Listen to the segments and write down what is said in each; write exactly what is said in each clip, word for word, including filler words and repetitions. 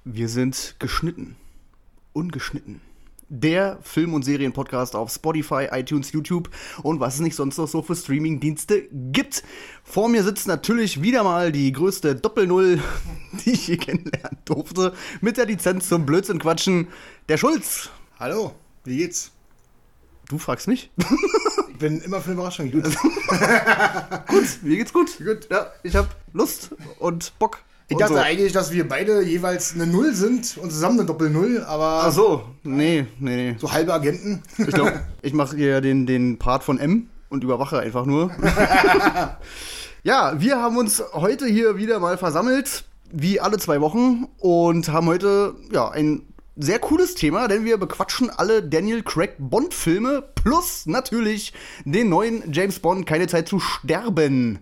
Wir sind geschnitten. Ungeschnitten. Der Film- und Serienpodcast auf Spotify, iTunes, YouTube und was es nicht sonst noch so für Streaming-Dienste gibt. Vor mir sitzt natürlich wieder mal die größte Doppel-Null, die ich je kennenlernen durfte, mit der Lizenz zum Blödsinn quatschen, der Schulz. Hallo, wie geht's? Du fragst mich? Ich bin immer für eine Überraschung. Gut, gut mir geht's gut. gut. Ja, ich hab Lust und Bock. Ich dachte so. eigentlich, dass wir beide jeweils eine Null sind und zusammen eine Doppel-Null, aber... Ach so, nee, nee, nee. So halbe Agenten. Ich glaube, ich mache hier den, den Part von M und überwache einfach nur. Ja, wir haben uns heute hier wieder mal versammelt, wie alle zwei Wochen, und haben heute ja ein sehr cooles Thema, denn wir bequatschen alle Daniel Craig Bond-Filme plus natürlich den neuen James Bond, Keine Zeit zu sterben.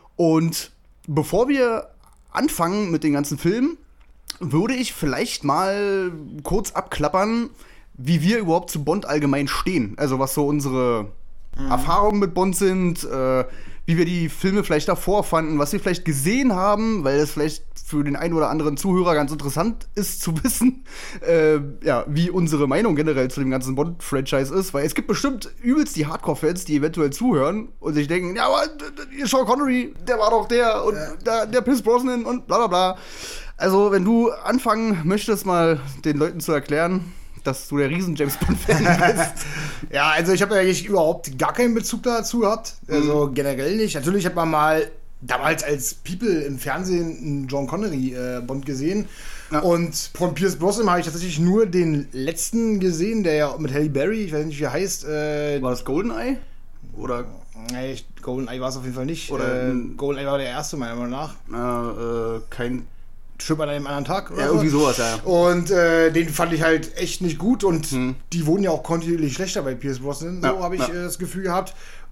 Und bevor wir anfangen mit den ganzen Filmen, würde ich vielleicht mal kurz abklappern, wie wir überhaupt zu Bond allgemein stehen. Also was so unsere mhm. Erfahrungen mit Bond sind, äh, wie wir die Filme vielleicht davor fanden, was wir vielleicht gesehen haben, weil es vielleicht für den einen oder anderen Zuhörer ganz interessant ist zu wissen, äh, ja, wie unsere Meinung generell zu dem ganzen Bond-Franchise ist, weil es gibt bestimmt übelst die Hardcore-Fans, die eventuell zuhören und sich denken, ja, aber Sean Connery, der war doch der und ja. der, der Pierce Brosnan und bla bla bla. Also, wenn du anfangen möchtest, mal den Leuten zu erklären, dass du der riesen James Bond-Fan bist. Ja, also ich habe ja eigentlich überhaupt gar keinen Bezug dazu gehabt. Also mhm. generell nicht. Natürlich hat man mal damals als People im Fernsehen einen John Connery äh, Bond gesehen. Ja. Und von Pierce Brosnan habe ich tatsächlich nur den letzten gesehen, der ja mit Halle Berry, ich weiß nicht, wie er heißt. Äh, war das GoldenEye? Oder? Nee, GoldenEye war es auf jeden Fall nicht. Oder äh, GoldenEye war der erste, meiner Meinung nach. Äh, äh, kein Trip an einem anderen Tag oder ja, irgendwie so. sowas, ja. Und äh, den fand ich halt echt nicht gut und hm. die wurden ja auch kontinuierlich schlechter bei Pierce Brosnan, so ja, habe ich ja. äh, das Gefühl gehabt.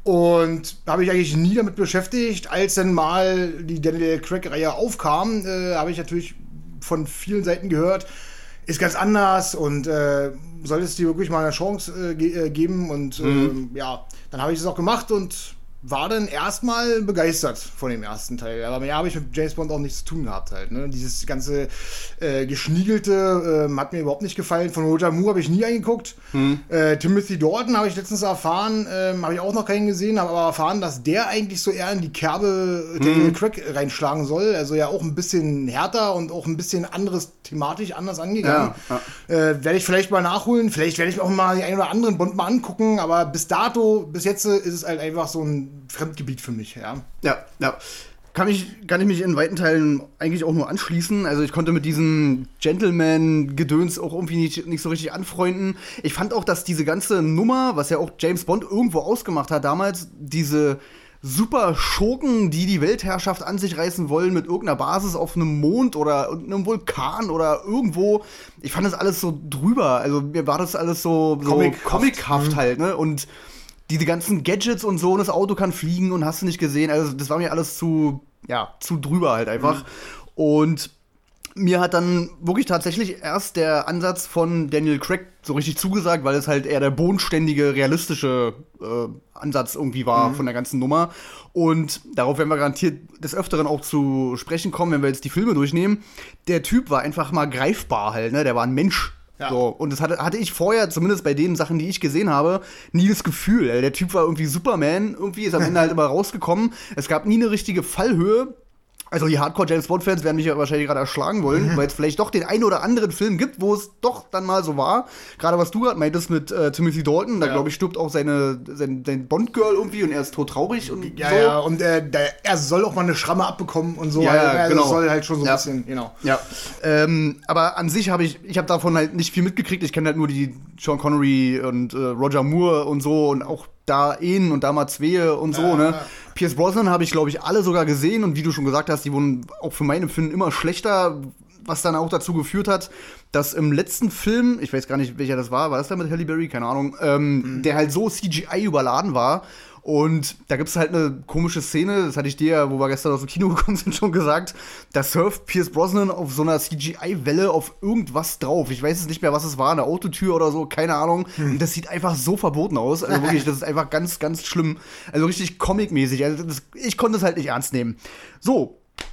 Und habe ich eigentlich nie damit beschäftigt. Als dann mal die Daniel Craig-Reihe aufkam, äh, habe ich natürlich von vielen Seiten gehört, ist ganz anders und äh, soll es dir wirklich mal eine Chance äh, ge- äh, geben. Und mhm. äh, ja, dann habe ich es auch gemacht und war dann erstmal begeistert von dem ersten Teil. Aber mehr habe ich mit James Bond auch nichts zu tun gehabt halt. Ne? Dieses ganze äh, Geschniegelte äh, hat mir überhaupt nicht gefallen. Von Roger Moore habe ich nie eingeguckt. Hm. Äh, Timothy Dalton habe ich letztens erfahren, äh, habe ich auch noch keinen gesehen, habe aber erfahren, dass der eigentlich so eher in die Kerbe hm. Daniel Craig reinschlagen soll. Also ja auch ein bisschen härter und auch ein bisschen anderes, thematisch anders angegangen. Ja, ja. Äh, werde ich vielleicht mal nachholen. Vielleicht werde ich mir auch mal den einen oder anderen Bond mal angucken. Aber bis dato, bis jetzt ist es halt einfach so ein Fremdgebiet für mich, ja. Ja, ja. Kann ich, kann ich mich in weiten Teilen eigentlich auch nur anschließen. Also ich konnte mit diesem Gentleman-Gedöns auch irgendwie nicht, nicht so richtig anfreunden. Ich fand auch, dass diese ganze Nummer, was ja auch James Bond irgendwo ausgemacht hat damals, diese super Schurken, die die Weltherrschaft an sich reißen wollen mit irgendeiner Basis auf einem Mond oder einem Vulkan oder irgendwo. Ich fand das alles so drüber. Also mir war das alles so, so Comic-haft. comichaft halt, ne? Und diese ganzen Gadgets und so, und das Auto kann fliegen und hast du nicht gesehen. Also das war mir alles zu, ja, zu drüber halt einfach. Mhm. Und mir hat dann wirklich tatsächlich erst der Ansatz von Daniel Craig so richtig zugesagt, weil es halt eher der bodenständige, realistische äh, Ansatz irgendwie war mhm. von der ganzen Nummer. Und darauf werden wir garantiert des Öfteren auch zu sprechen kommen, wenn wir jetzt die Filme durchnehmen. Der Typ war einfach mal greifbar halt, ne? Der war ein Mensch. Ja. So, und das hatte, hatte ich vorher, zumindest bei den Sachen, die ich gesehen habe, nie das Gefühl. Der Typ war irgendwie Superman, irgendwie ist am Ende halt immer rausgekommen. Es gab nie eine richtige Fallhöhe. Also die Hardcore-James-Bond-Fans werden mich ja wahrscheinlich gerade erschlagen wollen, mhm. weil es vielleicht doch den einen oder anderen Film gibt, wo es doch dann mal so war. Gerade was du gerade meintest mit äh, Timothy Dalton, da ja. glaube ich stirbt auch seine, sein, sein Bond-Girl irgendwie und er ist todtraurig und ja, so. Ja, und äh, der, er soll auch mal eine Schramme abbekommen und so. Ja, also, ja, also genau. soll halt schon so ein ja. bisschen, genau. Ja, ähm, aber an sich habe ich, ich habe davon halt nicht viel mitgekriegt. Ich kenne halt nur die Sean Connery und äh, Roger Moore und so und auch da Ehen und da mal Zwehe und so, ja, ne? Ja. Pierce Brosnan habe ich, glaube ich, alle sogar gesehen und wie du schon gesagt hast, die wurden auch für mein Empfinden immer schlechter, was dann auch dazu geführt hat, dass im letzten Film, ich weiß gar nicht, welcher das war, war das da mit Halle Berry? Keine Ahnung, ähm, mhm. der halt so C G I überladen war. Und da gibt es halt eine komische Szene, das hatte ich dir ja, wo wir gestern aus dem Kino gekommen sind, schon gesagt, da surft Pierce Brosnan auf so einer C G I-Welle auf irgendwas drauf. Ich weiß jetzt nicht mehr, was es war, eine Autotür oder so, keine Ahnung. Hm. Und das sieht einfach so verboten aus. Also wirklich, das ist einfach ganz, ganz schlimm. Also richtig comic-mäßig. Also das, ich konnte es halt nicht ernst nehmen. So,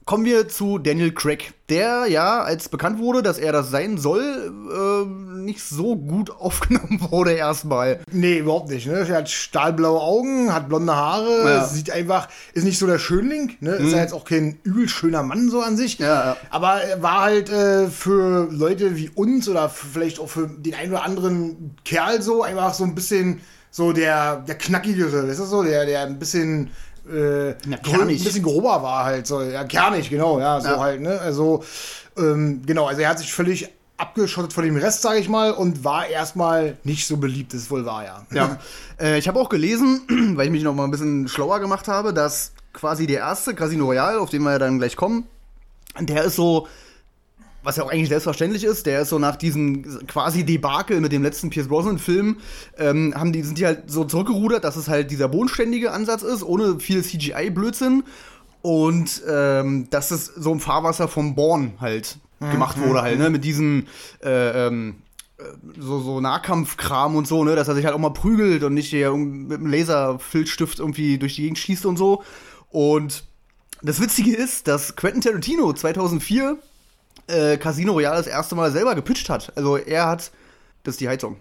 kommen wir zu Daniel Craig, der ja, als bekannt wurde, dass er das sein soll, äh, nicht so gut aufgenommen wurde erstmal. Nee, überhaupt nicht. Ne? Er hat stahlblaue Augen, hat blonde Haare, Ja. sieht einfach, ist nicht so der Schönling, ne? Ist Mhm. ja jetzt auch kein übel schöner Mann so an sich. Ja, ja. Aber er war halt äh, für Leute wie uns oder vielleicht auch für den einen oder anderen Kerl so einfach so ein bisschen so der, der knackigere, weißt du so, der, der ein bisschen äh, Na, grö- kernig. ein bisschen grober war halt, so, ja, kernig, genau, ja, so Ja. halt, ne, also, ähm, genau, also er hat sich völlig abgeschottet von dem Rest, sage ich mal, und war erstmal nicht so beliebt, ist wohl wahr, ja. Ja. äh, ich habe auch gelesen, weil ich mich noch mal ein bisschen schlauer gemacht habe, dass quasi der erste Casino Royale, auf den wir ja dann gleich kommen, der ist so, was ja auch eigentlich selbstverständlich ist, der ist so nach diesem quasi Debakel mit dem letzten Pierce Brosnan-Film, ähm, haben die, sind die halt so zurückgerudert, dass es halt dieser bodenständige Ansatz ist, ohne viel C G I-Blödsinn. Und ähm, dass es so im Fahrwasser vom Bourne halt gemacht wurde, halt, ne? Mit diesem äh, ähm, äh, so, so Nahkampfkram und so, ne? Dass er sich halt auch mal prügelt und nicht hier mit einem Laserfilzstift irgendwie durch die Gegend schießt und so. Und das Witzige ist, dass Quentin Tarantino zweitausendvier äh, Casino Royale das erste Mal selber gepitcht hat. Also er hat, das ist die Heizung.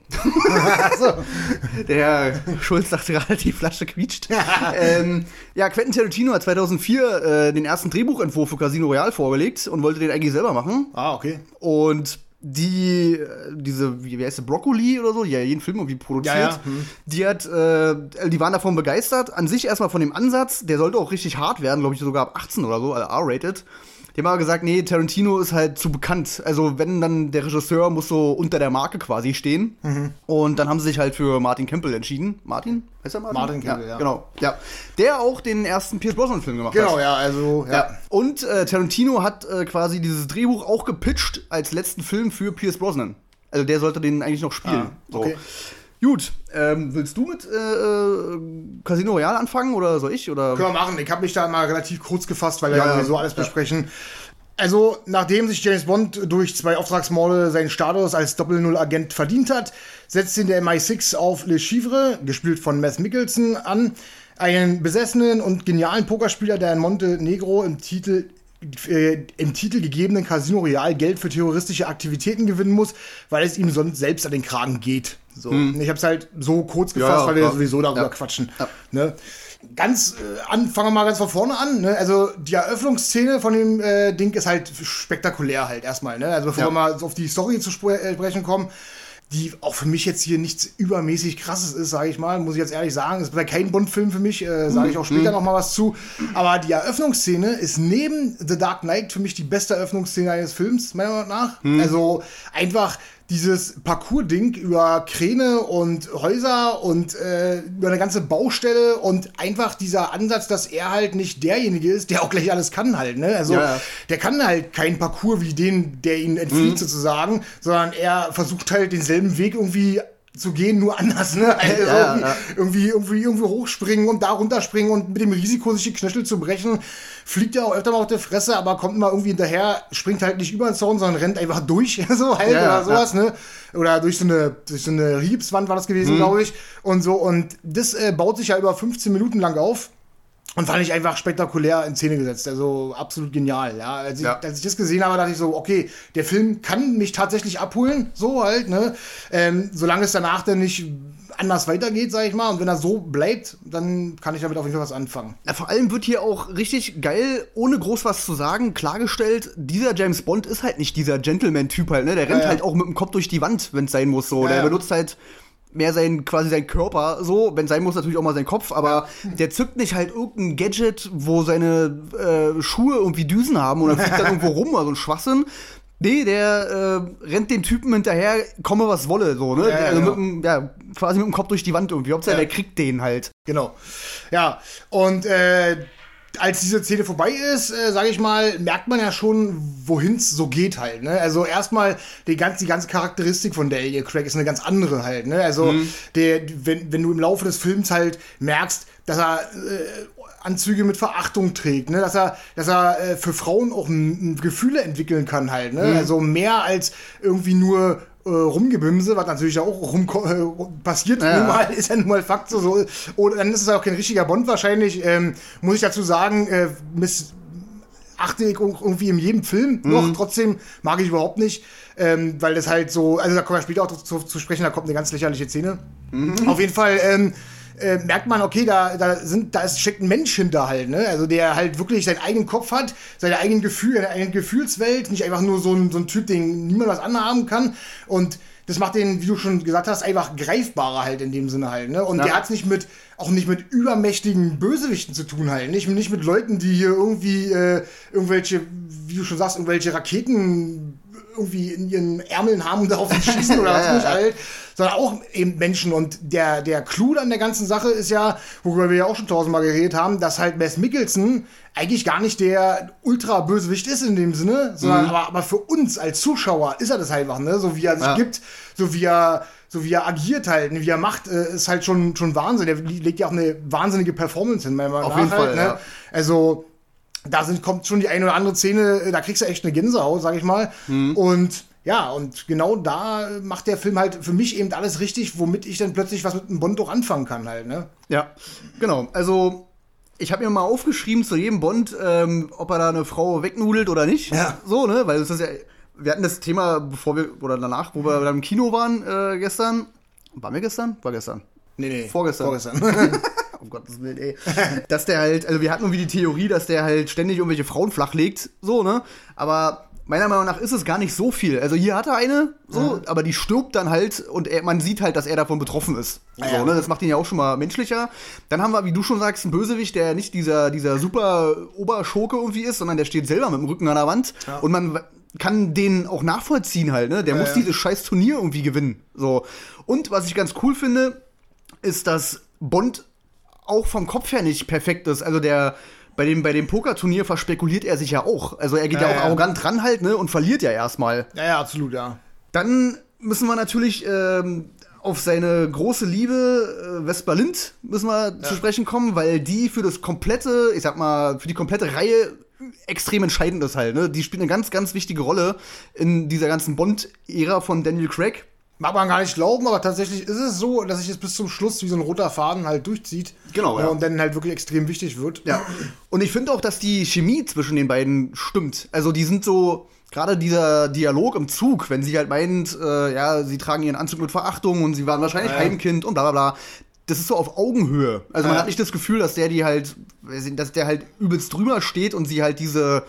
Der Herr Schulz dachte gerade, die Flasche quietscht. ähm, ja, Quentin Tarantino hat zweitausendvier äh, den ersten Drehbuchentwurf für Casino Royale vorgelegt und wollte den eigentlich selber machen. Ah, okay. Und die, äh, diese, wie, wie heißt sie, Broccoli oder so, die ja jeden Film irgendwie produziert, Ja, ja. Hm. die hat, äh, die waren davon begeistert. An sich erstmal von dem Ansatz, der sollte auch richtig hart werden, glaube ich, sogar ab achtzehn oder so, also R-rated. Die haben aber gesagt, nee, Tarantino ist halt zu bekannt. Also wenn, dann der Regisseur muss so unter der Marke quasi stehen. Mhm. Und dann haben sie sich halt für Martin Campbell entschieden. Martin? Heißt er Martin? Martin Campbell, ja. Genau, ja. Der auch den ersten Pierce Brosnan-Film gemacht hat. Genau, ja, also, ja. Ja. Und äh, Tarantino hat äh, quasi dieses Drehbuch auch gepitcht als letzten Film für Pierce Brosnan. Also der sollte den eigentlich noch spielen. Ah, okay. So. Gut, ähm, willst du mit äh, äh, Casino Royale anfangen oder soll ich? Oder? Können wir machen. Ich habe mich da mal relativ kurz gefasst, weil wir Ja, ja ja. sowieso alles Ja. besprechen. Also, nachdem sich James Bond durch zwei Auftragsmorde seinen Status als Doppel-Null-Agent verdient hat, setzt ihn der M I sechs auf Le Chiffre, gespielt von Mads Mikkelsen, an, einen besessenen und genialen Pokerspieler, der in Montenegro im Titel äh, im Titel gegebenen Casino Royale Geld für terroristische Aktivitäten gewinnen muss, weil es ihm sonst selbst an den Kragen geht. So. Ich habe es halt so kurz gefasst, Ja, ja, weil wir ja. sowieso darüber Ja. quatschen. Ja. Ne? Ganz äh, an, fangen wir mal ganz von vorne an. Ne? Also die Eröffnungsszene von dem äh, Ding ist halt spektakulär halt erstmal. Ne? Also bevor Ja. wir mal so auf die Story zu spre äh, sprechen kommen, die auch für mich jetzt hier nichts übermäßig Krasses ist, sage ich mal, muss ich jetzt ehrlich sagen. Es ist kein Bond-Film für mich, äh, sage ich auch später noch mal was zu. Aber die Eröffnungsszene ist neben The Dark Knight für mich die beste Eröffnungsszene eines Films, meiner Meinung nach. Also einfach dieses Parcours-Ding über Kräne und Häuser und äh, über eine ganze Baustelle und einfach dieser Ansatz, dass er halt nicht derjenige ist, der auch gleich alles kann halt, ne? Also Ja, ja. der kann halt keinen Parcours wie den, der ihn entflieht sozusagen, sondern er versucht halt denselben Weg irgendwie zu gehen, nur anders, ne? Also Ja, irgendwie, ja. irgendwie, irgendwie, irgendwie hochspringen und da runterspringen und mit dem Risiko, sich die Knöchel zu brechen, fliegt er auch öfter mal auf der Fresse, aber kommt immer irgendwie hinterher, springt halt nicht über den Zaun, sondern rennt einfach durch, so halt, Ja, ja, oder sowas, ne? Oder durch so eine, durch so eine Riebswand war das gewesen, glaube ich, und so, und das äh, baut sich ja über fünfzehn Minuten lang auf. Und fand ich einfach spektakulär in Szene gesetzt. Also absolut genial. Ja. Als, ich, Ja. als ich das gesehen habe, dachte ich so, okay, der Film kann mich tatsächlich abholen. So halt, ne? Ähm, solange es danach dann nicht anders weitergeht, sag ich mal. Und wenn er so bleibt, dann kann ich damit auf jeden Fall was anfangen. Ja, vor allem wird hier auch richtig geil, ohne groß was zu sagen, klargestellt, dieser James Bond ist halt nicht dieser Gentleman-Typ halt, ne? Der rennt ja. halt auch mit dem Kopf durch die Wand, wenn es sein muss, so. Ja, Der ja. benutzt halt mehr sein, quasi seinen Körper, so. Wenn sein muss, natürlich auch mal seinen Kopf, aber der zückt nicht halt irgendein Gadget, wo seine äh, Schuhe irgendwie Düsen haben oder fliegt dann irgendwo rum oder so ein Schwachsinn. Nee, der äh, rennt dem Typen hinterher, komme was wolle, so, ne? Ja, ja, also genau. mit dem, ja, quasi mit dem Kopf durch die Wand irgendwie. Hauptsache, Ja. der kriegt den halt. Genau. Ja, und äh, als diese Szene vorbei ist, äh, sage ich mal, merkt man ja schon, wohin es so geht halt. Ne? Also erstmal die ganze, die ganze Charakteristik von Daniel Craig ist eine ganz andere halt. Ne? Also der, wenn, wenn du im Laufe des Films halt merkst, dass er äh, Anzüge mit Verachtung trägt, ne? dass er, dass er äh, für Frauen auch m- m- Gefühle entwickeln kann halt. Ne? Also mehr als irgendwie nur äh, Rumgebimse, was natürlich auch rum äh, passiert, Ja. nun mal, ist ja nun mal Fakt so. so. Oder dann ist es auch kein richtiger Bond wahrscheinlich. Ähm, muss ich dazu sagen, äh, Miss achte ich irgendwie in jedem Film noch. Mhm. Trotzdem mag ich überhaupt nicht, ähm, weil das halt so, also da kommen wir später auch zu, zu sprechen, da kommt eine ganz lächerliche Szene. Mhm. Auf jeden Fall, ähm, Äh, merkt man, okay, da, da, sind, da ist, steckt ein Mensch hinter halt, ne? Also der halt wirklich seinen eigenen Kopf hat, seine eigenen Gefühle, seine eigene Gefühlswelt, nicht einfach nur so ein, so ein Typ, den niemand was anhaben kann. Und das macht den, wie du schon gesagt hast, einfach greifbarer halt in dem Sinne halt, ne? Und ja. der hat's nicht mit, auch nicht mit übermächtigen Bösewichten zu tun halt, nicht, nicht mit Leuten, die hier irgendwie äh, irgendwelche, wie du schon sagst, irgendwelche Raketen irgendwie in ihren Ärmeln haben und darauf schießen oder was nicht halt, sondern auch eben Menschen. Und der, der Clou an der ganzen Sache ist ja, worüber wir ja auch schon tausendmal geredet haben, dass halt Mads Mikkelsen eigentlich gar nicht der Ultra-Bösewicht ist in dem Sinne, sondern mhm. aber, aber für uns als Zuschauer ist er das halt einfach, ne? So wie er sich ja. gibt, so wie er so wie er agiert halt, wie er macht, ist halt schon, schon Wahnsinn. Der legt ja auch eine wahnsinnige Performance hin, meiner Meinung nach. Auf jeden Fall, ne? Ja. Also da sind, kommt schon die eine oder andere Szene, da kriegst du echt eine Gänsehaut, sag ich mal. Mhm. Und ja, und genau da macht der Film halt für mich eben alles richtig, womit ich dann plötzlich was mit einem Bond auch anfangen kann halt, ne? Ja, genau. Also ich habe mir mal aufgeschrieben zu jedem Bond, ähm, ob er da eine Frau wegnudelt oder nicht. Ja. So, ne? Weil das ist ja, wir hatten das Thema, bevor wir, oder danach, wo wir dann im Kino waren äh, gestern. Waren wir gestern? War gestern. Nee, nee. Vorgestern. Vorgestern. Um Gottes Willen, ey. Dass der halt, also wir hatten irgendwie die Theorie, dass der halt ständig irgendwelche Frauen flachlegt, so, ne? Aber meiner Meinung nach ist es gar nicht so viel. Also hier hat er eine, so, mhm. aber die stirbt dann halt und er, man sieht halt, dass er davon betroffen ist. So, ja. ne? Das macht ihn ja auch schon mal menschlicher. Dann haben wir, wie du schon sagst, einen Bösewicht, der nicht dieser, dieser super Oberschurke irgendwie ist, sondern der steht selber mit dem Rücken an der Wand. Ja. Und man kann den auch nachvollziehen halt, ne? Der ja, muss ja. dieses scheiß Turnier irgendwie gewinnen. So. Und was ich ganz cool finde, ist, dass Bond auch vom Kopf her nicht perfekt ist. Also der bei dem, bei dem Pokerturnier verspekuliert er sich ja auch. Also er geht ja, ja auch ja. arrogant dran halt, ne? Und verliert ja erstmal. Ja, ja, absolut, ja. Dann müssen wir natürlich ähm, auf seine große Liebe, äh, Vesper Lind, müssen wir ja. zu sprechen kommen, weil die für das komplette, ich sag mal, für die komplette Reihe extrem entscheidend ist halt, ne? Die spielt eine ganz, ganz wichtige Rolle in dieser ganzen Bond-Ära von Daniel Craig. Mag man gar nicht glauben, aber tatsächlich ist es so, dass sich es bis zum Schluss wie so ein roter Faden halt durchzieht. Genau, ja. Und dann halt wirklich extrem wichtig wird. Ja. Und ich finde auch, dass die Chemie zwischen den beiden stimmt. Also die sind so, gerade dieser Dialog im Zug, wenn sie halt meint, äh, ja, sie tragen ihren Anzug mit Verachtung und sie waren wahrscheinlich ja. Heimkind und bla bla bla. Das ist so auf Augenhöhe. Also man ja. hat nicht das Gefühl, dass der die halt, dass der halt übelst drüber steht und sie halt diese,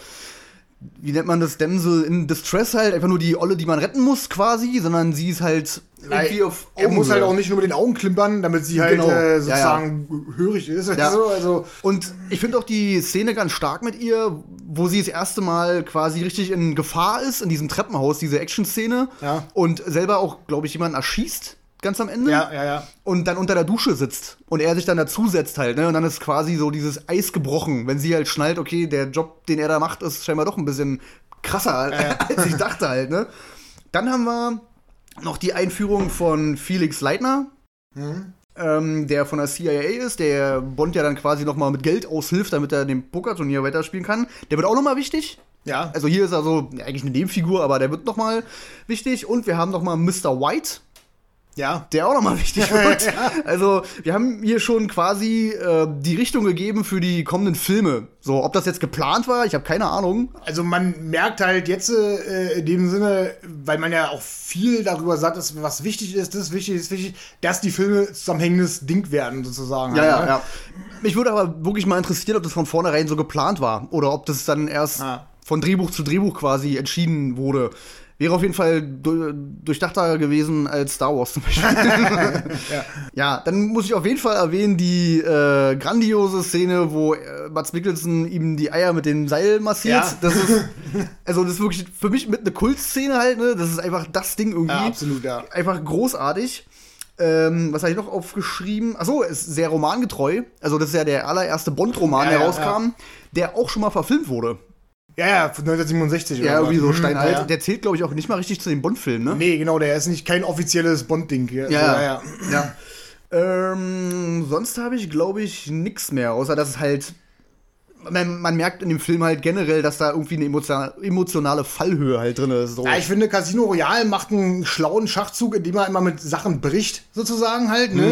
wie nennt man das, Damsel in Distress halt, einfach nur die Olle, die man retten muss quasi, sondern sie ist halt irgendwie auf Augenhöhe. Er muss halt auch nicht nur mit den Augen klimpern, damit sie halt genau. äh, sozusagen ja, ja. hörig ist. Ja. So, also. Und ich finde auch die Szene ganz stark mit ihr, wo sie das erste Mal quasi richtig in Gefahr ist, in diesem Treppenhaus, diese Action-Szene. Ja. Und selber auch, glaube ich, jemanden erschießt. Ganz am Ende. Ja, ja, ja. Und dann unter der Dusche sitzt. Und er sich dann dazusetzt halt, ne? Und dann ist quasi so dieses Eis gebrochen. Wenn sie halt schnallt, okay, der Job, den er da macht, ist scheinbar doch ein bisschen krasser, ja. als ich dachte halt, ne? Dann haben wir noch die Einführung von Felix Leitner, mhm. ähm, der von der C I A ist, der Bond ja dann quasi noch mal mit Geld aushilft, damit er dem Pokerturnier weiterspielen kann. Der wird auch noch mal wichtig. Ja. Also hier ist er so, ja, eigentlich eine Nebenfigur, aber der wird noch mal wichtig. Und wir haben noch mal Mister White. Ja. Der auch nochmal wichtig wird. Ja. Also, wir haben hier schon quasi äh, die Richtung gegeben für die kommenden Filme. So, ob das jetzt geplant war, ich habe keine Ahnung. Also, man merkt halt jetzt äh, in dem Sinne, weil man ja auch viel darüber sagt, dass was wichtig ist, das ist wichtig, das ist wichtig, dass die Filme zusammenhängendes Ding werden, sozusagen. Ja, halt, ja, ne? ja. Mich würde aber wirklich mal interessieren, ob das von vornherein so geplant war. Oder ob das dann erst ah. von Drehbuch zu Drehbuch quasi entschieden wurde. Wäre auf jeden Fall du- durchdachter gewesen als Star Wars zum Beispiel. ja. ja, dann muss ich auf jeden Fall erwähnen die äh, grandiose Szene, wo äh, Mads Mikkelsen ihm die Eier mit dem Seil massiert. Ja. Das ist, also das ist wirklich für mich mit eine Kultszene halt, ne? Das ist einfach das Ding irgendwie. Ja, absolut, ja. Einfach großartig. Ähm, was habe ich noch aufgeschrieben? Achso, ist sehr romangetreu. Also das ist ja der allererste Bond-Roman, ja, der ja, rauskam, ja. der auch schon mal verfilmt wurde. Ja, ja, von neunzehnhundertsiebenundsechzig. Ja, irgendwie so steinalt. Ja. Der zählt, glaube ich, auch nicht mal richtig zu den Bond-Filmen, ne? Nee, genau, der ist nicht kein offizielles Bond-Ding. Ja, ja, ja. ja. ähm, sonst habe ich, glaube ich, nix mehr, außer dass es halt man, man merkt in dem Film halt generell, dass da irgendwie eine emotionale, emotionale Fallhöhe halt drin ist. So. Ja, ich finde, Casino Royale macht einen schlauen Schachzug, indem er immer mit Sachen bricht, sozusagen halt, ne? Mhm.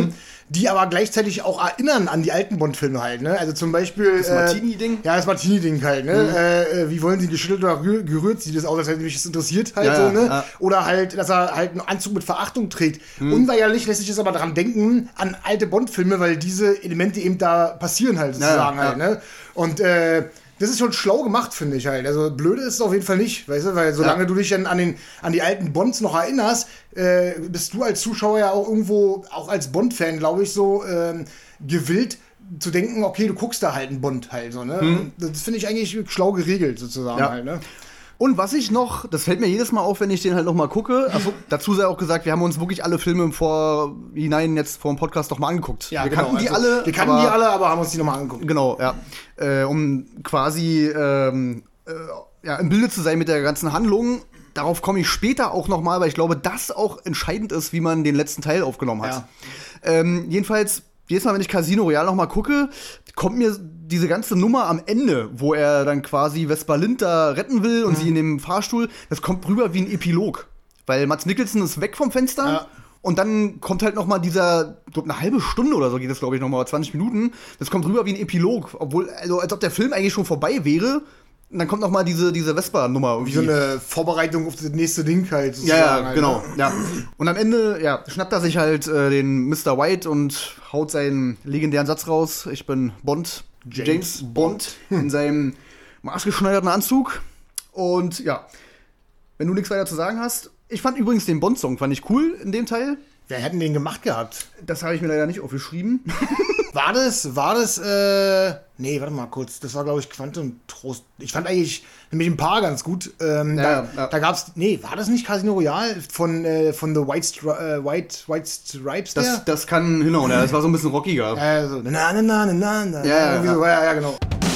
die aber gleichzeitig auch erinnern an die alten Bond-Filme halt, ne? Also zum Beispiel... Das Martini-Ding? Äh, ja, das Martini-Ding halt, ne? Mhm. Äh, wie wollen sie geschüttelt oder gerührt? Sieht das aus, als hätte mich das interessiert halt, ja, so, ne? Ja. Oder halt, dass er halt einen Anzug mit Verachtung trägt. Mhm. Unweigerlich lässt sich das aber daran denken, an alte Bond-Filme, weil diese Elemente eben da passieren halt, sozusagen ja, ja. halt, ne? Und, äh, das ist schon schlau gemacht, finde ich halt. Also blöde ist es auf jeden Fall nicht, weißt du, weil solange ja. du dich dann an, den, an die alten Bonds noch erinnerst, äh, bist du als Zuschauer ja auch irgendwo, auch als Bond-Fan, glaube ich, so ähm, gewillt zu denken, okay, du guckst da halt einen Bond halt so, ne? Mhm. Das finde ich eigentlich schlau geregelt sozusagen ja. halt, ne? Und was ich noch, das fällt mir jedes Mal auf, wenn ich den halt noch mal gucke, also dazu sei auch gesagt, wir haben uns wirklich alle Filme im Vorhinein jetzt vor dem Podcast noch mal angeguckt. Ja, wir genau, kannten die also, alle. Wir kannten aber, die alle, aber haben uns die noch mal angeguckt. Genau, ja. Äh, um quasi ähm, äh, ja, im Bilde zu sein mit der ganzen Handlung. Darauf komme ich später auch noch mal, weil ich glaube, das auch entscheidend ist, wie man den letzten Teil aufgenommen hat. Ja. Ähm, jedenfalls, jedes Mal, wenn ich Casino Royale noch mal gucke, kommt mir diese ganze Nummer am Ende, wo er dann quasi Vesper Lind da retten will und mhm. sie in dem Fahrstuhl, das kommt rüber wie ein Epilog. Weil Mads Mikkelsen ist weg vom Fenster ja. und dann kommt halt noch mal dieser, ich glaube, eine halbe Stunde oder so geht das, glaube ich, noch mal, zwanzig Minuten. Das kommt rüber wie ein Epilog, obwohl, also als ob der Film eigentlich schon vorbei wäre. Und dann kommt noch mal diese, diese Vespa-Nummer. Wie so eine Vorbereitung auf das nächste Ding halt. Ja, ja, halt, genau. Ne? Ja. Und am Ende, ja, schnappt er sich halt äh, den Mister White und haut seinen legendären Satz raus. Ich bin Bond, James, James Bond, in seinem maßgeschneiderten Anzug. Und ja, wenn du nichts weiter zu sagen hast. Ich fand übrigens den Bond-Song, fand ich cool in dem Teil. Wer hätten den gemacht gehabt? Das habe ich mir leider nicht aufgeschrieben. War das, war das, äh, nee, warte mal kurz, das war, glaube ich, Quantum Trost. Ich fand eigentlich nämlich ein paar ganz gut. Ähm, ja, da, ja. da gab's, nee, war das nicht Casino Royale von, äh, von The White, Stri- äh, White, White Stripes? Das, das kann hinhauen, ja, das war so ein bisschen rockiger. Ja, so, na, na, na, na, na, ja, ja, ja. So, ja, ja, genau.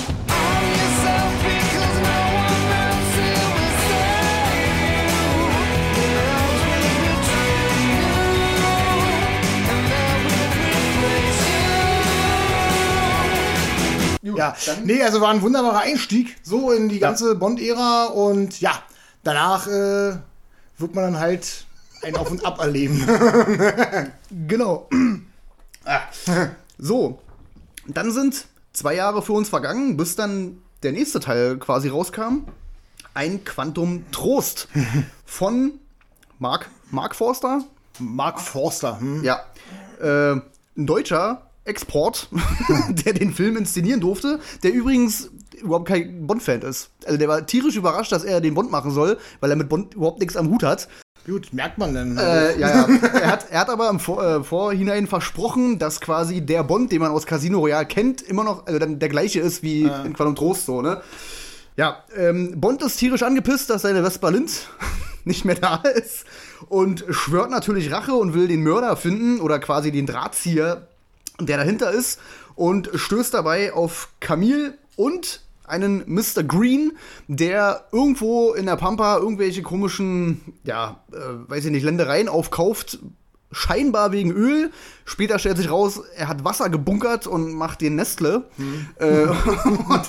Ja, nee, also war ein wunderbarer Einstieg so in die ganze ja. Bond-Ära und ja, danach äh, wird man dann halt ein Auf und Ab erleben. Genau. So, dann sind zwei Jahre für uns vergangen, bis dann der nächste Teil quasi rauskam. Ein Quantum Trost von Mark, Mark Forster. Mark Forster, hm. Ja, äh, ein Deutscher Export, der den Film inszenieren durfte, der übrigens überhaupt kein Bond-Fan ist. Also der war tierisch überrascht, dass er den Bond machen soll, weil er mit Bond überhaupt nichts am Hut hat. Gut, merkt man dann. Äh, ja, ja. Er hat, er hat aber im Vor, äh, Vorhinein versprochen, dass quasi der Bond, den man aus Casino Royale kennt, immer noch also dann der gleiche ist wie äh. in Quantum Trost, so, ne? Ja, ähm, Bond ist tierisch angepisst, dass seine Vespa Lind nicht mehr da ist und schwört natürlich Rache und will den Mörder finden oder quasi den Drahtzieher, der dahinter ist, und stößt dabei auf Camille und einen Mister Green, der irgendwo in der Pampa irgendwelche komischen, ja, äh, weiß ich nicht, Ländereien aufkauft, scheinbar wegen Öl. Später stellt sich raus, er hat Wasser gebunkert und macht den Nestle. Hm. Äh, und,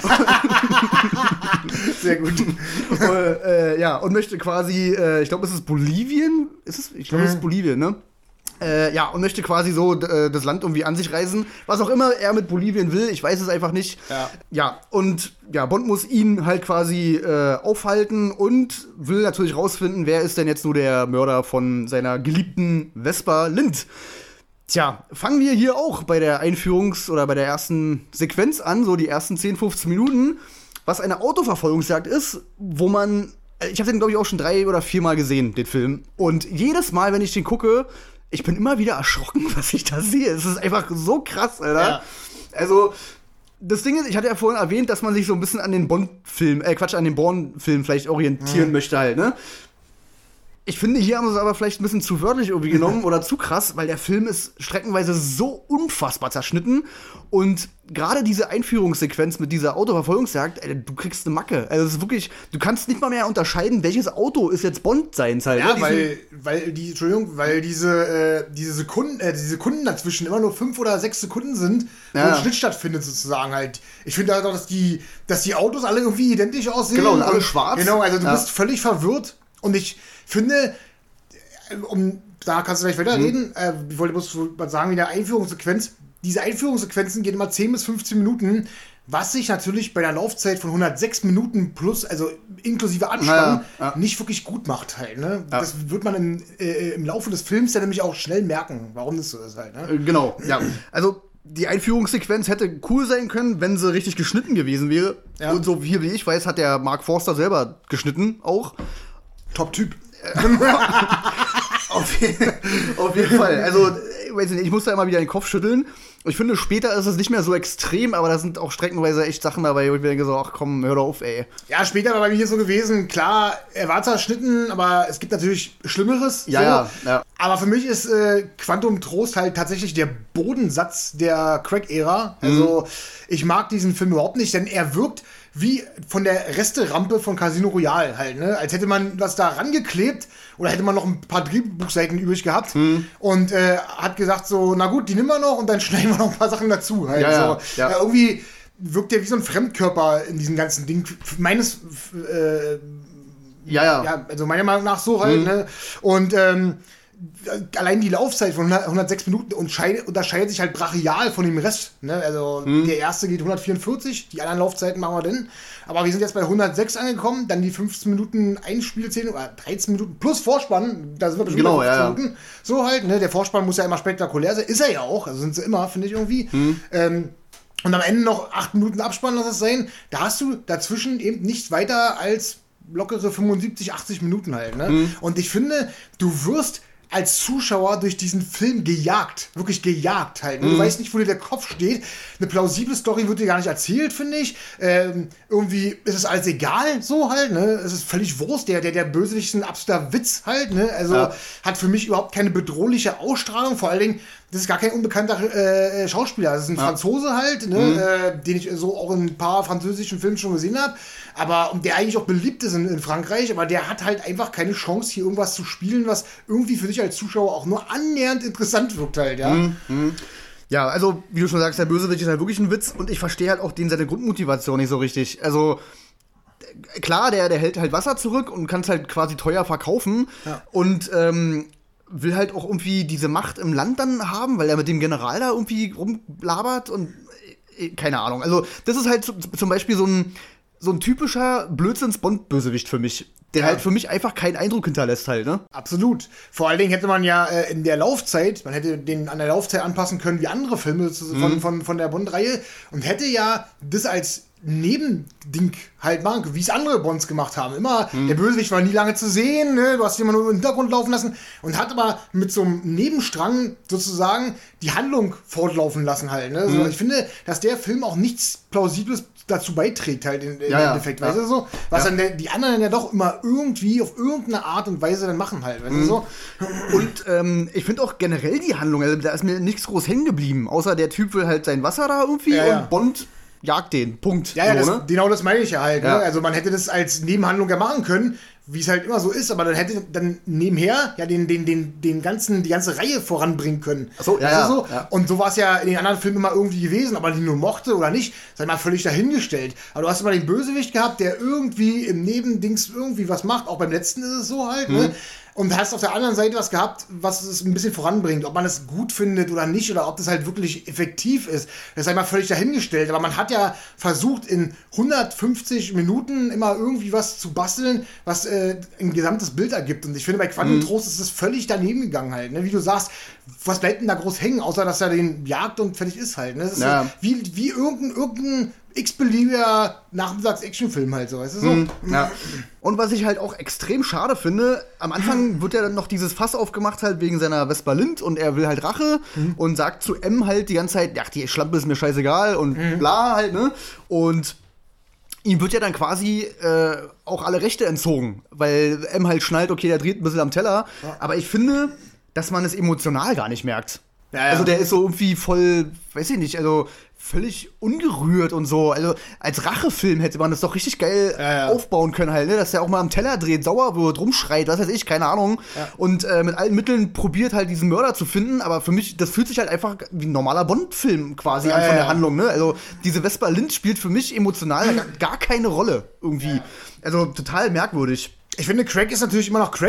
Sehr gut. Und, äh, ja, und möchte quasi, äh, ich glaube, es ist Bolivien. Ist es? Ich glaube, hm. es ist Bolivien, ne? Äh, ja, und möchte quasi so äh, das Land irgendwie an sich reißen. Was auch immer er mit Bolivien will, ich weiß es einfach nicht. Ja, ja und ja, Bond muss ihn halt quasi äh, aufhalten und will natürlich rausfinden, wer ist denn jetzt nur der Mörder von seiner geliebten Vespa Lind. Tja, fangen wir hier auch bei der Einführungs- oder bei der ersten Sequenz an, so die ersten zehn, fünfzehn Minuten, was eine Autoverfolgungsjagd ist, wo man, ich habe den, glaube ich, auch schon drei oder viermal gesehen, den Film. Und jedes Mal, wenn ich den gucke, ich bin immer wieder erschrocken, was ich da sehe. Es ist einfach so krass, Alter. Ja. Also, das Ding ist, ich hatte ja vorhin erwähnt, dass man sich so ein bisschen an den Bond-Film, äh, Quatsch, an den Bourne-Film vielleicht orientieren mhm. möchte halt, ne? Ich finde, hier haben sie es aber vielleicht ein bisschen zu wörtlich irgendwie genommen oder zu krass, weil der Film ist streckenweise so unfassbar zerschnitten. Und gerade diese Einführungssequenz mit dieser Autoverfolgungsjagd, ey, du kriegst eine Macke. Also, es ist wirklich, du kannst nicht mal mehr unterscheiden, welches Auto ist jetzt Bond seins halt. Ja, ne? weil, weil die, Entschuldigung, weil diese, äh, diese Sekunden, äh, diese Sekunden dazwischen immer nur fünf oder sechs Sekunden sind, wo ja. ein Schnitt stattfindet sozusagen halt. Ich finde halt auch, dass die, dass die Autos alle irgendwie identisch aussehen. Genau, und alle schwarz. Genau, also du ja. bist völlig verwirrt. Und ich finde, um, da kannst du gleich weiterreden. Mhm. Äh, ich wollte bloß sagen, wie eine Einführungssequenz. Diese Einführungssequenzen gehen immer zehn bis fünfzehn Minuten, was sich natürlich bei der Laufzeit von hundertsechs Minuten plus, also inklusive Abspann, ja, ja. nicht wirklich gut macht halt. Ne? Ja. Das wird man im, äh, im Laufe des Films ja nämlich auch schnell merken, warum das so ist halt. Ne? Genau, ja. Also die Einführungssequenz hätte cool sein können, wenn sie richtig geschnitten gewesen wäre. Ja. Und so viel wie ich weiß, hat der Mark Forster selber geschnitten auch. Top-Typ. auf, jeden, auf jeden Fall. Also, ich weiß nicht, ich muss da immer wieder den Kopf schütteln. Ich finde, später ist es nicht mehr so extrem, aber da sind auch streckenweise echt Sachen dabei, wo ich mir denke so, ach komm, hör doch auf, ey. Ja, später war bei mir so gewesen, klar, er war zerschnitten, aber es gibt natürlich Schlimmeres. Ja, so. ja, ja. Aber für mich ist äh, Quantum Trost halt tatsächlich der Bodensatz der Craig-Ära. Also, mhm. ich mag diesen Film überhaupt nicht, denn er wirkt wie von der Resterampe von Casino Royale halt, ne? Als hätte man was da rangeklebt oder hätte man noch ein paar Drehbuchseiten übrig gehabt hm. und äh, hat gesagt so, na gut, die nehmen wir noch und dann schneiden wir noch ein paar Sachen dazu. Halt. Ja, so. ja, ja. Ja, irgendwie wirkt der wie so ein Fremdkörper in diesem ganzen Ding. Meines äh, ja, ja. ja, also meiner Meinung nach so halt, hm. ne? Und ähm, allein die Laufzeit von hundertsechs Minuten unterscheidet sich halt brachial von dem Rest. Ne? Also hm. der erste geht hundertvierundvierzig, die anderen Laufzeiten machen wir denn. Aber wir sind jetzt bei hundertsechs angekommen, dann die fünfzehn Minuten Einspielszene oder dreizehn Minuten plus Vorspann, da sind wir bestimmt genau, bei fünfzehn ja, Minuten. So halt, ne? Der Vorspann muss ja immer spektakulär sein, ist er ja auch, also sind sie immer, finde ich irgendwie. Hm. Ähm, und am Ende noch acht Minuten Abspann, lass es sein. Da hast du dazwischen eben nicht weiter als lockere fünfundsiebzig, achtzig Minuten halt. Ne? Hm. Und ich finde, du wirst als Zuschauer durch diesen Film gejagt. Wirklich gejagt halt. Mhm. Du weißt nicht, wo dir der Kopf steht. Eine plausible Story wird dir gar nicht erzählt, finde ich. Ähm, irgendwie ist es alles egal, so halt, ne? Es ist völlig Wurst. Der, der, der Bösewicht ist ein absoluter Witz halt, ne? Also ja. hat für mich überhaupt keine bedrohliche Ausstrahlung. Vor allen Dingen, das ist gar kein unbekannter äh, Schauspieler. Das ist ein ja. Franzose halt, ne? Mhm. Äh, den ich so auch in ein paar französischen Filmen schon gesehen habe. Aber und der eigentlich auch beliebt ist in, in Frankreich, aber der hat halt einfach keine Chance, hier irgendwas zu spielen, was irgendwie für dich als Zuschauer auch nur annähernd interessant wirkt halt, ja. Mhm. Mhm. Ja, also, wie du schon sagst, der Bösewicht ist halt wirklich ein Witz und ich verstehe halt auch den seine Grundmotivation nicht so richtig. Also, klar, der, der hält halt Wasser zurück und kann es halt quasi teuer verkaufen ja. und ähm, will halt auch irgendwie diese Macht im Land dann haben, weil er mit dem General da irgendwie rumlabert und äh, keine Ahnung. Also, das ist halt zum Beispiel so ein so ein typischer Blödsinns-Bond-Bösewicht für mich, der ja. halt für mich einfach keinen Eindruck hinterlässt halt, ne? Absolut. Vor allen Dingen hätte man ja äh, in der Laufzeit, man hätte den an der Laufzeit anpassen können wie andere Filme von, mhm. von, von der Bond-Reihe und hätte ja das als Nebending halt machen können, wie es andere Bonds gemacht haben. Immer, mhm. der Bösewicht war nie lange zu sehen, ne? Du hast ihn immer nur im Hintergrund laufen lassen und hat aber mit so einem Nebenstrang sozusagen die Handlung fortlaufen lafen halt, ne? Mhm. So, ich finde, dass der Film auch nichts Plausibles dazu beiträgt halt in, in ja, Endeffekt, ja. weißt du so? Was ja. dann der, die anderen ja doch immer irgendwie auf irgendeine Art und Weise dann machen halt, weißt mhm. du so? Und ähm, ich finde auch generell die Handlung, also da ist mir nichts groß hängen geblieben, außer der Typ will halt sein Wasser da irgendwie ja, ja. und Bond jagt den, Punkt. Ja, ja, so, das, ne? genau das meine ich ja halt. Ja. Ne? Also man hätte das als Nebenhandlung ja machen können, wie es halt immer so ist, aber dann hätte dann nebenher ja den, den, den, den ganzen, die ganze Reihe voranbringen können. Ach so, ja, ja, so? ja. Und so war es ja in den anderen Filmen immer irgendwie gewesen, aber die nur mochte oder nicht, sei mal völlig dahingestellt. Aber du hast immer den Bösewicht gehabt, der irgendwie im Nebendings irgendwie was macht, auch beim letzten ist es so halt, mhm. ne? Und hast auf der anderen Seite was gehabt, was es ein bisschen voranbringt. Ob man es gut findet oder nicht, oder ob das halt wirklich effektiv ist, das ist einmal völlig dahingestellt. Aber man hat ja versucht, in hundertfünfzig Minuten immer irgendwie was zu basteln, was äh, ein gesamtes Bild ergibt. Und ich finde, bei Quantum Trost ist es völlig daneben gegangen halt. Ne? Wie du sagst, was bleibt denn da groß hängen, außer dass er den jagt und fertig ist halt. Ne? Das ist ja. so wie, wie irgendein, irgendein x-beliebiger Nachmittags-Action-Film halt so, weißt du so? Mhm, ja. Und was ich halt auch extrem schade finde, am Anfang wird ja dann noch dieses Fass aufgemacht halt wegen seiner Vespa Lind und er will halt Rache mhm. und sagt zu M halt die ganze Zeit, ja, die Schlampe ist mir scheißegal und mhm. bla halt, ne? Und ihm wird ja dann quasi äh, auch alle Rechte entzogen, weil M halt schnallt, okay, der dreht ein bisschen am Teller, ja. aber ich finde, dass man es emotional gar nicht merkt. Ja, ja. Also der ist so irgendwie voll, weiß ich nicht, also völlig ungerührt und so. Also als Rachefilm hätte man das doch richtig geil ja, ja. aufbauen können halt, ne? Dass der auch mal am Teller dreht, sauer wird, rumschreit, was weiß ich, keine Ahnung. Ja. Und äh, mit allen Mitteln probiert halt diesen Mörder zu finden, aber für mich, das fühlt sich halt einfach wie ein normaler Bond-Film quasi ja, an von ja, der ja. Handlung, ne? Also diese Vespa Lind spielt für mich emotional gar, gar keine Rolle irgendwie. Ja. Also total merkwürdig. Ich finde, Craig ist natürlich immer noch Craig.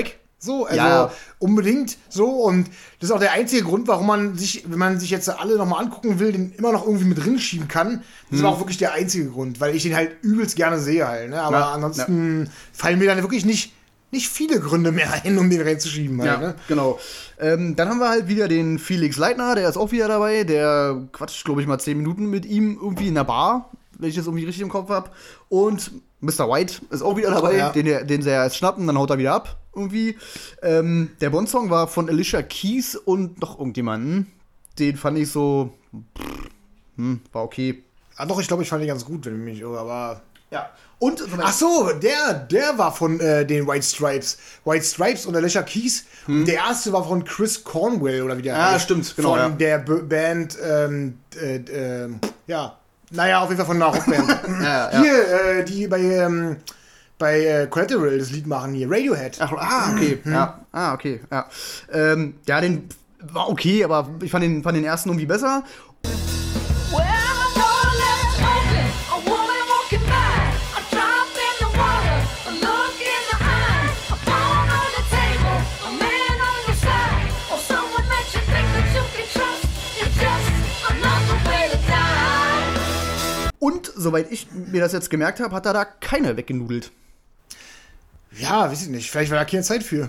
So, also ja. unbedingt so. Und das ist auch der einzige Grund, warum man sich, wenn man sich jetzt alle nochmal angucken will, den immer noch irgendwie mit drin schieben kann. Das hm. ist auch wirklich der einzige Grund, weil ich den halt übelst gerne sehe halt. Ne? Aber ja, ansonsten ja. fallen mir dann wirklich nicht, nicht viele Gründe mehr ein, um den reinzuschieben. Halt, ja, ne? genau. Ähm, dann haben wir halt wieder den Felix Leitner, der ist auch wieder dabei. Der quatscht, glaube ich, mal zehn Minuten mit ihm irgendwie in der Bar, wenn ich das irgendwie richtig im Kopf habe. Und Mister White ist auch wieder dabei, ja. den, den sie ja erst schnappen, dann haut er wieder ab, irgendwie. Ähm, der Bond-Song war von Alicia Keys und noch irgendjemanden. Den fand ich so, pff, hm, war okay. Ah, doch, ich glaube, ich fand den ganz gut, wenn ich mich irre, aber... Ja. Und, ach so, der, der war von äh, den White Stripes. White Stripes und Alicia Keys. Hm. Und der erste war von Chris Cornwell, oder wie der heißt. Ja, stimmt, genau. Von ja. der B- Band, ähm, äh, äh, ja... Naja, auf jeden Fall von einer Rockband. ja, ja. Hier, äh, die bei, ähm, bei äh, Collateral das Lied machen, hier, Radiohead. Ach, ah, okay. Mhm. Ja. Ah, okay. Ja. Ähm, ja, den war okay, aber ich fand den, fand den ersten irgendwie besser. Und, soweit ich mir das jetzt gemerkt habe, hat er da keiner weggenudelt. Ja, weiß ich nicht. Vielleicht war da keine Zeit für.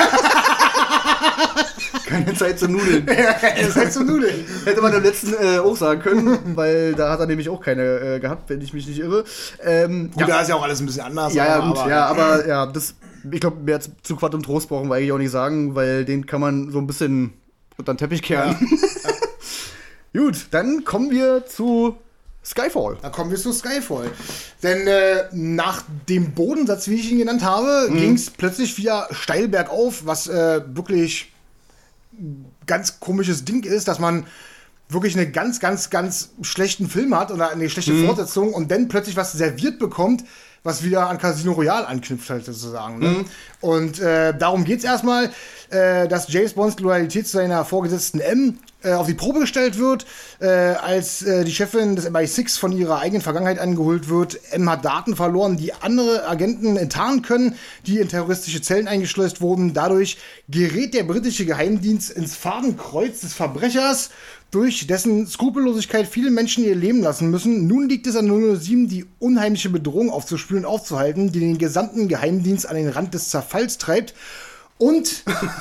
Keine Zeit zu nudeln. Ja, keine Zeit zu nudeln. Hätte man im letzten äh, auch sagen können, weil da hat er nämlich auch keine äh, gehabt, wenn ich mich nicht irre. Ähm, gut, ja. Da ist ja auch alles ein bisschen anders. Ja, ja, gut, aber, ja, aber ja, das, ich glaube, mehr zu Quatsch und Trost brauchen wir eigentlich auch nicht sagen, weil den kann man so ein bisschen unter den Teppich kehren. Ja. Ja. Gut, dann kommen wir zu Skyfall. Dann kommen wir zu Skyfall. Denn äh, nach dem Bodensatz, wie ich ihn genannt habe, mhm. ging es plötzlich wieder steil bergauf, was äh, wirklich ein ganz komisches Ding ist, dass man wirklich einen ganz, ganz, ganz schlechten Film hat oder eine schlechte mhm. Fortsetzung und dann plötzlich was serviert bekommt, was wieder an Casino Royale anknüpft, halt sozusagen. Ne? Mhm. Und äh, darum geht es erstmal, äh, dass James Bonds Loyalität zu seiner Vorgesetzten M äh, auf die Probe gestellt wird, äh, als äh, die Chefin des M I sechs von ihrer eigenen Vergangenheit angeholt wird. M hat Daten verloren, die andere Agenten enttarnen können, die in terroristische Zellen eingeschleust wurden. Dadurch gerät der britische Geheimdienst ins Fadenkreuz des Verbrechers, durch dessen Skrupellosigkeit viele Menschen ihr Leben lassen müssen. Nun liegt es an null null sieben, die unheimliche Bedrohung aufzuspüren und aufzuhalten, die den gesamten Geheimdienst an den Rand des Zerfalls treibt. Und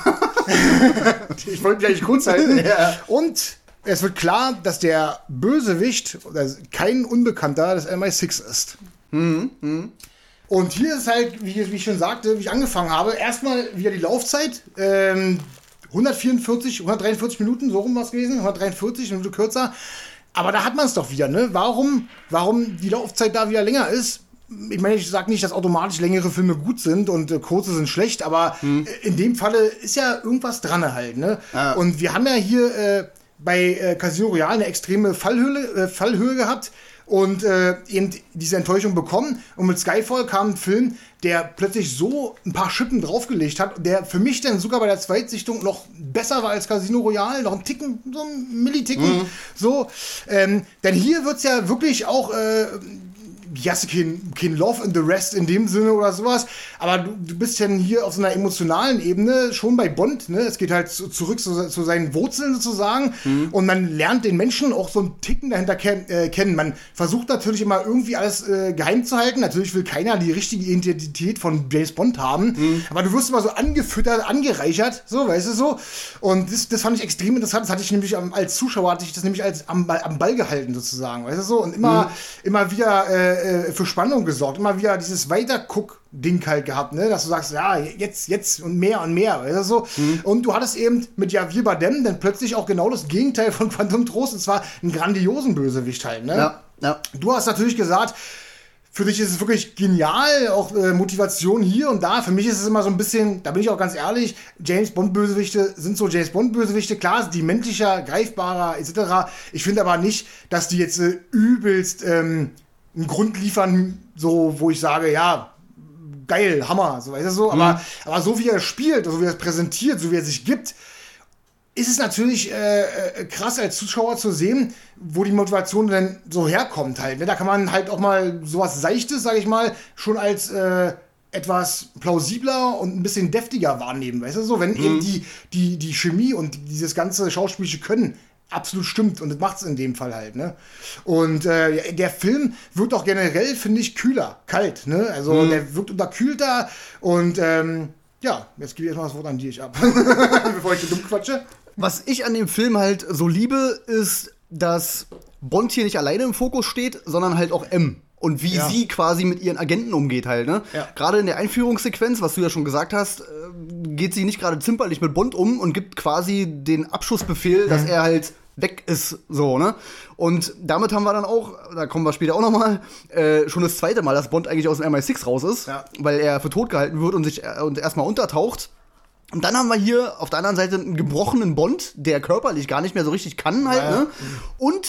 ich wollte mich eigentlich kurz halten. Ja. Und es wird klar, dass der Bösewicht kein Unbekannter des M I sechs ist. Mhm. Mhm. Und hier ist halt, wie, wie ich schon sagte, wie ich angefangen habe, erstmal wieder die Laufzeit. Ähm, hundertvierundvierzig, hundertdreiundvierzig Minuten, so rum war es gewesen, hundertdreiundvierzig Minuten kürzer. Aber da hat man es doch wieder, ne? Warum, warum die Laufzeit da wieder länger ist? Ich meine, ich sage nicht, dass automatisch längere Filme gut sind und äh, kurze sind schlecht, aber hm. in dem Falle ist ja irgendwas dran halt, ne? Ah. Und wir haben ja hier äh, bei äh, Casino Royale eine extreme Fallhöhe, äh, Fallhöhe gehabt und äh, eben diese Enttäuschung bekommen. Und mit Skyfall kam ein Film, der plötzlich so ein paar Schippen draufgelegt hat, der für mich dann sogar bei der Zweitsichtung noch besser war als Casino Royale, noch ein Ticken, so ein Milliticken, mhm. so. Ähm, denn hier wird's ja wirklich auch äh, ja, kein, kein Love and the Rest in dem Sinne oder sowas, aber du, du bist ja hier auf so einer emotionalen Ebene schon bei Bond, ne? Es geht halt zu, zurück zu, zu seinen Wurzeln sozusagen mhm. und man lernt den Menschen auch so einen Ticken dahinter ken, äh, kennen. Man versucht natürlich immer irgendwie alles äh, geheim zu halten. Natürlich will keiner die richtige Identität von James Bond haben, mhm. aber du wirst immer so angefüttert, angereichert, so, weißt du, so. Und das, das fand ich extrem interessant. Das hatte ich nämlich als Zuschauer, hatte ich das nämlich als am, am Ball gehalten sozusagen, weißt du, so. Und immer, mhm. immer wieder äh, für Spannung gesorgt, immer wieder dieses Weiterguck-Ding halt gehabt, ne, dass du sagst, ja, jetzt, jetzt und mehr und mehr, weißt du, so. Mhm. Und du hattest eben mit Javier Bardem dann plötzlich auch genau das Gegenteil von Quantum Trost, und zwar einen grandiosen Bösewicht halt, ne. Ja, ja. Du hast natürlich gesagt, für dich ist es wirklich genial, auch äh, Motivation hier und da. Für mich ist es immer so ein bisschen, da bin ich auch ganz ehrlich, James-Bond-Bösewichte sind so James-Bond-Bösewichte. Klar sind die menschlicher, greifbarer et cetera. Ich finde aber nicht, dass die jetzt äh, übelst ähm, einen Grund liefern, so, wo ich sage, ja, geil, Hammer, so, weißt du, so. Mhm. Aber, aber so wie er spielt, so wie er es präsentiert, so wie er sich gibt, ist es natürlich äh, krass als Zuschauer zu sehen, wo die Motivation dann so herkommt halt. Ne? Da kann man halt auch mal sowas Seichtes, sag ich mal, schon als äh, etwas plausibler und ein bisschen deftiger wahrnehmen, weißt du, so, wenn mhm. eben die, die, die Chemie und dieses ganze schauspielische Können absolut stimmt und das macht es in dem Fall halt, ne? Und äh, der Film wirkt auch generell, finde ich, kühler, kalt, ne? Also mhm. der wirkt unterkühlter und ähm, ja, jetzt gebe ich erstmal das Wort an dich ab, bevor ich so dumm quatsche. Was ich an dem Film halt so liebe, ist, dass Bond hier nicht alleine im Fokus steht, sondern halt auch M. Und wie ja. sie quasi mit ihren Agenten umgeht halt, ne? Ja. Gerade in der Einführungssequenz, was du ja schon gesagt hast, geht sie nicht gerade zimperlich mit Bond um und gibt quasi den Abschussbefehl, mhm. dass er halt weg ist, so, ne? Und damit haben wir dann auch, da kommen wir später auch noch mal, äh, schon das zweite Mal, dass Bond eigentlich aus dem M I sechs raus ist, ja. weil er für tot gehalten wird und sich äh, und erstmal untertaucht. Und dann haben wir hier auf der anderen Seite einen gebrochenen Bond, der körperlich gar nicht mehr so richtig kann halt, ja, ja. ne? Und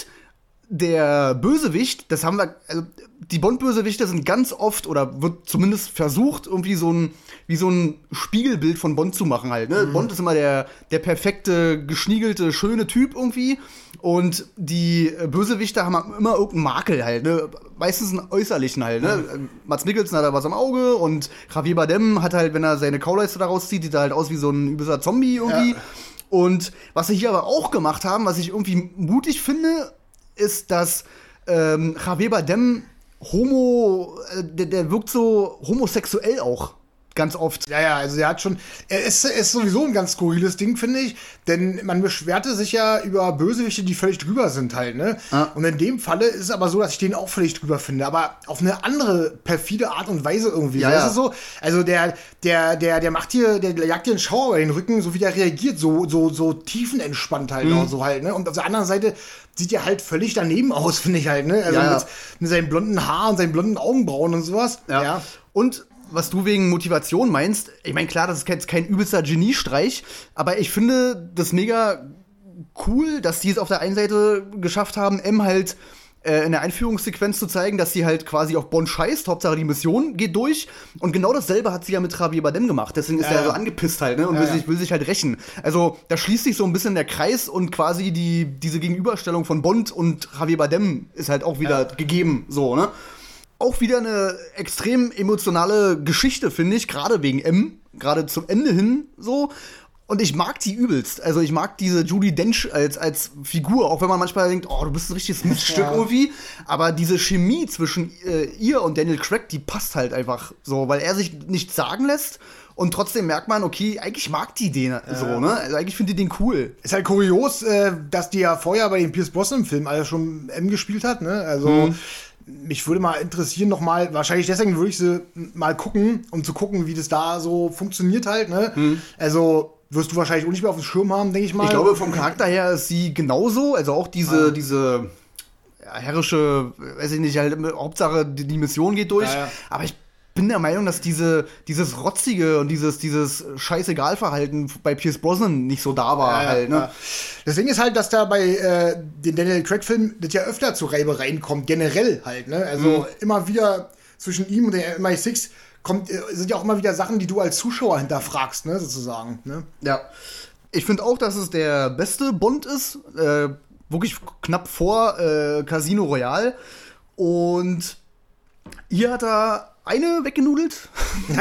der Bösewicht, das haben wir, also die Bond-Bösewichte sind ganz oft oder wird zumindest versucht, irgendwie so ein, wie so ein Spiegelbild von Bond zu machen halt, ne? Mhm. Bond ist immer der, der perfekte, geschniegelte, schöne Typ irgendwie und die Bösewichte haben immer irgendeinen Makel halt, ne? Meistens einen äußerlichen halt, ne? Mhm. Mads Mikkelsen hat da was am Auge und Javier Bardem hat halt, wenn er seine Kauleiste daraus zieht, sieht er halt aus wie so ein übelster Zombie irgendwie. Ja. Und was sie hier aber auch gemacht haben, was ich irgendwie mutig finde, ist, dass ähm, Javier Bardem homo, äh, der, der wirkt so homosexuell auch. Ganz oft. Ja, ja, also er hat schon, er ist, er ist sowieso ein ganz skurriles Ding, finde ich, denn man beschwerte sich ja über Bösewichte, die völlig drüber sind halt, ne? Ah. Und in dem Falle ist es aber so, dass ich den auch völlig drüber finde, aber auf eine andere, perfide Art und Weise irgendwie. Ja, ja. Ist so? Also der, der, der, der macht hier, der jagt dir einen Schauer über den Rücken, so wie der reagiert, so, so, so tiefenentspannt halt mhm. auch so halt, ne? Und auf der anderen Seite sieht er halt völlig daneben aus, finde ich halt, ne? Also ja, ja. Mit, mit seinen blonden Haaren und seinen blonden Augenbrauen und sowas. Ja. ja. Und was du wegen Motivation meinst, ich meine, klar, das ist jetzt kein übelster Geniestreich, aber ich finde das mega cool, dass die es auf der einen Seite geschafft haben, M halt äh, in der Einführungssequenz zu zeigen, dass sie halt quasi auf Bond scheißt, Hauptsache die Mission geht durch. Und genau dasselbe hat sie ja mit Javier Bardem gemacht, deswegen ist ja, er so angepisst halt, ne, und ja, will, sich, will sich halt rächen. Also da schließt sich so ein bisschen der Kreis und quasi die, diese Gegenüberstellung von Bond und Javier Bardem ist halt auch wieder ja. gegeben, so, ne? Auch wieder eine extrem emotionale Geschichte, finde ich, gerade wegen M, gerade zum Ende hin so. Und ich mag die übelst. Also ich mag diese Judi Dench als, als Figur, auch wenn man manchmal denkt, oh, du bist ein richtiges Miststück ja. irgendwie. Aber diese Chemie zwischen äh, ihr und Daniel Craig, die passt halt einfach so, weil er sich nichts sagen lässt. Und trotzdem merkt man, okay, eigentlich mag die den äh. so, ne? Also eigentlich finde ich den cool. Ist halt kurios, äh, dass die ja vorher bei den Pierce Brosnan-Filmen alle schon M gespielt hat, ne? Also hm. mich würde mal interessieren noch mal, wahrscheinlich deswegen würde ich sie mal gucken, um zu gucken, wie das da so funktioniert halt, ne? Hm. Also wirst du wahrscheinlich auch nicht mehr auf dem Schirm haben, denke ich mal. Ich glaube, vom Charakter her ist sie genauso, also auch diese, ah. diese ja, herrische, weiß ich nicht, halt, Hauptsache die, die Mission geht durch, ja, ja. aber ich bin der Meinung, dass diese, dieses Rotzige und dieses, dieses Scheißegal-Verhalten bei Pierce Brosnan nicht so da war. Ja, halt, ne? Ja. Das Ding ist halt, dass da bei äh, den Daniel Craig-Filmen das ja öfter zu Reibereien kommt, generell halt. Ne? Also mhm. immer wieder zwischen ihm und der M I sechs kommt, sind ja auch immer wieder Sachen, die du als Zuschauer hinterfragst, ne, sozusagen. Ne? Ja. Ich finde auch, dass es der beste Bond ist. Äh, wirklich knapp vor äh, Casino Royale. Und hier hat er eine weggenudelt.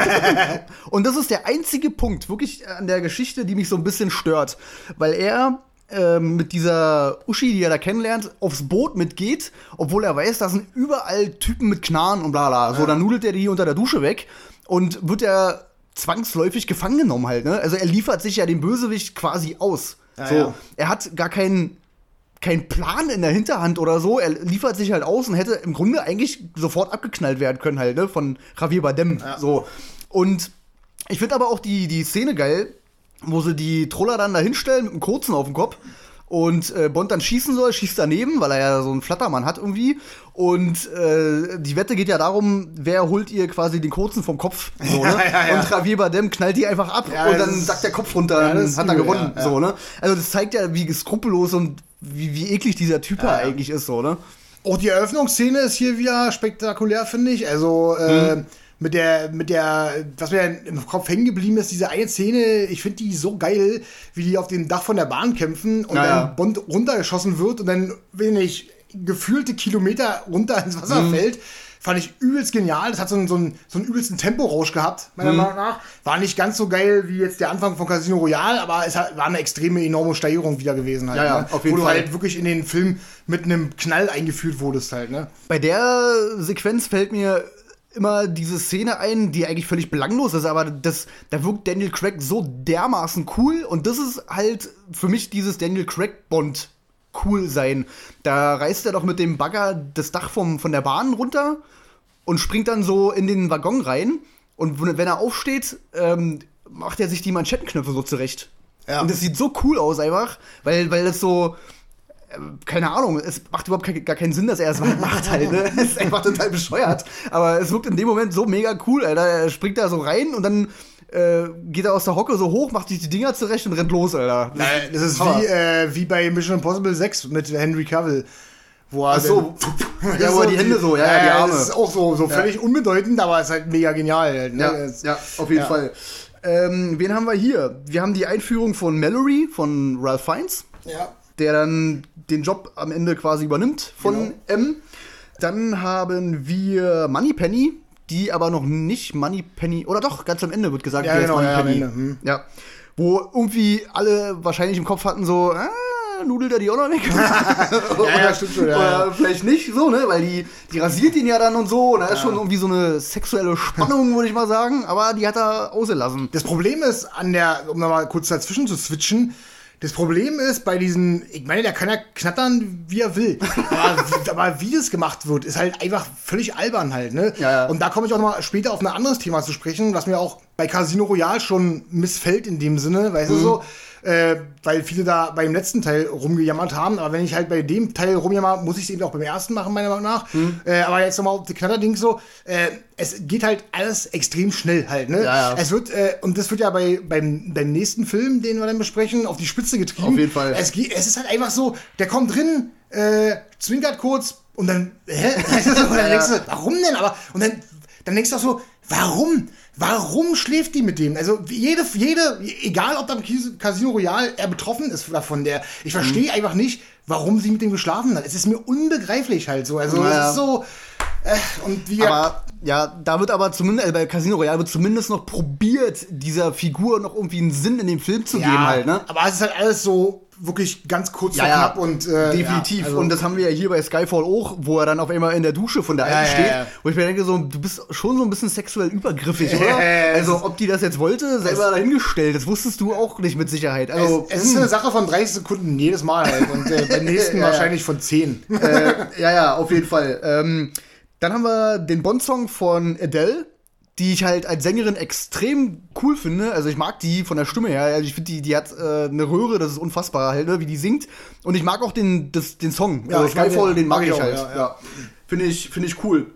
Und das ist der einzige Punkt, wirklich an der Geschichte, die mich so ein bisschen stört. Weil er ähm, mit dieser Uschi, die er da kennenlernt, aufs Boot mitgeht, obwohl er weiß, da sind überall Typen mit Knarren und bla bla. So, dann nudelt er die unter der Dusche weg und wird er zwangsläufig gefangen genommen halt, ne? Also er liefert sich ja den Bösewicht quasi aus. Ja, so, ja. Er hat gar keinen kein Plan in der Hinterhand oder so. Er liefert sich halt aus und hätte im Grunde eigentlich sofort abgeknallt werden können halt, ne, von Javier Bardem. Ja. So. Und ich finde aber auch die, die Szene geil, wo sie die Troller dann da hinstellen mit einem Kurzen auf dem Kopf und äh, Bond dann schießen soll, schießt daneben, weil er ja so einen Flattermann hat irgendwie. Und äh, die Wette geht ja darum, wer holt ihr quasi den Kurzen vom Kopf. So, ne? ja, ja, ja. Und Javier Bardem knallt die einfach ab ja, und dann sackt der Kopf runter, ja, dann hat er gewonnen. Ja, ja. So, ne? Also das zeigt ja, wie skrupellos und wie, wie eklig dieser Typ ja, ja. eigentlich ist, so, ne? Auch die Eröffnungsszene ist hier wieder spektakulär, finde ich. Also, äh, mhm. mit der, mit der, was mir im Kopf hängen geblieben ist, diese eine Szene, ich finde die so geil, wie die auf dem Dach von der Bahn kämpfen und naja. dann Bond runtergeschossen wird und dann, wenn ich gefühlte Kilometer runter ins Wasser mhm. fällt. fand ich übelst genial. Das hat so einen, so einen, so einen übelsten Temporausch gehabt, meiner mhm. Meinung nach. War nicht ganz so geil wie jetzt der Anfang von Casino Royale, aber es hat, war eine extreme, enorme Steigerung wieder gewesen halt. Ja, ja, ne? auf jeden Wo Fall. du halt wirklich in den Film mit einem Knall eingeführt wurdest halt, ne? Bei der Sequenz fällt mir immer diese Szene ein, die eigentlich völlig belanglos ist, aber das, da wirkt Daniel Craig so dermaßen cool und das ist halt für mich dieses Daniel Craig Bond cool sein. Da reißt er doch mit dem Bagger das Dach vom, von der Bahn runter und springt dann so in den Waggon rein und wenn er aufsteht, ähm, macht er sich die Manschettenknöpfe so zurecht. Ja. Und das sieht so cool aus einfach, weil, weil das so keine Ahnung, es macht überhaupt gar keinen Sinn, dass er es macht halt, ne? Es ist einfach total bescheuert. Aber es wirkt in dem Moment so mega cool, Alter. Er springt da so rein und dann äh, geht er aus der Hocke so hoch, macht sich die Dinger zurecht und rennt los, Alter. Das, Nein, das ist wie, äh, wie bei Mission Impossible sechs mit Henry Cavill. Wo er Ach so, denn, ja, wo er die Hände so, ja, ja, die Arme. Das ist auch so, so völlig ja. unbedeutend, aber es ist halt mega genial. Halt, ne? Ja, ja, auf jeden ja. Fall. Ähm, wen haben wir hier? Wir haben die Einführung von Mallory, von Ralph Fiennes. Ja. Der dann den Job am Ende quasi übernimmt von genau. M. Dann haben wir Moneypenny, die aber noch nicht Moneypenny, oder doch, ganz am Ende wird gesagt, ja, die genau, heißt Moneypenny. Ja, hm. ja. Wo irgendwie alle wahrscheinlich im Kopf hatten so, ah, nudelt er die auch noch weg? oder, ja, ja, stimmt schon, ja. Oder vielleicht nicht so, ne, weil die, die rasiert ihn ja dann und so, und da ja. ist schon irgendwie so eine sexuelle Spannung, würde ich mal sagen, aber die hat er ausgelassen. Das Problem ist an der, um da mal kurz dazwischen zu switchen, das Problem ist bei diesen, ich meine, der kann ja knattern, wie er will. aber, aber wie das gemacht wird, ist halt einfach völlig albern halt, ne? Ja, ja. Und da komme ich auch noch mal später auf ein anderes Thema zu sprechen, was mir auch bei Casino Royale schon missfällt in dem Sinne, weißt mhm. du so, äh, weil viele da beim letzten Teil rumgejammert haben. Aber wenn ich halt bei dem Teil rumjammer, muss ich es eben auch beim ersten machen, meiner Meinung nach. Mhm. Äh, aber jetzt nochmal auf die Knatterding so, äh, es geht halt alles extrem schnell halt, ne? Ja, ja. Es wird, äh, und das wird ja bei, beim, beim nächsten Film, den wir dann besprechen, auf die Spitze getrieben. Auf jeden Fall. Es, es ist halt einfach so, der kommt drin, äh, zwinkert kurz und dann, hä? und dann denkst du, warum denn? Aber, und dann, dann denkst du auch so, warum? Warum schläft die mit dem? Also jede, jede, egal ob beim Casino Royale er betroffen ist davon, der, ich verstehe mhm. einfach nicht, warum sie mit dem geschlafen hat. Es ist mir unbegreiflich halt so. Also naja. es ist so, äh, und wie aber ja, da wird aber zumindest, äh, bei Casino Royale wird zumindest noch probiert, dieser Figur noch irgendwie einen Sinn in dem Film zu ja, geben halt, ne? Aber es ist halt alles so wirklich ganz kurz ja, vor ja, knapp und äh, definitiv. Ja, also und das haben wir ja hier bei Skyfall auch, wo er dann auf einmal in der Dusche von der Alten ja, steht, ja, ja. wo ich mir denke, so, du bist schon so ein bisschen sexuell übergriffig, oder? Also, ob die das jetzt wollte, selber dahingestellt, das wusstest du auch nicht mit Sicherheit. Also, es, es ist eine Sache von dreißig Sekunden jedes Mal halt und äh, beim nächsten ja, wahrscheinlich von zehn. Äh, ja, ja, auf jeden Fall. Ähm, dann haben wir den Bond-Song von Adele, die ich halt als Sängerin extrem cool finde. Also ich mag die von der Stimme her. Also ich finde, die, die hat äh, eine Röhre, das ist unfassbar halt, ne, wie die singt. Und ich mag auch den, das, den Song. Ja, also Skyfall, den mag ich, auch, halt. Ja, ja. Ja. Finde ich, find ich cool.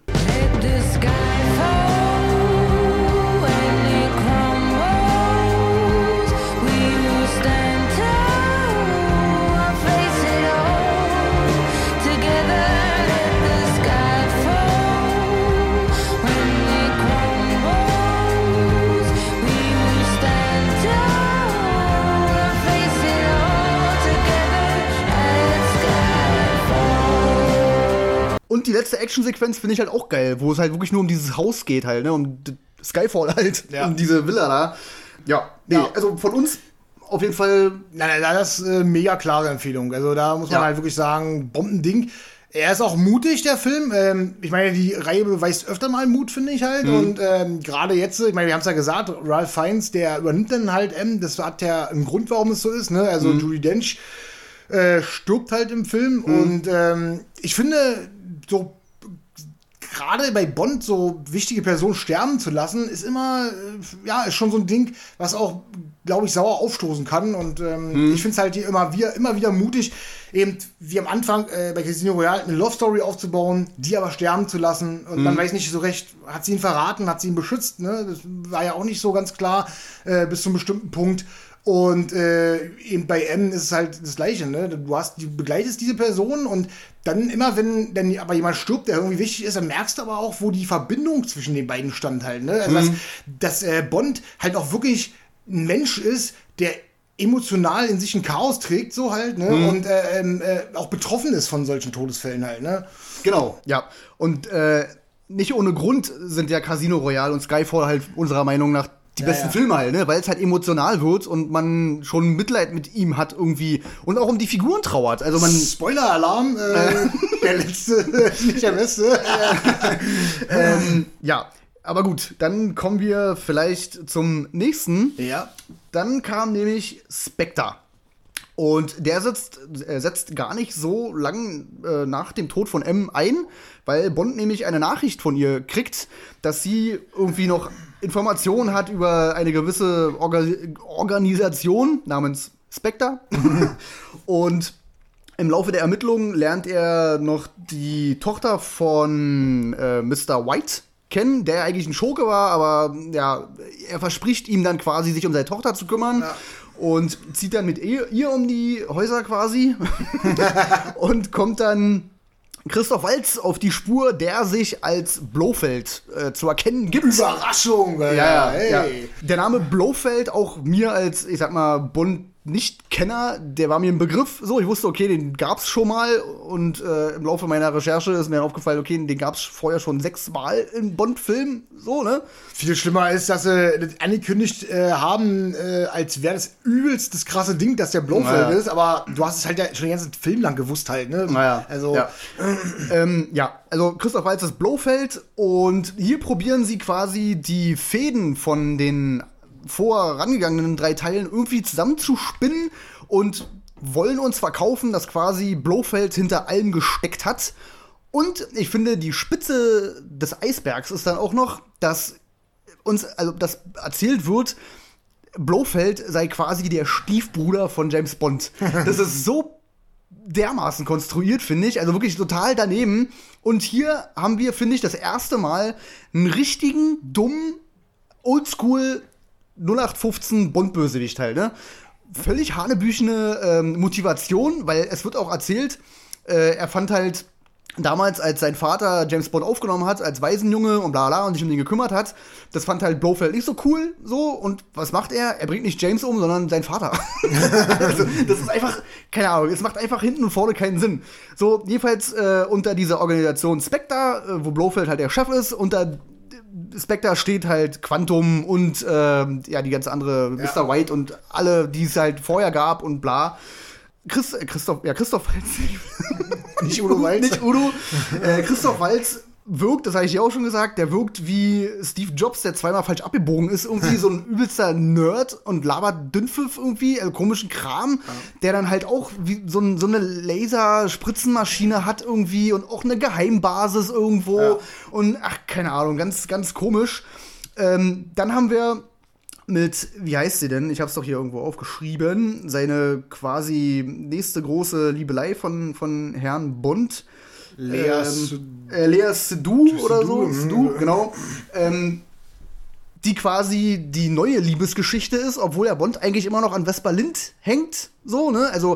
Und die letzte Actionsequenz finde ich halt auch geil, wo es halt wirklich nur um dieses Haus geht halt, ne, um Skyfall halt, ja. um diese Villa da. Ja, nee, ja. also von uns auf jeden Fall. Nein, nein, das ist eine mega klare Empfehlung. Also da muss man ja. halt wirklich sagen, Bombending. Er ist auch mutig, der Film. Ähm, ich meine, die Reihe beweist öfter mal Mut, finde ich halt. Mhm. Und ähm, gerade jetzt, ich meine, wir haben es ja gesagt, Ralph Fiennes, der übernimmt dann halt M. Das hat ja einen Grund, warum es so ist, ne? Also mhm. Judi Dench äh, stirbt halt im Film. Mhm. Und ähm, ich finde, so gerade bei Bond so wichtige Personen sterben zu lassen, ist immer, äh, ja, ist schon so ein Ding, was auch, glaube ich, sauer aufstoßen kann. Und ähm, hm. ich finde es halt hier immer wieder, immer wieder mutig, eben wie am Anfang äh, bei Casino Royale eine Love Story aufzubauen, die aber sterben zu lassen. Und hm. man weiß nicht so recht, hat sie ihn verraten, hat sie ihn beschützt, ne? Das war ja auch nicht so ganz klar äh, bis zu einem bestimmten Punkt. Und äh, eben bei M ist es halt das Gleiche, ne? Du hast, du begleitest diese Person und dann immer, wenn dann aber jemand stirbt, der irgendwie wichtig ist, dann merkst du aber auch, wo die Verbindung zwischen den beiden stand halt, ne? Also, mhm. dass, dass äh, Bond halt auch wirklich ein Mensch ist, der emotional in sich ein Chaos trägt, so halt, ne? Mhm. Und äh, äh, auch betroffen ist von solchen Todesfällen halt, ne? Genau, ja. Und äh, nicht ohne Grund sind ja Casino Royale und Skyfall halt unserer Meinung nach die ja, besten ja. Filme halt, ne? Weil es halt emotional wird und man schon Mitleid mit ihm hat irgendwie und auch um die Figuren trauert. Also man Spoiler-Alarm, äh, der letzte, nicht der beste. ähm, ja, aber gut, dann kommen wir vielleicht zum nächsten. Ja. Dann kam nämlich Spectre. Und der sitzt, äh, setzt gar nicht so lang äh, nach dem Tod von M ein, weil Bond nämlich eine Nachricht von ihr kriegt, dass sie irgendwie noch Informationen hat über eine gewisse Orga Organisation namens Spectre. Und im Laufe der Ermittlungen lernt er noch die Tochter von äh, Mister White kennen, der eigentlich ein Schurke war, aber ja, er verspricht ihm dann quasi, sich um seine Tochter zu kümmern. Ja. Und zieht dann mit ihr, ihr um die Häuser quasi und kommt dann Christoph Waltz auf die Spur, der sich als Blofeld äh, zu erkennen gibt. Überraschung! Ja, ja, hey. Ja. Der Name Blofeld, auch mir als, ich sag mal, Bond Nicht-Kenner, der war mir ein Begriff. So, ich wusste, okay, den gab's schon mal. Und äh, im Laufe meiner Recherche ist mir aufgefallen, okay, den gab's vorher schon sechsmal in Bond-Filmen. So, ne? Viel schlimmer ist, dass sie das angekündigt äh, haben, äh, als wäre das übelst das krasse Ding, dass der Blofeld naja. ist. Aber du hast es halt ja schon den ganzen Film lang gewusst halt, ne? Naja. Also, ja. ähm, ja, also Christoph Waltz ist Blofeld. Und hier probieren sie quasi die Fäden von den vorangegangenen drei Teilen irgendwie zusammenzuspinnen und wollen uns verkaufen, dass quasi Blofeld hinter allem gesteckt hat. Und ich finde, die Spitze des Eisbergs ist dann auch noch, dass uns, also das erzählt wird, Blofeld sei quasi der Stiefbruder von James Bond. Das ist so dermaßen konstruiert, finde ich. Also wirklich total daneben. Und hier haben wir, finde ich, das erste Mal einen richtigen, dummen, oldschool null acht fünfzehn Bond-Bösewicht halt, ne? Völlig hanebüchene ähm, Motivation, weil es wird auch erzählt, äh, er fand halt damals, als sein Vater James Bond aufgenommen hat, als Waisenjunge und bla bla und sich um den gekümmert hat, das fand halt Blofeld nicht so cool, so, und was macht er? Er bringt nicht James um, sondern seinen Vater. Also, das ist einfach, keine Ahnung, es macht einfach hinten und vorne keinen Sinn. So, jedenfalls äh, unter dieser Organisation Spectre, äh, wo Blofeld halt der Chef ist, unter Spectre steht halt Quantum und äh, ja, die ganze andere ja. Mister White und alle, die es halt vorher gab und bla. Chris, äh, Christoph, ja, Christoph Waltz. Nicht Udo Waltz. Nicht Udo. Äh, Christoph Waltz wirkt, das habe ich dir auch schon gesagt, der wirkt wie Steve Jobs, der zweimal falsch abgebogen ist. Irgendwie so ein übelster Nerd und labert Dünnpfiff irgendwie, also komischen Kram, ja. der dann halt auch wie so, ein, so eine Laserspritzenmaschine hat irgendwie und auch eine Geheimbasis irgendwo. Ja. Und ach, keine Ahnung, ganz, ganz komisch. Ähm, dann haben wir mit, wie heißt sie denn? Ich hab's doch hier irgendwo aufgeschrieben. Seine quasi nächste große Liebelei von, von Herrn Bond. Lea ähm, äh, Lea Seydoux oder so. Seydoux, genau. Ähm, die quasi die neue Liebesgeschichte ist, obwohl der Bond eigentlich immer noch an Vesper Lind hängt. So, ne? Also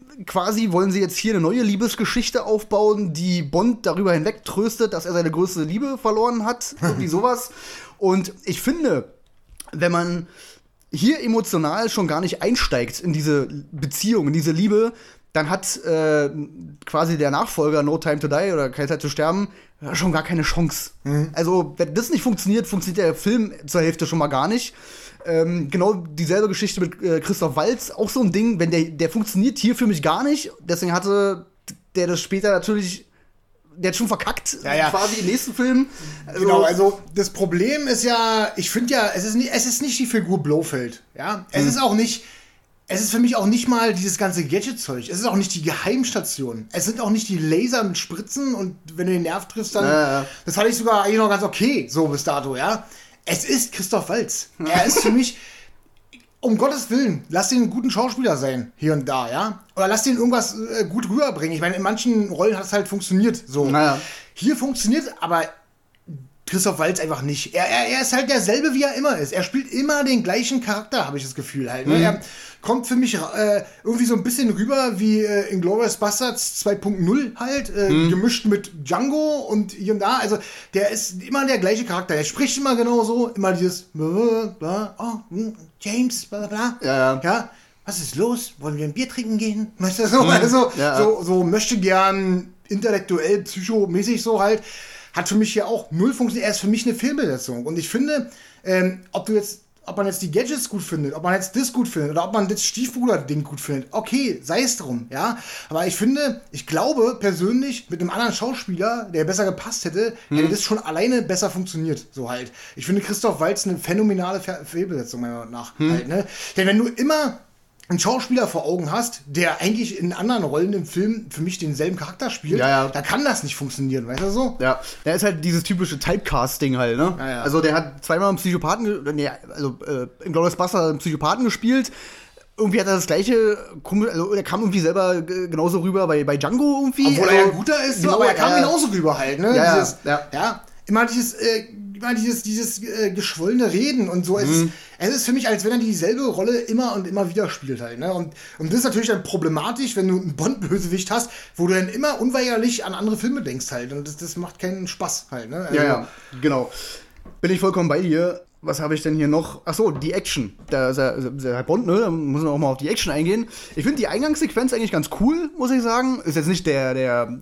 quasi wollen sie jetzt hier eine neue Liebesgeschichte aufbauen, die Bond darüber hinweg tröstet, dass er seine größte Liebe verloren hat. Irgendwie sowas. Und ich finde, wenn man hier emotional schon gar nicht einsteigt in diese Beziehung, in diese Liebe, dann hat äh, quasi der Nachfolger No Time to Die oder Keine Zeit zu sterben schon gar keine Chance. Mhm. Also, wenn das nicht funktioniert, funktioniert der Film zur Hälfte schon mal gar nicht. Ähm, genau dieselbe Geschichte mit äh, Christoph Waltz, auch so ein Ding, wenn der, der funktioniert hier für mich gar nicht. Deswegen hatte der das später natürlich, der hat schon verkackt, ja, ja. quasi im nächsten Film. Also, genau, also das Problem ist ja, ich finde ja, es ist, nicht, es ist nicht die Figur Blofeld. Ja? Es mhm. ist auch nicht. Es ist für mich auch nicht mal dieses ganze Gadget-Zeug. Es ist auch nicht die Geheimstation. Es sind auch nicht die Laser mit Spritzen und wenn du den Nerv triffst, dann. Ja, ja. Das fand ich sogar eigentlich noch ganz okay, so bis dato, ja. Es ist Christoph Waltz. Er ist für mich, um Gottes Willen, lass den einen guten Schauspieler sein, hier und da, ja. Oder lass den irgendwas äh, gut rüberbringen. Ich meine, in manchen Rollen hat es halt funktioniert, so. Ja. Hier funktioniert, aber Christoph Waltz einfach nicht. Er, er, er ist halt derselbe, wie er immer ist. Er spielt immer den gleichen Charakter, habe ich das Gefühl halt. Mhm. Er kommt für mich äh, irgendwie so ein bisschen rüber wie äh, Inglourious Basterds zwei Punkt null halt, äh, mhm. gemischt mit Django und hier und da. Also der ist immer der gleiche Charakter. Er spricht immer genau so, immer dieses bla, oh, James, bla bla. Ja, ja. ja. Was ist los? Wollen wir ein Bier trinken gehen? Weißt du, so, mhm. also, ja, so, so möchte gern intellektuell, psychomäßig so halt. hat für mich hier auch null funktioniert. Er ist für mich eine Fehlbesetzung. Und ich finde, ähm, ob du jetzt ob man jetzt die Gadgets gut findet, ob man jetzt das gut findet oder ob man das Stiefbruder-Ding gut findet, okay, sei es drum, ja. Aber ich finde, ich glaube persönlich, mit einem anderen Schauspieler, der besser gepasst hätte, hm. hätte das schon alleine besser funktioniert, so halt. Ich finde Christoph Waltz eine phänomenale Fe- Fehlbesetzung, meiner Meinung nach. Hm. Halt, ne? Denn wenn du immer einen Schauspieler vor Augen hast, der eigentlich in anderen Rollen im Film für mich denselben Charakter spielt, ja, ja. da kann das nicht funktionieren, weißt du so? Ja, der ist halt dieses typische Typecasting halt, ne? Ja, ja. Also der hat zweimal einen Psychopathen, ge- nee, also äh, in Glorious Buster einen Psychopathen gespielt. Irgendwie hat er das gleiche, also er kam irgendwie selber g- genauso rüber bei, bei Django irgendwie. Obwohl also, er ja guter ist, genau, aber er kam ja, genauso rüber halt, ne? Ja, dieses, ja. ja. Immer dieses, äh, immer dieses, dieses äh, geschwollene Reden und so. Es, Mhm. ist, es ist für mich, als wenn er dieselbe Rolle immer und immer wieder spielt halt, ne? Und, und das ist natürlich dann problematisch, wenn du einen Bond-Bösewicht hast, wo du dann immer unweigerlich an andere Filme denkst halt. Und das, das macht keinen Spaß halt, ne? Also, ja, ja, genau. Bin ich vollkommen bei dir. Was habe ich denn hier noch? Ach so, die Action. Da ist ja der Bond, ne? Da muss man auch mal auf die Action eingehen. Ich finde die Eingangssequenz eigentlich ganz cool, muss ich sagen. Ist jetzt nicht der, der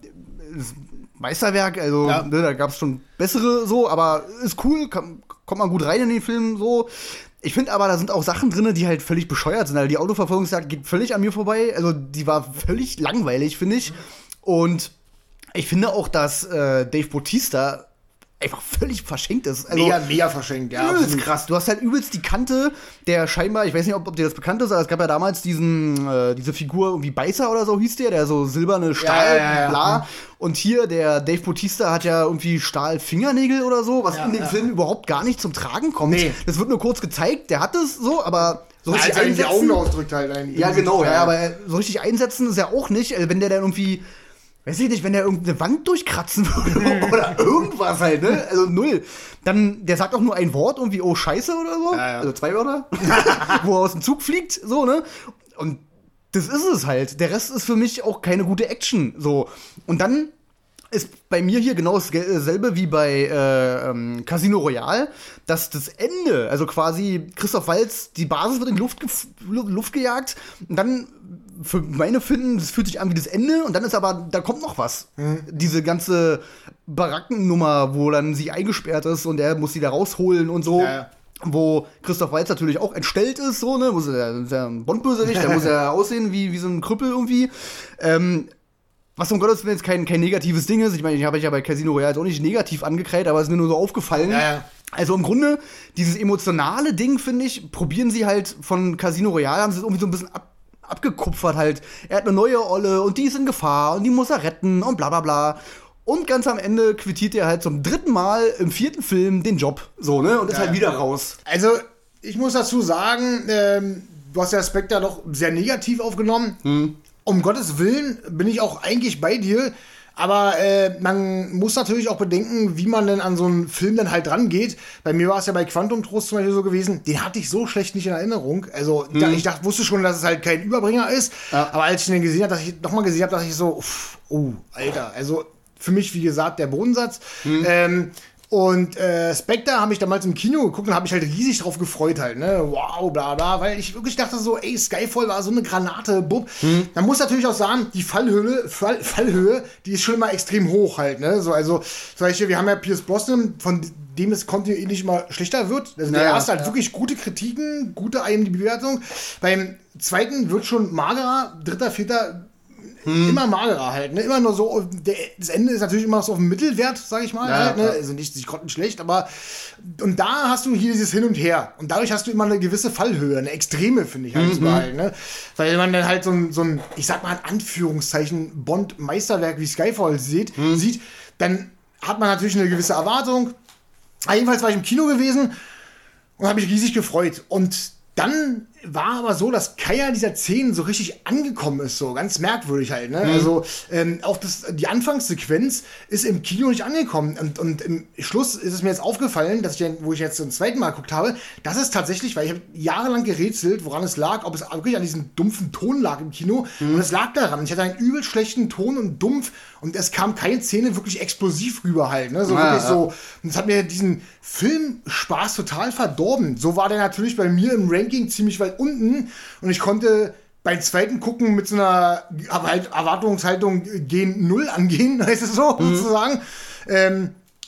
Meisterwerk, also ja. ne, da gab es schon bessere so, aber ist cool, kann, kommt man gut rein in den Film so. Ich finde aber, da sind auch Sachen drin, die halt völlig bescheuert sind. Also die Autoverfolgungsjagd geht völlig an mir vorbei. Also die war völlig langweilig, finde ich. Und ich finde auch, dass äh, Dave Bautista einfach völlig verschenkt ist. Also, mega, mega verschenkt, ja. Übelst krass. Du hast halt übelst die Kante, der scheinbar, ich weiß nicht, ob, ob dir das bekannt ist, aber es gab ja damals diesen, äh, diese Figur, irgendwie Beißer oder so hieß der, der so silberne Stahl, ja, ja, ja, bla. ja. Und hier, der Dave Bautista hat ja irgendwie Stahlfingernägel oder so, was ja, in dem ja. Film überhaupt gar nicht zum Tragen kommt. Nee. Das wird nur kurz gezeigt, der hat es so, aber so ja, richtig als er die Augen einsetzen. ausdrückt halt. Ein, Ja, genau, ja, aber so richtig einsetzen ist ja auch nicht, also wenn der dann irgendwie, weiß ich nicht, wenn der irgendeine Wand durchkratzen würde oder irgendwas halt, ne? Also null. Dann, der sagt auch nur ein Wort, irgendwie, oh Scheiße oder so. Ja, ja. Also zwei Wörter, wo er aus dem Zug fliegt, so, ne? Und das ist es halt. Der Rest ist für mich auch keine gute Action, so. Und dann ist bei mir hier genau dasselbe wie bei äh, ähm, Casino Royale, dass das Ende, also quasi Christoph Waltz, die Basis wird in die Luft, gef- Luft gejagt und dann, für meine Finden, das fühlt sich an wie das Ende und dann ist aber, da kommt noch was. Mhm. Diese ganze Barackennummer, wo dann sie eingesperrt ist und er muss sie da rausholen und so. Ja, ja. Wo Christoph Waltz natürlich auch entstellt ist, so, ne, muss er, ist ja ein Bond-Bösewicht, der muss ja aussehen wie, wie so ein Krüppel irgendwie. Ähm, Was um Gottes Willen jetzt kein, kein negatives Ding ist. Ich meine, ich habe ja bei Casino Royale jetzt auch nicht negativ angekreidet, aber es ist mir nur so aufgefallen. Ja, ja. Also im Grunde, dieses emotionale Ding, finde ich, probieren sie halt von Casino Royale, haben sie es irgendwie so ein bisschen ab, abgekupfert halt. Er hat eine neue Olle und die ist in Gefahr und die muss er retten und bla bla bla. Und ganz am Ende quittiert er halt zum dritten Mal im vierten Film den Job. So, ne? Und ist Ja, halt wieder raus. Also, ich muss dazu sagen, ähm, du hast ja Spectre doch sehr negativ aufgenommen. Hm. Um Gottes Willen bin ich auch eigentlich bei dir. Aber äh, man muss natürlich auch bedenken, wie man denn an so einen Film dann halt rangeht. Bei mir war es ja bei Quantum Trost zum Beispiel so gewesen, den hatte ich so schlecht nicht in Erinnerung. Also hm. da, ich dachte, wusste schon, dass es halt kein Überbringer ist. Ja. Aber als ich den gesehen habe, dass ich nochmal gesehen habe, dachte ich so, uff, oh, Alter. Also für mich, wie gesagt, der Bodensatz. Hm. Ähm, Und äh, Spectre habe ich damals im Kino geguckt und habe mich halt riesig drauf gefreut halt, ne? Wow, bla bla, weil ich wirklich dachte so, ey, Skyfall war so eine Granate, bub. Hm. Man muss natürlich auch sagen, die Fallhöhe, Fall, Fallhöhe, die ist schon immer extrem hoch halt, ne? So, also, zum Beispiel, wir haben ja Pierce Brosnan, von dem es kontinuierlich immer schlechter wird. Also der ja, erste hat ja. wirklich gute Kritiken, gute I M D B-Bewertung. Beim zweiten wird schon magerer, dritter, vierter Hm. immer magerer halt, ne? Immer nur so, der, das Ende ist natürlich immer so auf dem Mittelwert, sag ich mal, ja, halt, ne? Ja. Also nicht, nicht grottenschlecht, aber und da hast du hier dieses Hin und Her und dadurch hast du immer eine gewisse Fallhöhe, eine extreme, finde ich halt, mhm. halt, ne? Weil man dann halt so ein, so ein, ich sag mal in Anführungszeichen, Bond-Meisterwerk wie Skyfall sieht, mhm. sieht, dann hat man natürlich eine gewisse Erwartung. Jedenfalls war ich im Kino gewesen und habe mich riesig gefreut und dann war aber so, dass keiner dieser Szenen so richtig angekommen ist, so ganz merkwürdig halt, ne? Mhm. Also ähm, auch das, die Anfangssequenz ist im Kino nicht angekommen und, und im Schluss ist es mir jetzt aufgefallen, dass ich, wo ich jetzt zum zweiten Mal geguckt habe, dass es tatsächlich, weil ich habe jahrelang gerätselt, woran es lag, ob es wirklich an diesem dumpfen Ton lag im Kino mhm. und es lag daran. Ich hatte einen übel schlechten Ton und dumpf und es kam keine Szene wirklich explosiv rüber halt, ne? So ja, wirklich ja. so. Und es hat mir diesen Filmspaß total verdorben. So war der natürlich bei mir im Ranking ziemlich weit unten und ich konnte beim zweiten Gucken mit so einer Erwartungshaltung gen Null angehen, heißt es so, mhm. sozusagen. Ähm,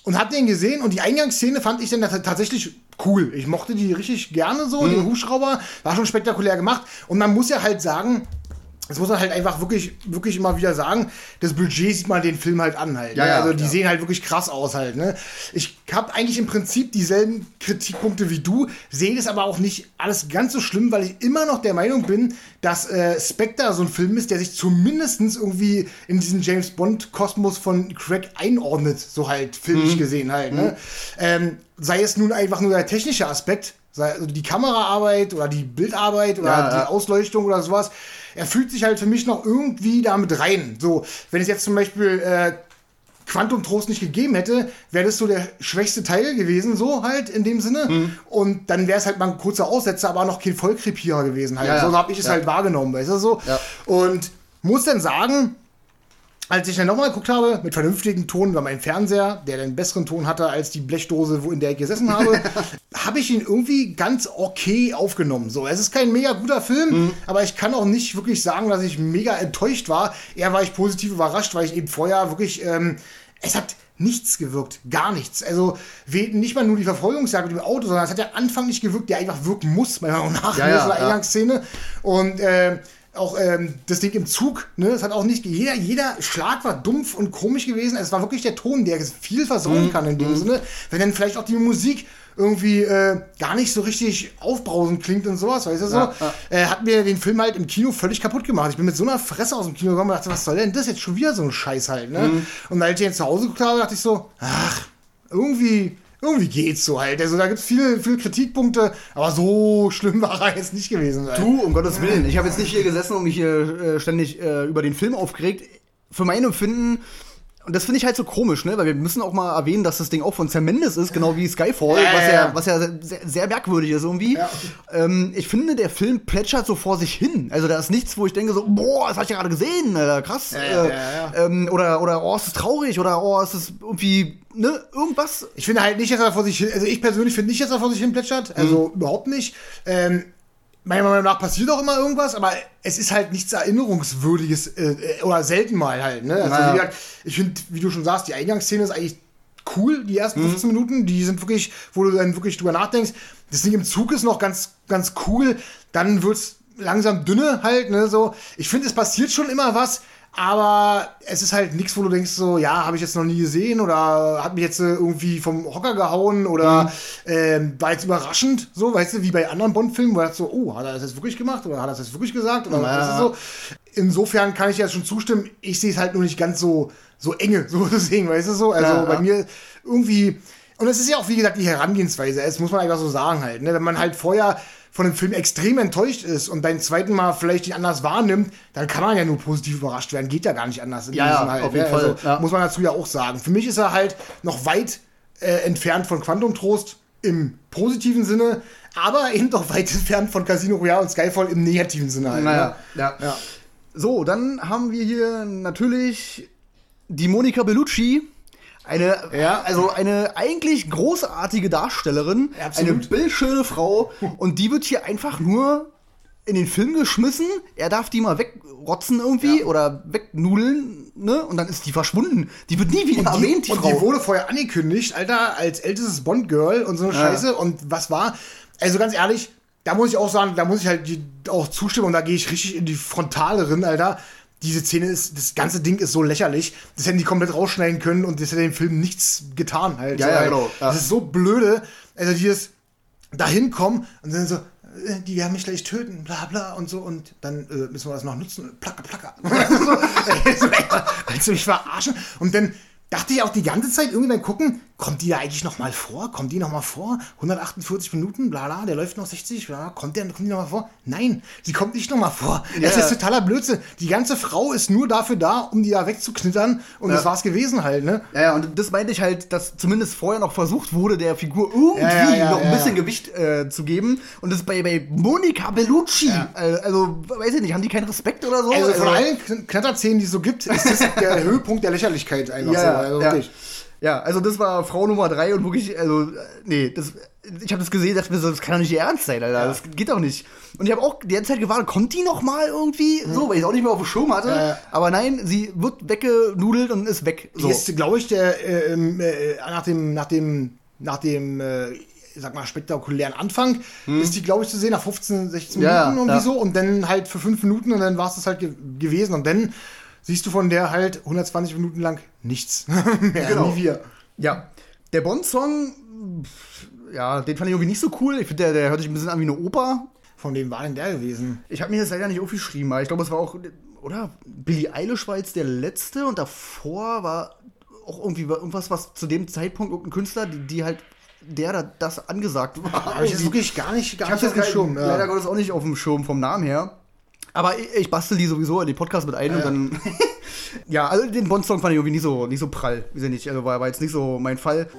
und hab den gesehen und die Eingangsszene fand ich dann tatsächlich cool. Ich mochte die richtig gerne so, mhm. den Hubschrauber, war schon spektakulär gemacht und man muss ja halt sagen, das muss man halt einfach wirklich, wirklich immer wieder sagen, das Budget sieht man den Film halt an halt. Ja, ne? ja, also die ja. sehen halt wirklich krass aus halt. Ne? Ich habe eigentlich im Prinzip dieselben Kritikpunkte wie du, sehe das aber auch nicht alles ganz so schlimm, weil ich immer noch der Meinung bin, dass äh, Spectre so ein Film ist, der sich zumindest irgendwie in diesen James-Bond-Kosmos von Craig einordnet, so halt filmisch mhm. gesehen halt. Ne? Mhm. Ähm, sei es nun einfach nur der technische Aspekt, sei also die Kameraarbeit oder die Bildarbeit oder ja, die ja. Ausleuchtung oder sowas. Er fühlt sich halt für mich noch irgendwie damit rein. So, wenn es jetzt zum Beispiel äh, Quantum Trost nicht gegeben hätte, wäre das so der schwächste Teil gewesen, so halt in dem Sinne. Mhm. Und dann wäre es halt mal ein kurzer Aussetzer, aber noch kein Vollkrepierer gewesen halt. Ja, ja. So habe ich es ja. halt wahrgenommen, weißt du so. Ja. Und muss dann sagen, als ich dann nochmal geguckt habe, mit vernünftigem Ton über meinen Fernseher, der einen besseren Ton hatte als die Blechdose, wo in der ich gesessen habe, habe ich ihn irgendwie ganz okay aufgenommen. So, es ist kein mega guter Film, mhm. aber ich kann auch nicht wirklich sagen, dass ich mega enttäuscht war. Eher war ich positiv überrascht, weil ich eben vorher wirklich, ähm, es hat nichts gewirkt, gar nichts. Also nicht mal nur die Verfolgungsjagd mit dem Auto, sondern es hat ja Anfang nicht gewirkt, der einfach wirken muss, meiner Meinung nach, ja, in ja, dieser ja. Eingangsszene. Und äh, auch ähm, das Ding im Zug, ne, es hat auch nicht, jeder, jeder Schlag war dumpf und komisch gewesen. Es war wirklich der Ton, der viel versauen mhm. kann in dem mhm. Sinne. Wenn dann vielleicht auch die Musik irgendwie äh, gar nicht so richtig aufbrausend klingt und sowas, weißt du so, ja, ja. Äh, hat mir den Film halt im Kino völlig kaputt gemacht. Ich bin mit so einer Fresse aus dem Kino gekommen und dachte, was soll denn das jetzt schon wieder so ein Scheiß halt, ne? Mhm. Und als ich den zu Hause geguckt habe, dachte ich so, ach, irgendwie... Irgendwie geht's so halt. Also da gibt's viele, viele Kritikpunkte, aber so schlimm war er jetzt nicht gewesen. Halt. Du, um Gottes Willen. Ich habe jetzt nicht hier gesessen und mich hier äh, ständig äh, über den Film aufgeregt. Für mein Empfinden, und das finde ich halt so komisch, ne? Weil wir müssen auch mal erwähnen, dass das Ding auch von Sam Mendes ist, genau wie Skyfall, ja, was, ja, ja, was ja sehr, sehr merkwürdig ist irgendwie. Ja. Ähm, ich finde, der Film plätschert so vor sich hin. Also da ist nichts, wo ich denke so, boah, das hab ich ja gerade gesehen, Alter, krass. Ja, ja, äh, ja, ja. Ähm, oder, oder, oh, es ist traurig, oder, oh, es ist irgendwie, ne, irgendwas. Ich finde halt nicht, dass er vor sich hin, also ich persönlich finde nicht, dass er vor sich hin plätschert, also mhm. überhaupt nicht. Ähm, Meiner Meinung nach passiert auch immer irgendwas, aber es ist halt nichts Erinnerungswürdiges äh, oder selten mal halt. Ne? Also, naja. wie gesagt, ich finde, wie du schon sagst, die Eingangsszene ist eigentlich cool, die ersten mhm. fünfzehn Minuten, die sind wirklich, wo du dann wirklich drüber nachdenkst. Das Ding im Zug ist noch ganz, ganz cool, dann wird's langsam dünne halt, ne, so. Ich finde, es passiert schon immer was, aber es ist halt nichts, wo du denkst so, ja, habe ich jetzt noch nie gesehen oder hat mich jetzt äh, irgendwie vom Hocker gehauen oder mhm. ähm, war jetzt überraschend, so, weißt du, wie bei anderen Bond-Filmen, wo er so, oh, hat er das jetzt wirklich gemacht oder hat er das jetzt wirklich gesagt oder ja. was ist so. Insofern kann ich jetzt schon zustimmen, ich sehe es halt nur nicht ganz so, so enge, so deswegen, weißt du so, also ja, bei ja. mir irgendwie, und es ist ja auch, wie gesagt, die Herangehensweise, das muss man einfach so sagen halt, ne, wenn man halt vorher von dem Film extrem enttäuscht ist und beim zweiten Mal vielleicht ihn anders wahrnimmt, dann kann man ja nur positiv überrascht werden. Geht ja gar nicht anders. In ja, ja halt, auf jeden also, Fall. Ja. Muss man dazu ja auch sagen. Für mich ist er halt noch weit äh, entfernt von Quantum Trost im positiven Sinne, aber eben doch weit entfernt von Casino Royale und Skyfall im negativen Sinne halt. Naja, ne? ja. ja. So, dann haben wir hier natürlich die Monica Bellucci. Eine, ja. also eine eigentlich großartige Darstellerin, Absolut. Eine bildschöne Frau und die wird hier einfach nur in den Film geschmissen. Er darf die mal wegrotzen irgendwie ja. oder wegnudeln, ne? Und dann ist die verschwunden. Die wird nie wieder und die, erwähnt, die und Frau. Und die wurde vorher angekündigt, Alter, als ältestes Bond-Girl und so eine ja. Scheiße. Und was war? Also ganz ehrlich, da muss ich auch sagen, da muss ich halt die, auch zustimmen und da gehe ich richtig in die Frontale drin, Alter. Diese Szene ist, das ganze Ding ist so lächerlich, das hätten die komplett rausschneiden können und das hätte dem Film nichts getan halt. Ja, so, ja, halt. genau. Ja. Das ist so blöde, also dieses da hinkommen und dann so, die werden mich gleich töten, bla bla und so und dann äh, müssen wir das noch nutzen, placke, placke. so, willst du mich verarschen? Und dann dachte ich auch die ganze Zeit irgendwie beim Gucken, kommt die da eigentlich noch mal vor? Kommt die noch mal vor? hundertachtundvierzig Minuten, bla bla, der läuft noch sechzig, bla, kommt der, kommt die noch mal vor? Nein, sie kommt nicht noch mal vor. Das ja. ist totaler Blödsinn. Die ganze Frau ist nur dafür da, um die da wegzuknittern und ja. das war's gewesen halt, ne? Ja, ja, und das meinte ich halt, dass zumindest vorher noch versucht wurde, der Figur irgendwie ja, ja, ja, noch ein ja, bisschen ja. Gewicht äh, zu geben. Und das ist bei, bei Monica Bellucci. Ja. Äh, also, weiß ich nicht, haben die keinen Respekt oder so? Also, von also, allen Knatterszenen, die es so gibt, ist das der Höhepunkt der Lächerlichkeit einfach ja, so. Also, ja. wirklich. Ja, also das war Frau Nummer drei und wirklich, also, nee, das, ich habe das gesehen, dachte mir so, das kann doch nicht ihr Ernst sein, Alter. Ja. Das geht doch nicht. Und ich habe auch die ganze Zeit gewartet, kommt die noch mal irgendwie? Mhm. So, weil ich es auch nicht mehr auf dem Schirm hatte. Äh. Aber nein, sie wird weggenudelt und ist weg. So. Die ist, glaube ich, der äh, äh, nach dem, nach dem, nach dem äh, sag mal, spektakulären Anfang, hm. ist die, glaube ich, zu sehen nach fünfzehn, sechzehn ja, Minuten irgendwie ja. so und dann halt für fünf Minuten und dann war es das halt ge- gewesen und dann siehst du von der halt hundertzwanzig Minuten lang nichts. Mehr, genau. nie wir. Ja, der Bond-Song, ja, den fand ich irgendwie nicht so cool. Ich finde, der, der hört sich ein bisschen an wie eine Oper. Von wem war denn der gewesen? Ich habe mir das leider nicht aufgeschrieben, aber ich glaube, es war auch, oder? Billie Eilish war jetzt der letzte und davor war auch irgendwie irgendwas, was zu dem Zeitpunkt irgendein Künstler, die, die halt der da das angesagt war. Habe ich jetzt wirklich gar nicht, gar ich nicht auf dem Schirm. Ja. Leider Gottes auch nicht auf dem Schirm vom Namen her. Aber ich, ich bastel die sowieso in den Podcast mit ein ja. und dann. Ja, also den Bond-Song fand ich irgendwie nicht so, nicht so prall. Weiß ich nicht. Also war, war jetzt nicht so mein Fall.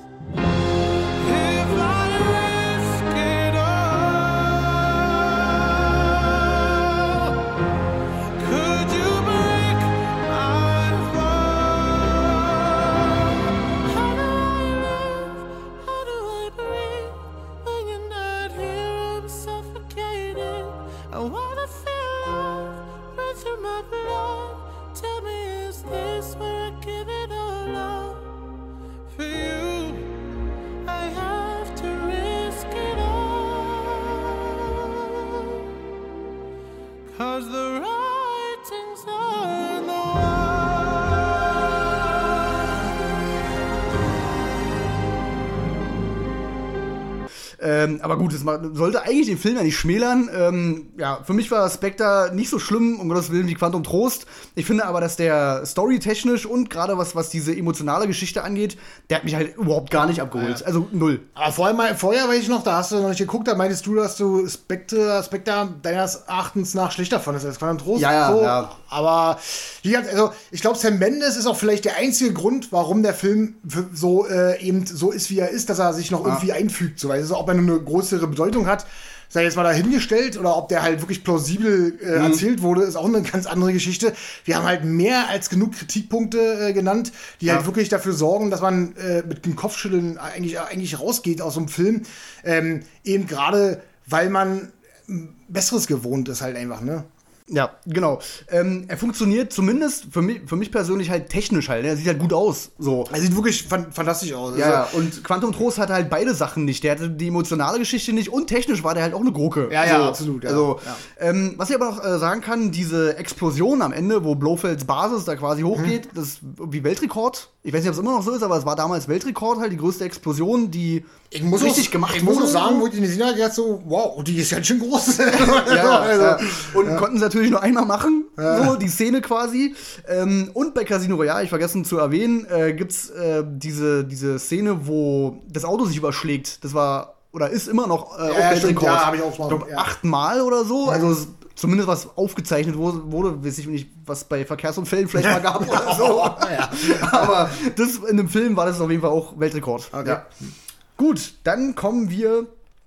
Ähm, aber gut, es sollte eigentlich den Film ja nicht schmälern. Ähm, ja, für mich war Spectre nicht so schlimm, um Gottes Willen, wie Quantum Trost. Ich finde aber, dass der storytechnisch und gerade was, was diese emotionale Geschichte angeht, der hat mich halt überhaupt gar nicht abgeholt. Ja. Also null. Aber vorher, mal, vorher weiß ich noch, da hast du noch nicht geguckt, da meintest du, dass du Spectre, Spectre deines Erachtens nach schlechter fandest als Quantum Trost. Ja, ja, so. ja. Aber die hat, also, ich glaube, Sam Mendes ist auch vielleicht der einzige Grund, warum der Film so äh, eben so ist, wie er ist, dass er sich noch ja. irgendwie einfügt. So, also, ob er nur eine größere Bedeutung hat, sei jetzt mal dahingestellt, oder ob der halt wirklich plausibel äh, mhm. erzählt wurde, ist auch eine ganz andere Geschichte. Wir haben halt mehr als genug Kritikpunkte äh, genannt, die ja. halt wirklich dafür sorgen, dass man äh, mit dem Kopfschütteln eigentlich, eigentlich rausgeht aus so einem Film. Ähm, eben gerade, weil man Besseres gewohnt ist halt einfach, ne? Ja, genau. Ähm, er funktioniert zumindest für mich, für mich persönlich halt technisch halt. Er sieht halt gut aus. So. Er sieht wirklich fan- fantastisch aus. Ja, also, und Quantum Trost hatte halt beide Sachen nicht. Der hatte die emotionale Geschichte nicht und technisch war der halt auch eine Gurke. Ja, so. ja, absolut. Ja. Also, ja. Ähm, was ich aber noch äh, sagen kann, diese Explosion am Ende, wo Blofelds Basis da quasi hochgeht, mhm. das ist wie Weltrekord. Ich weiß nicht, ob es immer noch so ist, aber es war damals Weltrekord, halt die größte Explosion, die ich muss richtig auch, gemacht ich wurde. Ich muss auch sagen, wo ich die gesehen habe, gedacht so, wow, die ist ganz schön groß. ja, also, ja. Und ja. konnten sie natürlich nur einmal machen, ja. so die Szene quasi. Ähm, und bei Casino Royale, ich vergessen zu erwähnen, äh, gibt's äh, diese, diese Szene, wo das Auto sich überschlägt. Das war, oder ist immer noch äh, ja, Weltrekord. Ja, habe ich auch mal. Ich glaube, ja. achtmal oder so. Ja. Also zumindest was aufgezeichnet wurde, weiß ich nicht, was bei Verkehrsunfällen vielleicht mal gab oder so. ja. Aber das in dem Film war das auf jeden Fall auch Weltrekord. Okay. Ja. Gut, dann kommen wir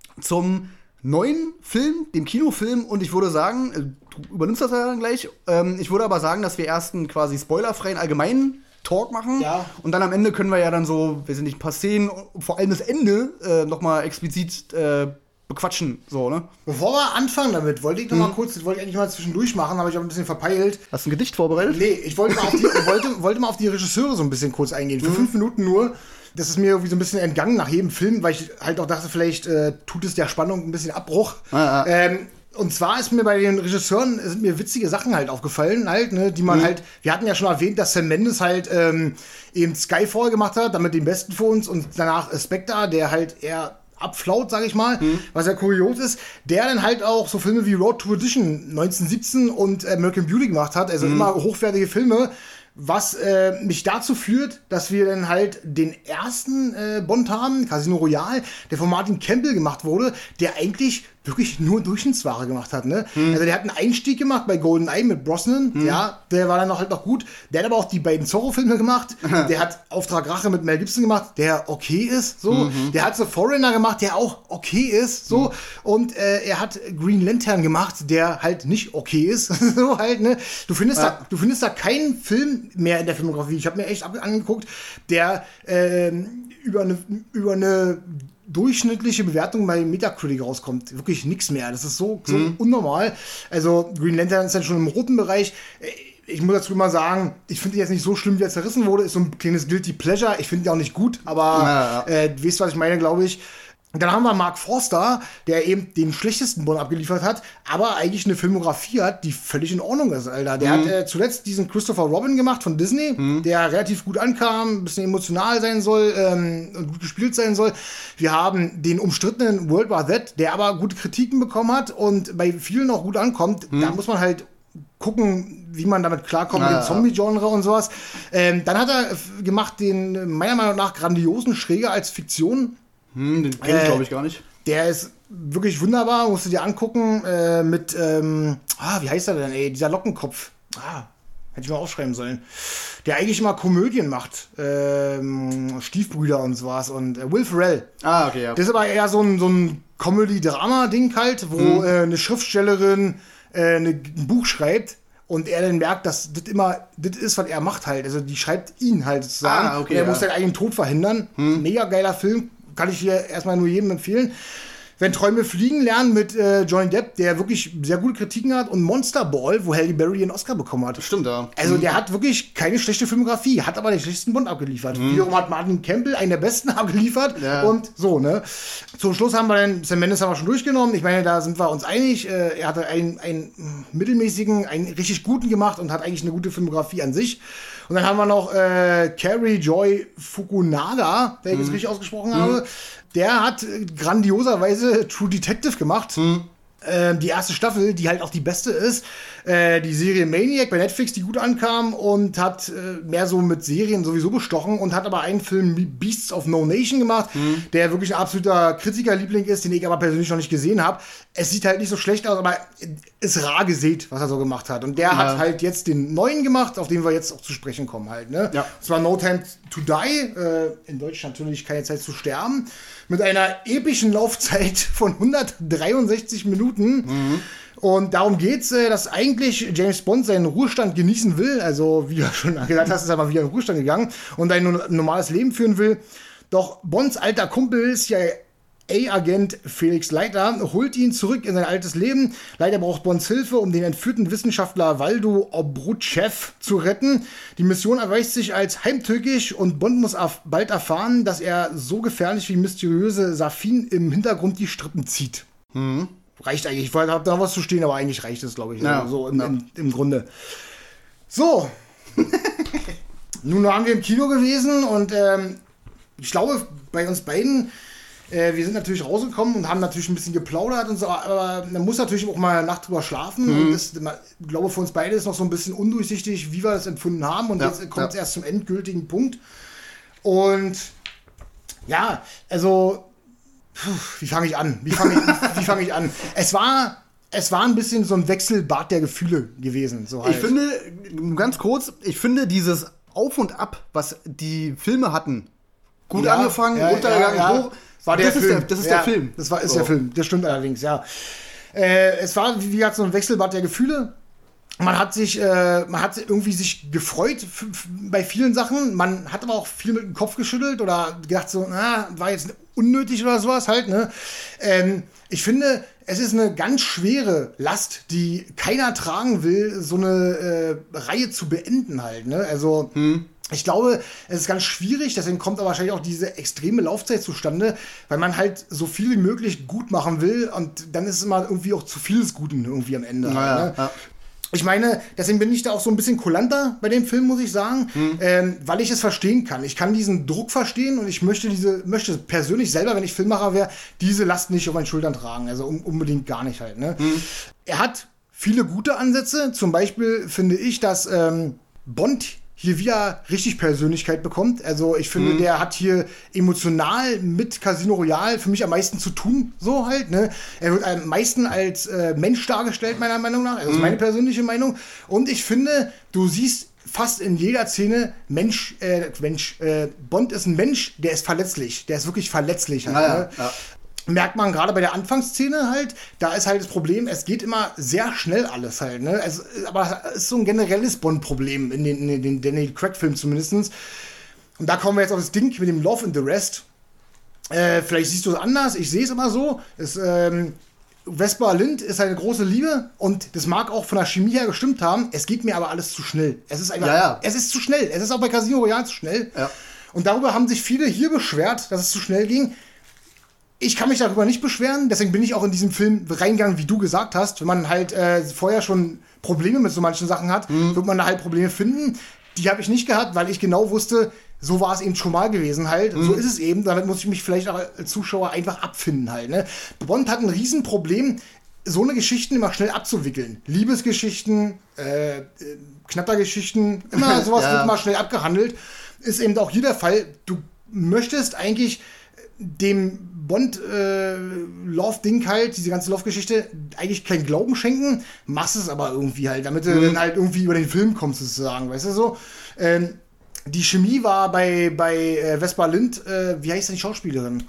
zum neuen Film, dem Kinofilm. Und ich würde sagen, du übernimmst das ja dann gleich. Ähm, ich würde aber sagen, dass wir erst einen quasi spoilerfreien allgemeinen Talk machen. Ja. Und dann am Ende können wir ja dann so, weiß ich nicht, ein paar Szenen, vor allem das Ende, äh, nochmal explizit äh, bequatschen, so, ne? Bevor wir anfangen damit, wollte ich noch mhm. mal kurz, das wollte ich eigentlich mal zwischendurch machen, habe ich auch ein bisschen verpeilt. Hast du ein Gedicht vorbereitet? Nee, ich wollte mal auf die, wollte, wollte mal auf die Regisseure so ein bisschen kurz eingehen. Für mhm. fünf Minuten nur. Das ist mir irgendwie so ein bisschen entgangen nach jedem Film, weil ich halt auch dachte, vielleicht äh, tut es der Spannung ein bisschen Abbruch. Ah, ah. Ähm, und zwar ist mir bei den Regisseuren sind mir witzige Sachen halt aufgefallen, halt, ne, die man mhm. halt, wir hatten ja schon erwähnt, dass Sam Mendes halt ähm, eben Skyfall gemacht hat, damit den besten für uns und danach Spectre, der halt eher abflaut, sag ich mal, mhm. was ja kurios ist, der dann halt auch so Filme wie Road to Perdition neunzehnhundertsiebzehn und American Beauty gemacht hat, also mhm. immer hochwertige Filme, was äh, mich dazu führt, dass wir dann halt den ersten äh, Bond haben, Casino Royale, der von Martin Campbell gemacht wurde, der eigentlich wirklich nur Durchschnittsware gemacht hat, ne? Hm. Also der hat einen Einstieg gemacht bei GoldenEye mit Brosnan, hm. ja, der war dann noch halt noch gut. Der hat aber auch die beiden Zorro-Filme gemacht. Der hat Auftrag Rache mit Mel Gibson gemacht, der okay ist, so. Mhm. Der hat so Foreigner gemacht, der auch okay ist, so. Mhm. Und äh, er hat Green Lantern gemacht, der halt nicht okay ist, so halt, ne? Du findest ja. da, du findest da keinen Film mehr in der Filmografie. Ich habe mir echt angeguckt, der äh, über eine über eine durchschnittliche Bewertung bei Metacritic rauskommt. Wirklich nichts mehr. Das ist so, so mhm. unnormal. Also Green Lantern ist dann schon im roten Bereich. Ich muss dazu mal sagen, ich finde ihn jetzt nicht so schlimm, wie er zerrissen wurde. Ist so ein kleines Guilty Pleasure. Ich finde ihn auch nicht gut, aber ja, ja. Äh, du weißt, was ich meine, glaube ich. Dann haben wir Mark Forster, der eben den schlechtesten Bond abgeliefert hat, aber eigentlich eine Filmografie hat, die völlig in Ordnung ist, Alter. Der mhm. hat äh, zuletzt diesen Christopher Robin gemacht von Disney, mhm. der relativ gut ankam, ein bisschen emotional sein soll ähm, und gut gespielt sein soll. Wir haben den umstrittenen World War Z, der aber gute Kritiken bekommen hat und bei vielen auch gut ankommt. Mhm. Da muss man halt gucken, wie man damit klarkommt, ja, mit dem Zombie-Genre und sowas. Ähm, dann hat er gemacht den meiner Meinung nach grandiosen Schräger als Fiktion. Hm, den kenn ich, äh, glaube ich, gar nicht. Der ist wirklich wunderbar, musst du dir angucken, äh, mit, ähm, ah, wie heißt er denn, ey, dieser Lockenkopf. Ah, hätte ich mal aufschreiben sollen. Der eigentlich immer Komödien macht. Ähm, Stiefbrüder und sowas. Und äh, Will Ferrell. Ah, okay, ja. Das ist aber eher so ein, so ein Comedy-Drama-Ding halt, wo hm. äh, eine Schriftstellerin äh, eine, ein Buch schreibt. Und er dann merkt, dass das immer das ist, was er macht halt. Also die schreibt ihn halt sozusagen. Ah, okay, und er ja. muss seinen eigenen Tod verhindern. Hm. Mega geiler Film. Kann ich hier erstmal nur jedem empfehlen. Wenn Träume fliegen lernen mit äh, Johnny Depp, der wirklich sehr gute Kritiken hat, und Monster Ball, wo Halle Berry einen Oscar bekommen hat. Stimmt, ja. Also der hat wirklich keine schlechte Filmografie, hat aber den schlechtesten Bond abgeliefert. Mhm. Wiederum hat Martin Campbell einen der besten abgeliefert ja. und so, ne. Zum Schluss haben wir dann, Sam Mendes haben wir schon durchgenommen. Ich meine, da sind wir uns einig. Äh, er hatte einen, einen mittelmäßigen, einen richtig guten gemacht und hat eigentlich eine gute Filmografie an sich. Und dann haben wir noch äh, Carrie Joy Fukunaga, der ich jetzt mhm. richtig ausgesprochen mhm. habe. Der hat grandioserweise True Detective gemacht. Mhm. Ähm, die erste Staffel, die halt auch die beste ist. Äh, die Serie Maniac bei Netflix, die gut ankam und hat äh, mehr so mit Serien sowieso bestochen und hat aber einen Film Beasts of No Nation gemacht, mhm. der wirklich ein absoluter Kritikerliebling ist, den ich aber persönlich noch nicht gesehen habe. Es sieht halt nicht so schlecht aus, aber ist rar gesät, was er so gemacht hat. Und der ja. hat halt jetzt den neuen gemacht, auf den wir jetzt auch zu sprechen kommen halt. Ne? Ja. Und zwar No Time to Die, äh, in Deutsch natürlich Keine Zeit zu sterben, mit einer epischen Laufzeit von hundertdreiundsechzig Minuten. Mhm. Und darum geht's, dass eigentlich James Bond seinen Ruhestand genießen will. Also, wie du schon gesagt hast, ist er mal wieder in den Ruhestand gegangen und ein normales Leben führen will. Doch Bonds alter Kumpel, C I A-Agent Felix Leiter, holt ihn zurück in sein altes Leben. Leiter braucht Bonds Hilfe, um den entführten Wissenschaftler Waldo Obruchev zu retten. Die Mission erweist sich als heimtückisch und Bond muss bald erfahren, dass er so gefährlich wie mysteriöse Safin im Hintergrund die Strippen zieht. Mhm. Reicht eigentlich. Ich wollte da noch was zu stehen, aber eigentlich reicht es, glaube ich. Ja, so im, ja. im, im Grunde. So. Nun waren wir im Kino gewesen und ähm, ich glaube, bei uns beiden, äh, wir sind natürlich rausgekommen und haben natürlich ein bisschen geplaudert und so, aber man muss natürlich auch mal eine Nacht drüber schlafen. Mhm. Und das, ich glaube, für uns beide ist noch so ein bisschen undurchsichtig, wie wir das empfunden haben. Und ja, jetzt kommt es ja. erst zum endgültigen Punkt. Und ja, also Puh, wie fange ich an? Wie fange ich, wie fang ich an? Es war, es war ein bisschen so ein Wechselbad der Gefühle gewesen. So halt. Ich finde, ganz kurz, ich finde dieses Auf und Ab, was die Filme hatten, gut ja, angefangen, ja, runtergegangen, ja, ja. hoch. War der das Film. Ist der, das ist ja, der Film. Das war, ist so. der Film. Das stimmt allerdings, ja. Äh, es war, wie gesagt, so ein Wechselbad der Gefühle. Man hat sich, äh, man hat irgendwie sich gefreut f- f- bei vielen Sachen. Man hat aber auch viel mit dem Kopf geschüttelt oder gedacht so, na, war jetzt unnötig oder sowas halt, ne? Ähm, ich finde, es ist eine ganz schwere Last, die keiner tragen will, so eine äh, Reihe zu beenden halt, ne? Also, hm. ich glaube, es ist ganz schwierig, deswegen kommt aber wahrscheinlich auch diese extreme Laufzeit zustande, weil man halt so viel wie möglich gut machen will und dann ist es immer irgendwie auch zu viel des Guten irgendwie am Ende. Naja, halt, ne? ja. Ich meine, deswegen bin ich da auch so ein bisschen kulanter bei dem Film, muss ich sagen, hm. ähm, weil ich es verstehen kann. Ich kann diesen Druck verstehen und ich möchte diese, möchte persönlich selber, wenn ich Filmmacher wäre, diese Last nicht auf meinen Schultern tragen. Also un- unbedingt gar nicht halt. Ne? Hm. Er hat viele gute Ansätze. Zum Beispiel finde ich, dass ähm, Bond hier wieder richtig Persönlichkeit bekommt. Also ich finde, mhm. der hat hier emotional mit Casino Royale für mich am meisten zu tun, so halt, ne? Er wird am meisten als äh, Mensch dargestellt, meiner Meinung nach. Das ist mhm. meine persönliche Meinung. Und ich finde, du siehst fast in jeder Szene, Mensch, äh, Mensch, äh, Bond ist ein Mensch, der ist verletzlich. Der ist wirklich verletzlich halt, ja, ne? ja. Merkt man gerade bei der Anfangsszene halt, da ist halt das Problem, es geht immer sehr schnell alles halt, ne? Also, aber es ist so ein generelles Bond-Problem in den, in den Daniel Craig-Filmen zumindest. Und da kommen wir jetzt auf das Ding mit dem Love and the Rest. Äh, vielleicht siehst du es anders, ich sehe es immer so. Es, ähm, Vesper Lynd ist eine große Liebe und das mag auch von der Chemie her gestimmt haben. Es geht mir aber alles zu schnell. Es ist einfach, ja, ja. es ist zu schnell. Es ist auch bei Casino Royale zu schnell. Ja. Und darüber haben sich viele hier beschwert, dass es zu schnell ging. Ich kann mich darüber nicht beschweren, deswegen bin ich auch in diesem Film reingegangen, wie du gesagt hast. Wenn man halt äh, vorher schon Probleme mit so manchen Sachen hat, mhm. wird man da halt Probleme finden. Die habe ich nicht gehabt, weil ich genau wusste, so war es eben schon mal gewesen halt. Mhm. So ist es eben. Damit muss ich mich vielleicht auch als Zuschauer einfach abfinden halt. Ne? Bond hat ein Riesenproblem, so eine Geschichten immer schnell abzuwickeln. Liebesgeschichten, äh, Knattergeschichten, immer sowas ja. wird immer schnell abgehandelt. Ist eben auch hier der Fall. Du möchtest eigentlich dem Bond-Love-Ding äh, halt, diese ganze Love-Geschichte, eigentlich keinen Glauben schenken, machst es aber irgendwie halt, damit mhm. du dann halt irgendwie über den Film kommst, sozusagen, weißt du so. Ähm, die Chemie war bei, bei äh, Vesper Lynd, äh, wie heißt denn die Schauspielerin?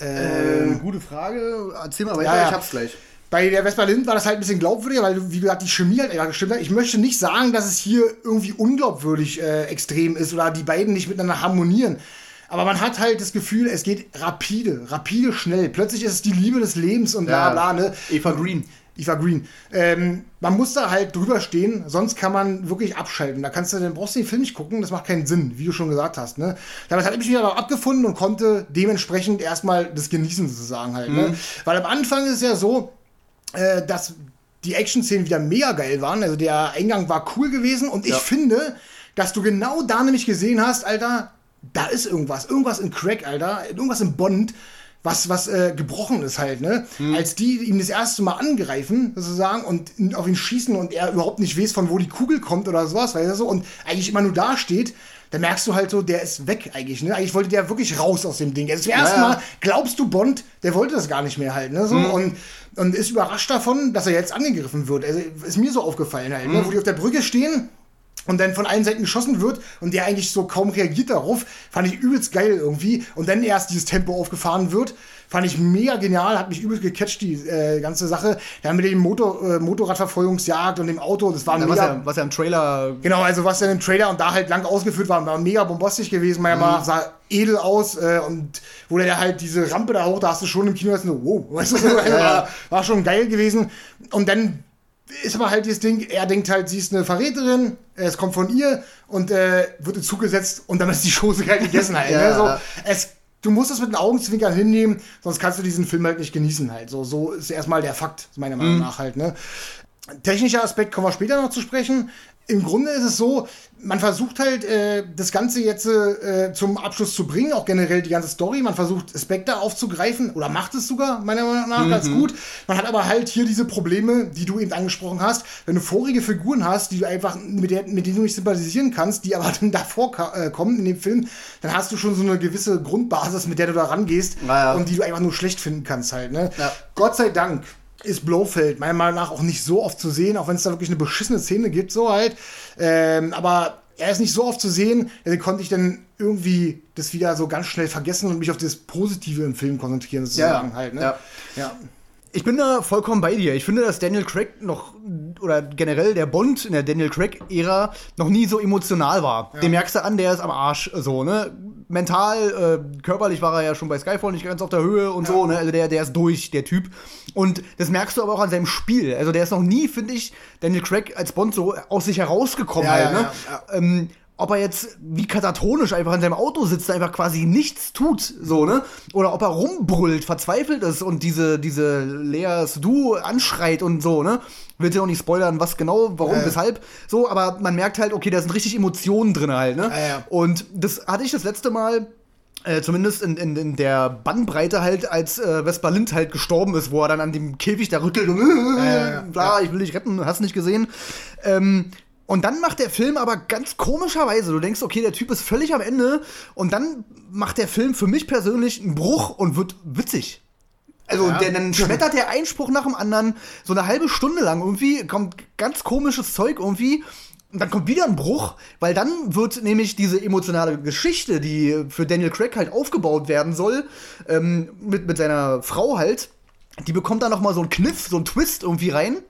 Äh, äh, gute Frage, erzähl mal weiter, ja, ja. ich hab's gleich. Bei der Vesper Lynd war das halt ein bisschen glaubwürdiger, weil, wie gesagt, die Chemie halt einfach gestimmt hat. Ich möchte nicht sagen, dass es hier irgendwie unglaubwürdig äh, extrem ist oder die beiden nicht miteinander harmonieren. Aber man hat halt das Gefühl, es geht rapide, rapide schnell. Plötzlich ist es die Liebe des Lebens und bla bla. Ne? Eva Green. Eva Green. Ähm, man muss da halt drüber stehen, sonst kann man wirklich abschalten. Da kannst du, dann brauchst du den Film nicht gucken, das macht keinen Sinn, wie du schon gesagt hast. Ne? Damit habe ich mich aber abgefunden und konnte dementsprechend erstmal das genießen, sozusagen halt. Mhm. Ne? Weil am Anfang ist es ja so, äh, dass die Action-Szenen wieder mega geil waren. Also der Eingang war cool gewesen und ich ja. finde, dass du genau da nämlich gesehen hast, Alter, da ist irgendwas, irgendwas in Craig, Alter, irgendwas in Bond, was, was äh, gebrochen ist halt, ne? Hm. Als die ihm das erste Mal angreifen, sozusagen, und auf ihn schießen und er überhaupt nicht weiß, von wo die Kugel kommt oder sowas, weißt du so, und eigentlich immer nur da steht, da merkst du halt so, der ist weg eigentlich, ne? Eigentlich wollte der wirklich raus aus dem Ding. Also zum ersten ja, ja. Mal glaubst du Bond, der wollte das gar nicht mehr halt, ne? So, hm. und, und ist überrascht davon, dass er jetzt angegriffen wird. Also ist mir so aufgefallen halt, hm. ne? Wo die auf der Brücke stehen und dann von allen Seiten geschossen wird und der eigentlich so kaum reagiert darauf, fand ich übelst geil irgendwie. Und dann erst dieses Tempo aufgefahren wird, fand ich mega genial, hat mich übelst gecatcht, die äh, ganze Sache. Dann mit dem Motor, äh, Motorradverfolgungsjagd und dem Auto, das war ja, mega... Was ja, was ja im Trailer... Genau, also was ja im Trailer und da halt lang ausgeführt war, war mega bombastisch gewesen, meiner Meinung nach, sah edel aus äh, und wo der halt diese Rampe da hoch, da hast du schon im Kino so, wow, weißt du, so, ja. war, war schon geil gewesen. Und dann ist aber halt dieses Ding, er denkt halt, sie ist eine Verräterin, es kommt von ihr und äh, wird ihr zugesetzt und dann ist die Chose geil gegessen halt. ja, ne? so, es, du musst es mit den Augenzwinkern hinnehmen, sonst kannst du diesen Film halt nicht genießen halt. So, so ist erstmal der Fakt, meiner Meinung nach halt. Ne? Technischer Aspekt kommen wir später noch zu sprechen. Im Grunde ist es so, man versucht halt, äh, das Ganze jetzt äh, zum Abschluss zu bringen, auch generell die ganze Story. Man versucht, Spectre aufzugreifen oder macht es sogar, meiner Meinung nach, mhm. ganz gut. Man hat aber halt hier diese Probleme, die du eben angesprochen hast. Wenn du vorige Figuren hast, die du einfach, mit, der, mit denen du nicht sympathisieren kannst, die aber dann davor äh, kommen in dem Film, dann hast du schon so eine gewisse Grundbasis, mit der du da rangehst naja. und die du einfach nur schlecht finden kannst halt. Ne? Ja. Gott sei Dank ist Blofeld meiner Meinung nach auch nicht so oft zu sehen, auch wenn es da wirklich eine beschissene Szene gibt, so halt. Ähm, aber er ist nicht so oft zu sehen, deswegen konnte ich dann irgendwie das wieder so ganz schnell vergessen und mich auf das Positive im Film konzentrieren, sozusagen ja, halt. Ne? Ja. ja. Ich bin da vollkommen bei dir. Ich finde, dass Daniel Craig noch, oder generell der Bond in der Daniel Craig-Ära noch nie so emotional war. Ja. Den merkst du an, der ist am Arsch, so, ne? Mental, äh, körperlich war er ja schon bei Skyfall nicht ganz auf der Höhe und ja. so, ne? Also der, der ist durch, der Typ. Und das merkst du aber auch an seinem Spiel. Also der ist noch nie, finde ich, Daniel Craig als Bond so aus sich herausgekommen ja, halt, ja, ne? Ja, ja. Ähm, ob er jetzt wie katatonisch einfach in seinem Auto sitzt, einfach quasi nichts tut, so, ne? Oder ob er rumbrüllt, verzweifelt ist und diese, diese Lea Seydoux anschreit und so, ne? Willst du auch nicht spoilern, was genau, warum, äh. weshalb, so, aber man merkt halt, okay, da sind richtig Emotionen drin halt, ne? Äh, ja. Und das hatte ich das letzte Mal Äh, zumindest in, in, in der Bandbreite halt, als äh, Vesper Lynd halt gestorben ist, wo er dann an dem Käfig da rüttelt und äh, äh, bla, ich will dich retten, hast nicht gesehen. Ähm, und dann macht der Film aber ganz komischerweise, du denkst, okay, der Typ ist völlig am Ende und dann macht der Film für mich persönlich einen Bruch und wird witzig. Also ja. der, dann schmettert der Einspruch nach dem anderen, so eine halbe Stunde lang irgendwie, kommt ganz komisches Zeug irgendwie. Und dann kommt wieder ein Bruch, weil dann wird nämlich diese emotionale Geschichte, die für Daniel Craig halt aufgebaut werden soll, ähm, mit, mit seiner Frau halt, die bekommt dann noch mal so einen Kniff, so einen Twist irgendwie rein.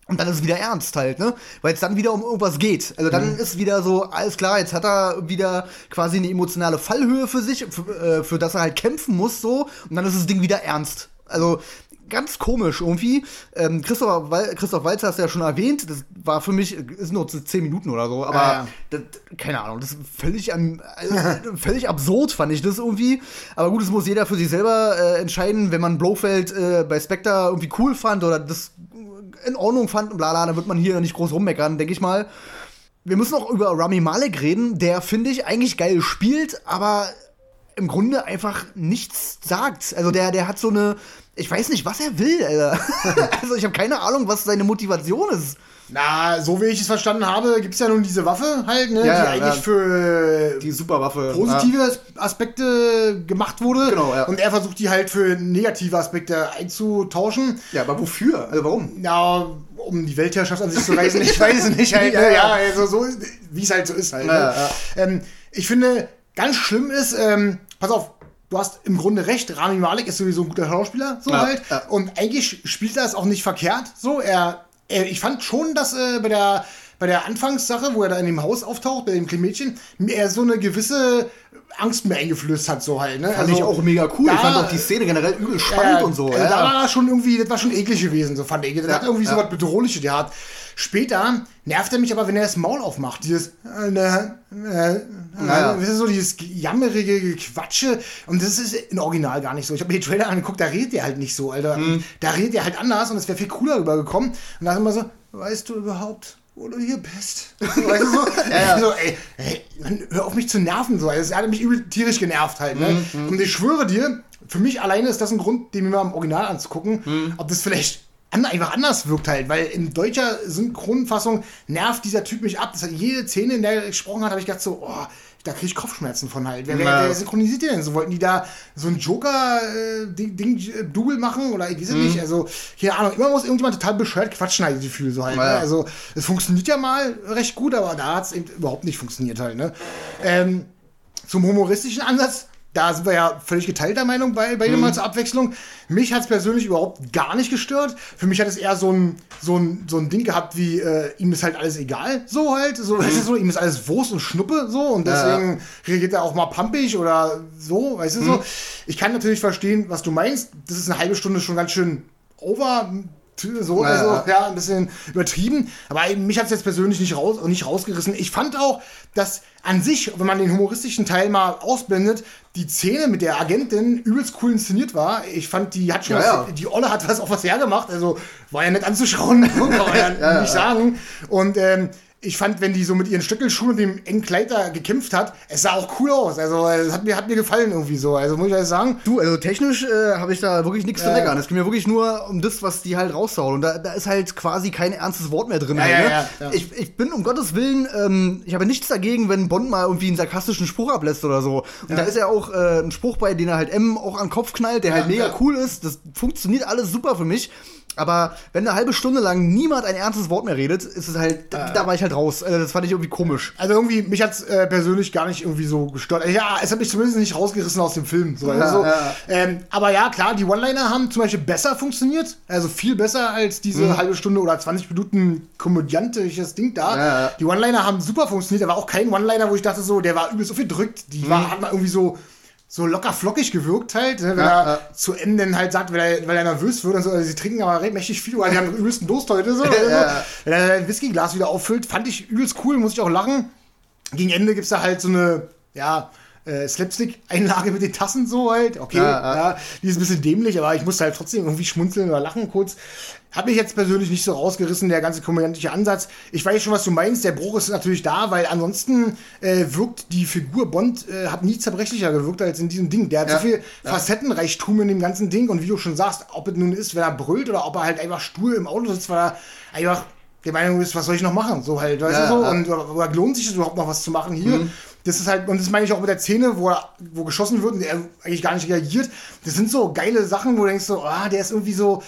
Und dann ist es wieder ernst halt, ne? Weil es dann wieder um irgendwas geht. Also dann mhm. ist wieder so, alles klar, jetzt hat er wieder quasi eine emotionale Fallhöhe für sich, für, äh, für das er halt kämpfen muss, so. Und dann ist das Ding wieder ernst. Also ganz komisch irgendwie. Ähm, Christoph, Wal- Christoph Waltz hast du ja schon erwähnt. Das war für mich, ist nur zehn Minuten oder so. Aber ja, ja. Das, keine Ahnung, das ist völlig, an, also, völlig absurd, fand ich das irgendwie. Aber gut, das muss jeder für sich selber äh, entscheiden. Wenn man Blofeld äh, bei Spectre irgendwie cool fand oder das in Ordnung fand und bla bla, dann wird man hier nicht groß rummeckern, denke ich mal. Wir müssen auch über Rami Malek reden, der, finde ich, eigentlich geil spielt, aber im Grunde einfach nichts sagt. Also der, der hat so eine, ich weiß nicht, was er will, Alter. Also ich habe keine Ahnung, was seine Motivation ist. Na, so wie ich es verstanden habe, gibt es ja nun diese Waffe halt, ne, ja, die ja, eigentlich für die Superwaffe positive ja. Aspekte gemacht wurde. Genau, ja. Und er versucht die halt für negative Aspekte einzutauschen. Ja, aber wofür? Also warum? Ja, um die Weltherrschaft an sich zu reißen, ich weiß es nicht halt. ja, ne? ja, also so, wie es halt so ist halt. Ja, ne? ja. Ähm, ich finde, ganz schlimm ist, ähm, pass auf, du hast im Grunde recht, Rami Malek ist sowieso ein guter Schauspieler, so ja, halt. Ja. Und eigentlich spielt er es auch nicht verkehrt, so. Er, er ich fand schon, dass äh, bei der bei der Anfangssache, wo er da in dem Haus auftaucht, bei dem kleinen Mädchen, er so eine gewisse Angst mir eingeflößt hat, so halt. Ne? Fand also, ich auch mega cool. Da, ich fand auch die Szene generell übel spannend äh, und so. Also ja. Da war das schon irgendwie, das war schon eklig gewesen, so fand ich. Das ja, hat irgendwie ja. so was Bedrohliches gehabt. Später nervt er mich aber, wenn er das Maul aufmacht. Dieses, äh, äh, äh, naja. das ist so dieses jammerige Quatsche. Und das ist im Original gar nicht so. Ich habe mir den Trailer angeguckt, da redet er halt nicht so, Alter. Hm. Da redet er halt anders und es wäre viel cooler rübergekommen. Und da ist immer so, weißt du überhaupt, wo du hier bist? Weißt du so? ja, ja. So, ey, ey, Mann, hör auf mich zu nerven. So. Das hat mich übel tierisch genervt halt. Ne? Mhm. Und ich schwöre dir, für mich alleine ist das ein Grund, den mir mal im Original anzugucken, mhm. ob das vielleicht an, einfach anders wirkt halt. Weil in deutscher Synchronfassung nervt dieser Typ mich ab. Das hat jede Szene, in der er gesprochen hat, habe ich gedacht so, oh, da kriege ich Kopfschmerzen von halt. Wer, wer, wer synchronisiert den denn so? Wollten die da so ein Joker-Ding-Double äh, machen? Oder ich weiß mhm. nicht. Also, keine Ahnung. Immer muss irgendjemand total bescheuert quatschen, halt, das Gefühl so halt. Ja. Ne? Also, es funktioniert ja mal recht gut, aber da hat es eben überhaupt nicht funktioniert halt. Ne? Ähm, zum humoristischen Ansatz, da sind wir ja völlig geteilter Meinung bei, bei mhm. mal zur Abwechslung. Mich hat es persönlich überhaupt gar nicht gestört. Für mich hat es eher so ein, so ein, so ein Ding gehabt wie, äh, ihm ist halt alles egal, so halt. So, mhm. weißt du, so, ihm ist alles Wurst und Schnuppe, so. Und deswegen ja. reagiert er auch mal pampig oder so, weißt du, mhm. so. Ich kann natürlich verstehen, was du meinst. Das ist eine halbe Stunde schon ganz schön over. So, naja. also, ja, ein bisschen übertrieben. Aber mich hat es jetzt persönlich nicht, raus, nicht rausgerissen. Ich fand auch, dass an sich, wenn man den humoristischen Teil mal ausblendet, die Szene mit der Agentin übelst cool inszeniert war. Ich fand, die hat schon ja, was, ja. die Olle hat was auch was hergemacht. Also war ja nett anzuschauen, kann man ja, ja nicht ja. sagen. Und ähm, ich fand, wenn die so mit ihren Stöckelschuhen und dem engen Kleid da gekämpft hat, es sah auch cool aus. Also, es hat mir, hat mir gefallen irgendwie so. Also, muss ich alles sagen. Du, also technisch äh, habe ich da wirklich nichts zu meckern. Äh, es geht mir wirklich nur um das, was die halt raushauen. Und da, da ist halt quasi kein ernstes Wort mehr drin. Ja, halt, ja, ne? ja, ja. Ich, ich bin um Gottes Willen, ähm, ich habe nichts dagegen, wenn Bond mal irgendwie einen sarkastischen Spruch ablässt oder so. Und ja. da ist ja auch äh, ein Spruch bei, den er halt M auch an den Kopf knallt, der ja, halt mega ja. cool ist. Das funktioniert alles super für mich. Aber wenn eine halbe Stunde lang niemand ein ernstes Wort mehr redet, ist es halt, äh, da war ich halt raus. Also das fand ich irgendwie komisch. Also irgendwie, mich hat's äh, persönlich gar nicht irgendwie so gestört. Ja, es hat mich zumindest nicht rausgerissen aus dem Film. So, ja, also, ja. Ähm, aber ja, klar, die One-Liner haben zum Beispiel besser funktioniert. Also viel besser als diese mhm. halbe Stunde oder zwanzig Minuten komödiantisches Ding da. Ja, ja. Die One-Liner haben super funktioniert. Da war auch kein One-Liner, wo ich dachte so, der war übelst so viel gedrückt. Die mhm. war, hat man irgendwie so so locker flockig gewirkt halt, ne, wenn ja, er ja. zu Ende halt sagt, weil er, weil er nervös wird und so, also sie trinken aber mächtig viel, weil die haben übelsten Durst heute so. Also, ja. Wenn er ein Whiskyglas wieder auffüllt, fand ich übelst cool, muss ich auch lachen. Gegen Ende gibt's da halt so eine, ja, äh, Slapstick-Einlage mit den Tassen so halt, okay, ja, ja. ja, die ist ein bisschen dämlich, aber ich musste halt trotzdem irgendwie schmunzeln oder lachen kurz. Hat mich jetzt persönlich nicht so rausgerissen, der ganze komödiantische Ansatz. Ich weiß schon, was du meinst. Der Bruch ist natürlich da, weil ansonsten äh, wirkt die Figur Bond, äh, hat nie zerbrechlicher gewirkt als in diesem Ding. Der hat ja, so viel ja. Facettenreichtum in dem ganzen Ding. Und wie du schon sagst, ob es nun ist, wenn er brüllt oder ob er halt einfach stur im Auto sitzt, weil er einfach der Meinung ist, was soll ich noch machen? So halt, weißt ja, du so? Ja. Und oder lohnt sich es überhaupt noch was zu machen hier? Mhm. Das ist halt, und das meine ich auch mit der Szene, wo er, wo geschossen wird und er eigentlich gar nicht reagiert. Das sind so geile Sachen, wo du denkst so, ah, der ist irgendwie so,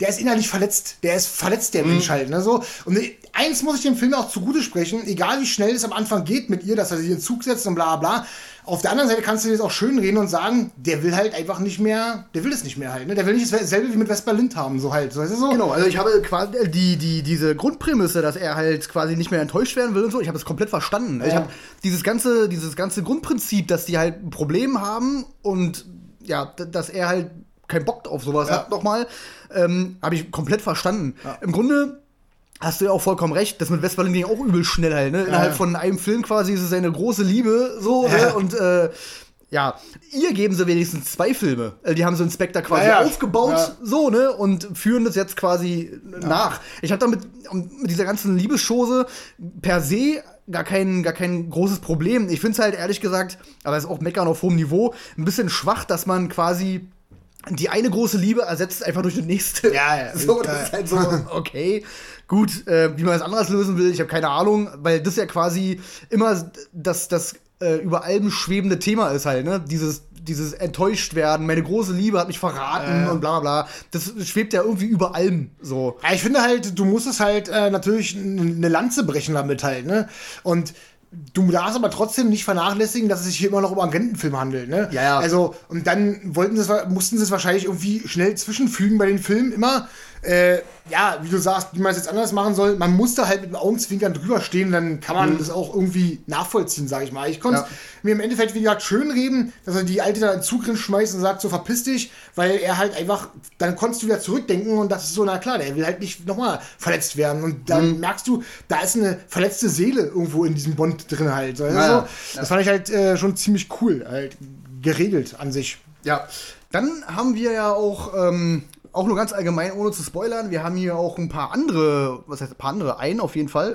der ist innerlich verletzt. Der ist verletzt, der mhm. Mensch halt. Ne, so. Und eins muss ich dem Film auch zugute sprechen, egal wie schnell es am Anfang geht mit ihr, dass er sich in den Zug setzt und bla bla. Auf der anderen Seite kannst du dir das auch schön reden und sagen, der will halt einfach nicht mehr, der will es nicht mehr halt, ne? Der will nicht dasselbe wie mit Vesper Lind haben, so halt. So, weißt du so? Genau, also ich habe quasi die, die, diese Grundprämisse, dass er halt quasi nicht mehr enttäuscht werden will und so, ich habe es komplett verstanden. Ja. Ich habe dieses ganze, dieses ganze Grundprinzip, dass die halt ein Problem haben und ja, dass er halt keinen Bock auf sowas ja. hat nochmal, ähm, habe ich komplett verstanden. Ja. Im Grunde hast du ja auch vollkommen recht, das mit Vesper Lind ging auch übel schnell halt, ne? Ja, Innerhalb ja. von einem Film quasi ist es seine große Liebe, so, ja. ne? Und, äh, ja, ihr geben sie wenigstens zwei Filme. Die haben so einen Spectre quasi ja, ja. aufgebaut, ja. so, ne? Und führen das jetzt quasi ja. nach. Ich habe damit, mit dieser ganzen Liebesschose per se gar kein, gar kein großes Problem. Ich finde es halt, ehrlich gesagt, aber es ist auch Meckern auf hohem Niveau, ein bisschen schwach, dass man quasi die eine große Liebe ersetzt einfach durch die nächste. Ja, ja. So, das ist halt so, okay, gut, äh, wie man das anders lösen will, ich habe keine Ahnung, weil das ja quasi immer das, das äh, über allem schwebende Thema ist halt, ne? Dieses, dieses enttäuscht werden, meine große Liebe hat mich verraten äh. und bla bla. Das schwebt ja irgendwie über allem so. Ja, ich finde halt, du musst es halt äh, natürlich eine Lanze brechen damit halt, ne? Und du darfst aber trotzdem nicht vernachlässigen, dass es sich hier immer noch um Agentenfilm handelt, ne? Ja, ja. Also, und dann wollten sie es, mussten sie es wahrscheinlich irgendwie schnell zwischenfügen bei den Filmen immer. Äh, ja, wie du sagst, wie man es jetzt anders machen soll, man muss da halt mit dem Augenzwinkern drüber stehen, dann kann man mhm. das auch irgendwie nachvollziehen, sag ich mal. Ich konnte ja. mir im Endeffekt, wie gesagt, schön reden, dass er die Alte da in den Zug schmeißt und sagt, so verpiss dich, weil er halt einfach, dann konntest du wieder zurückdenken und das ist so, na klar, der will halt nicht nochmal verletzt werden und dann mhm. merkst du, da ist eine verletzte Seele irgendwo in diesem Bond drin halt. Also ja, so, das ja. fand ich halt äh, schon ziemlich cool, halt geregelt an sich. Ja, dann haben wir ja auch ähm auch nur ganz allgemein, ohne zu spoilern, wir haben hier auch ein paar andere, was heißt ein paar andere, ein auf jeden Fall,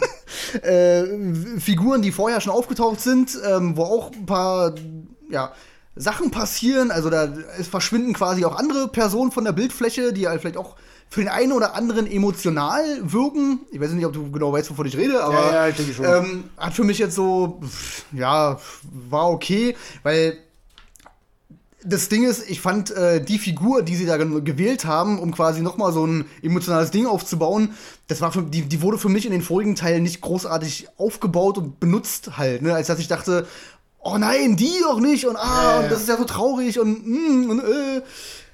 äh, Figuren, die vorher schon aufgetaucht sind, ähm, wo auch ein paar, ja, Sachen passieren, also da es verschwinden quasi auch andere Personen von der Bildfläche, die halt vielleicht auch für den einen oder anderen emotional wirken. Ich weiß nicht, ob du genau weißt, wovon ich rede, aber ja, ja, ich denke schon. Ähm, hat für mich jetzt so, ja, war okay, weil das Ding ist, ich fand äh, die Figur, die sie da ge- gewählt haben, um quasi nochmal so ein emotionales Ding aufzubauen, das war für, die, die wurde für mich in den vorigen Teilen nicht großartig aufgebaut und benutzt halt, ne? Als dass ich dachte, oh nein, die doch nicht und ah, äh. und das ist ja so traurig und mm, und äh.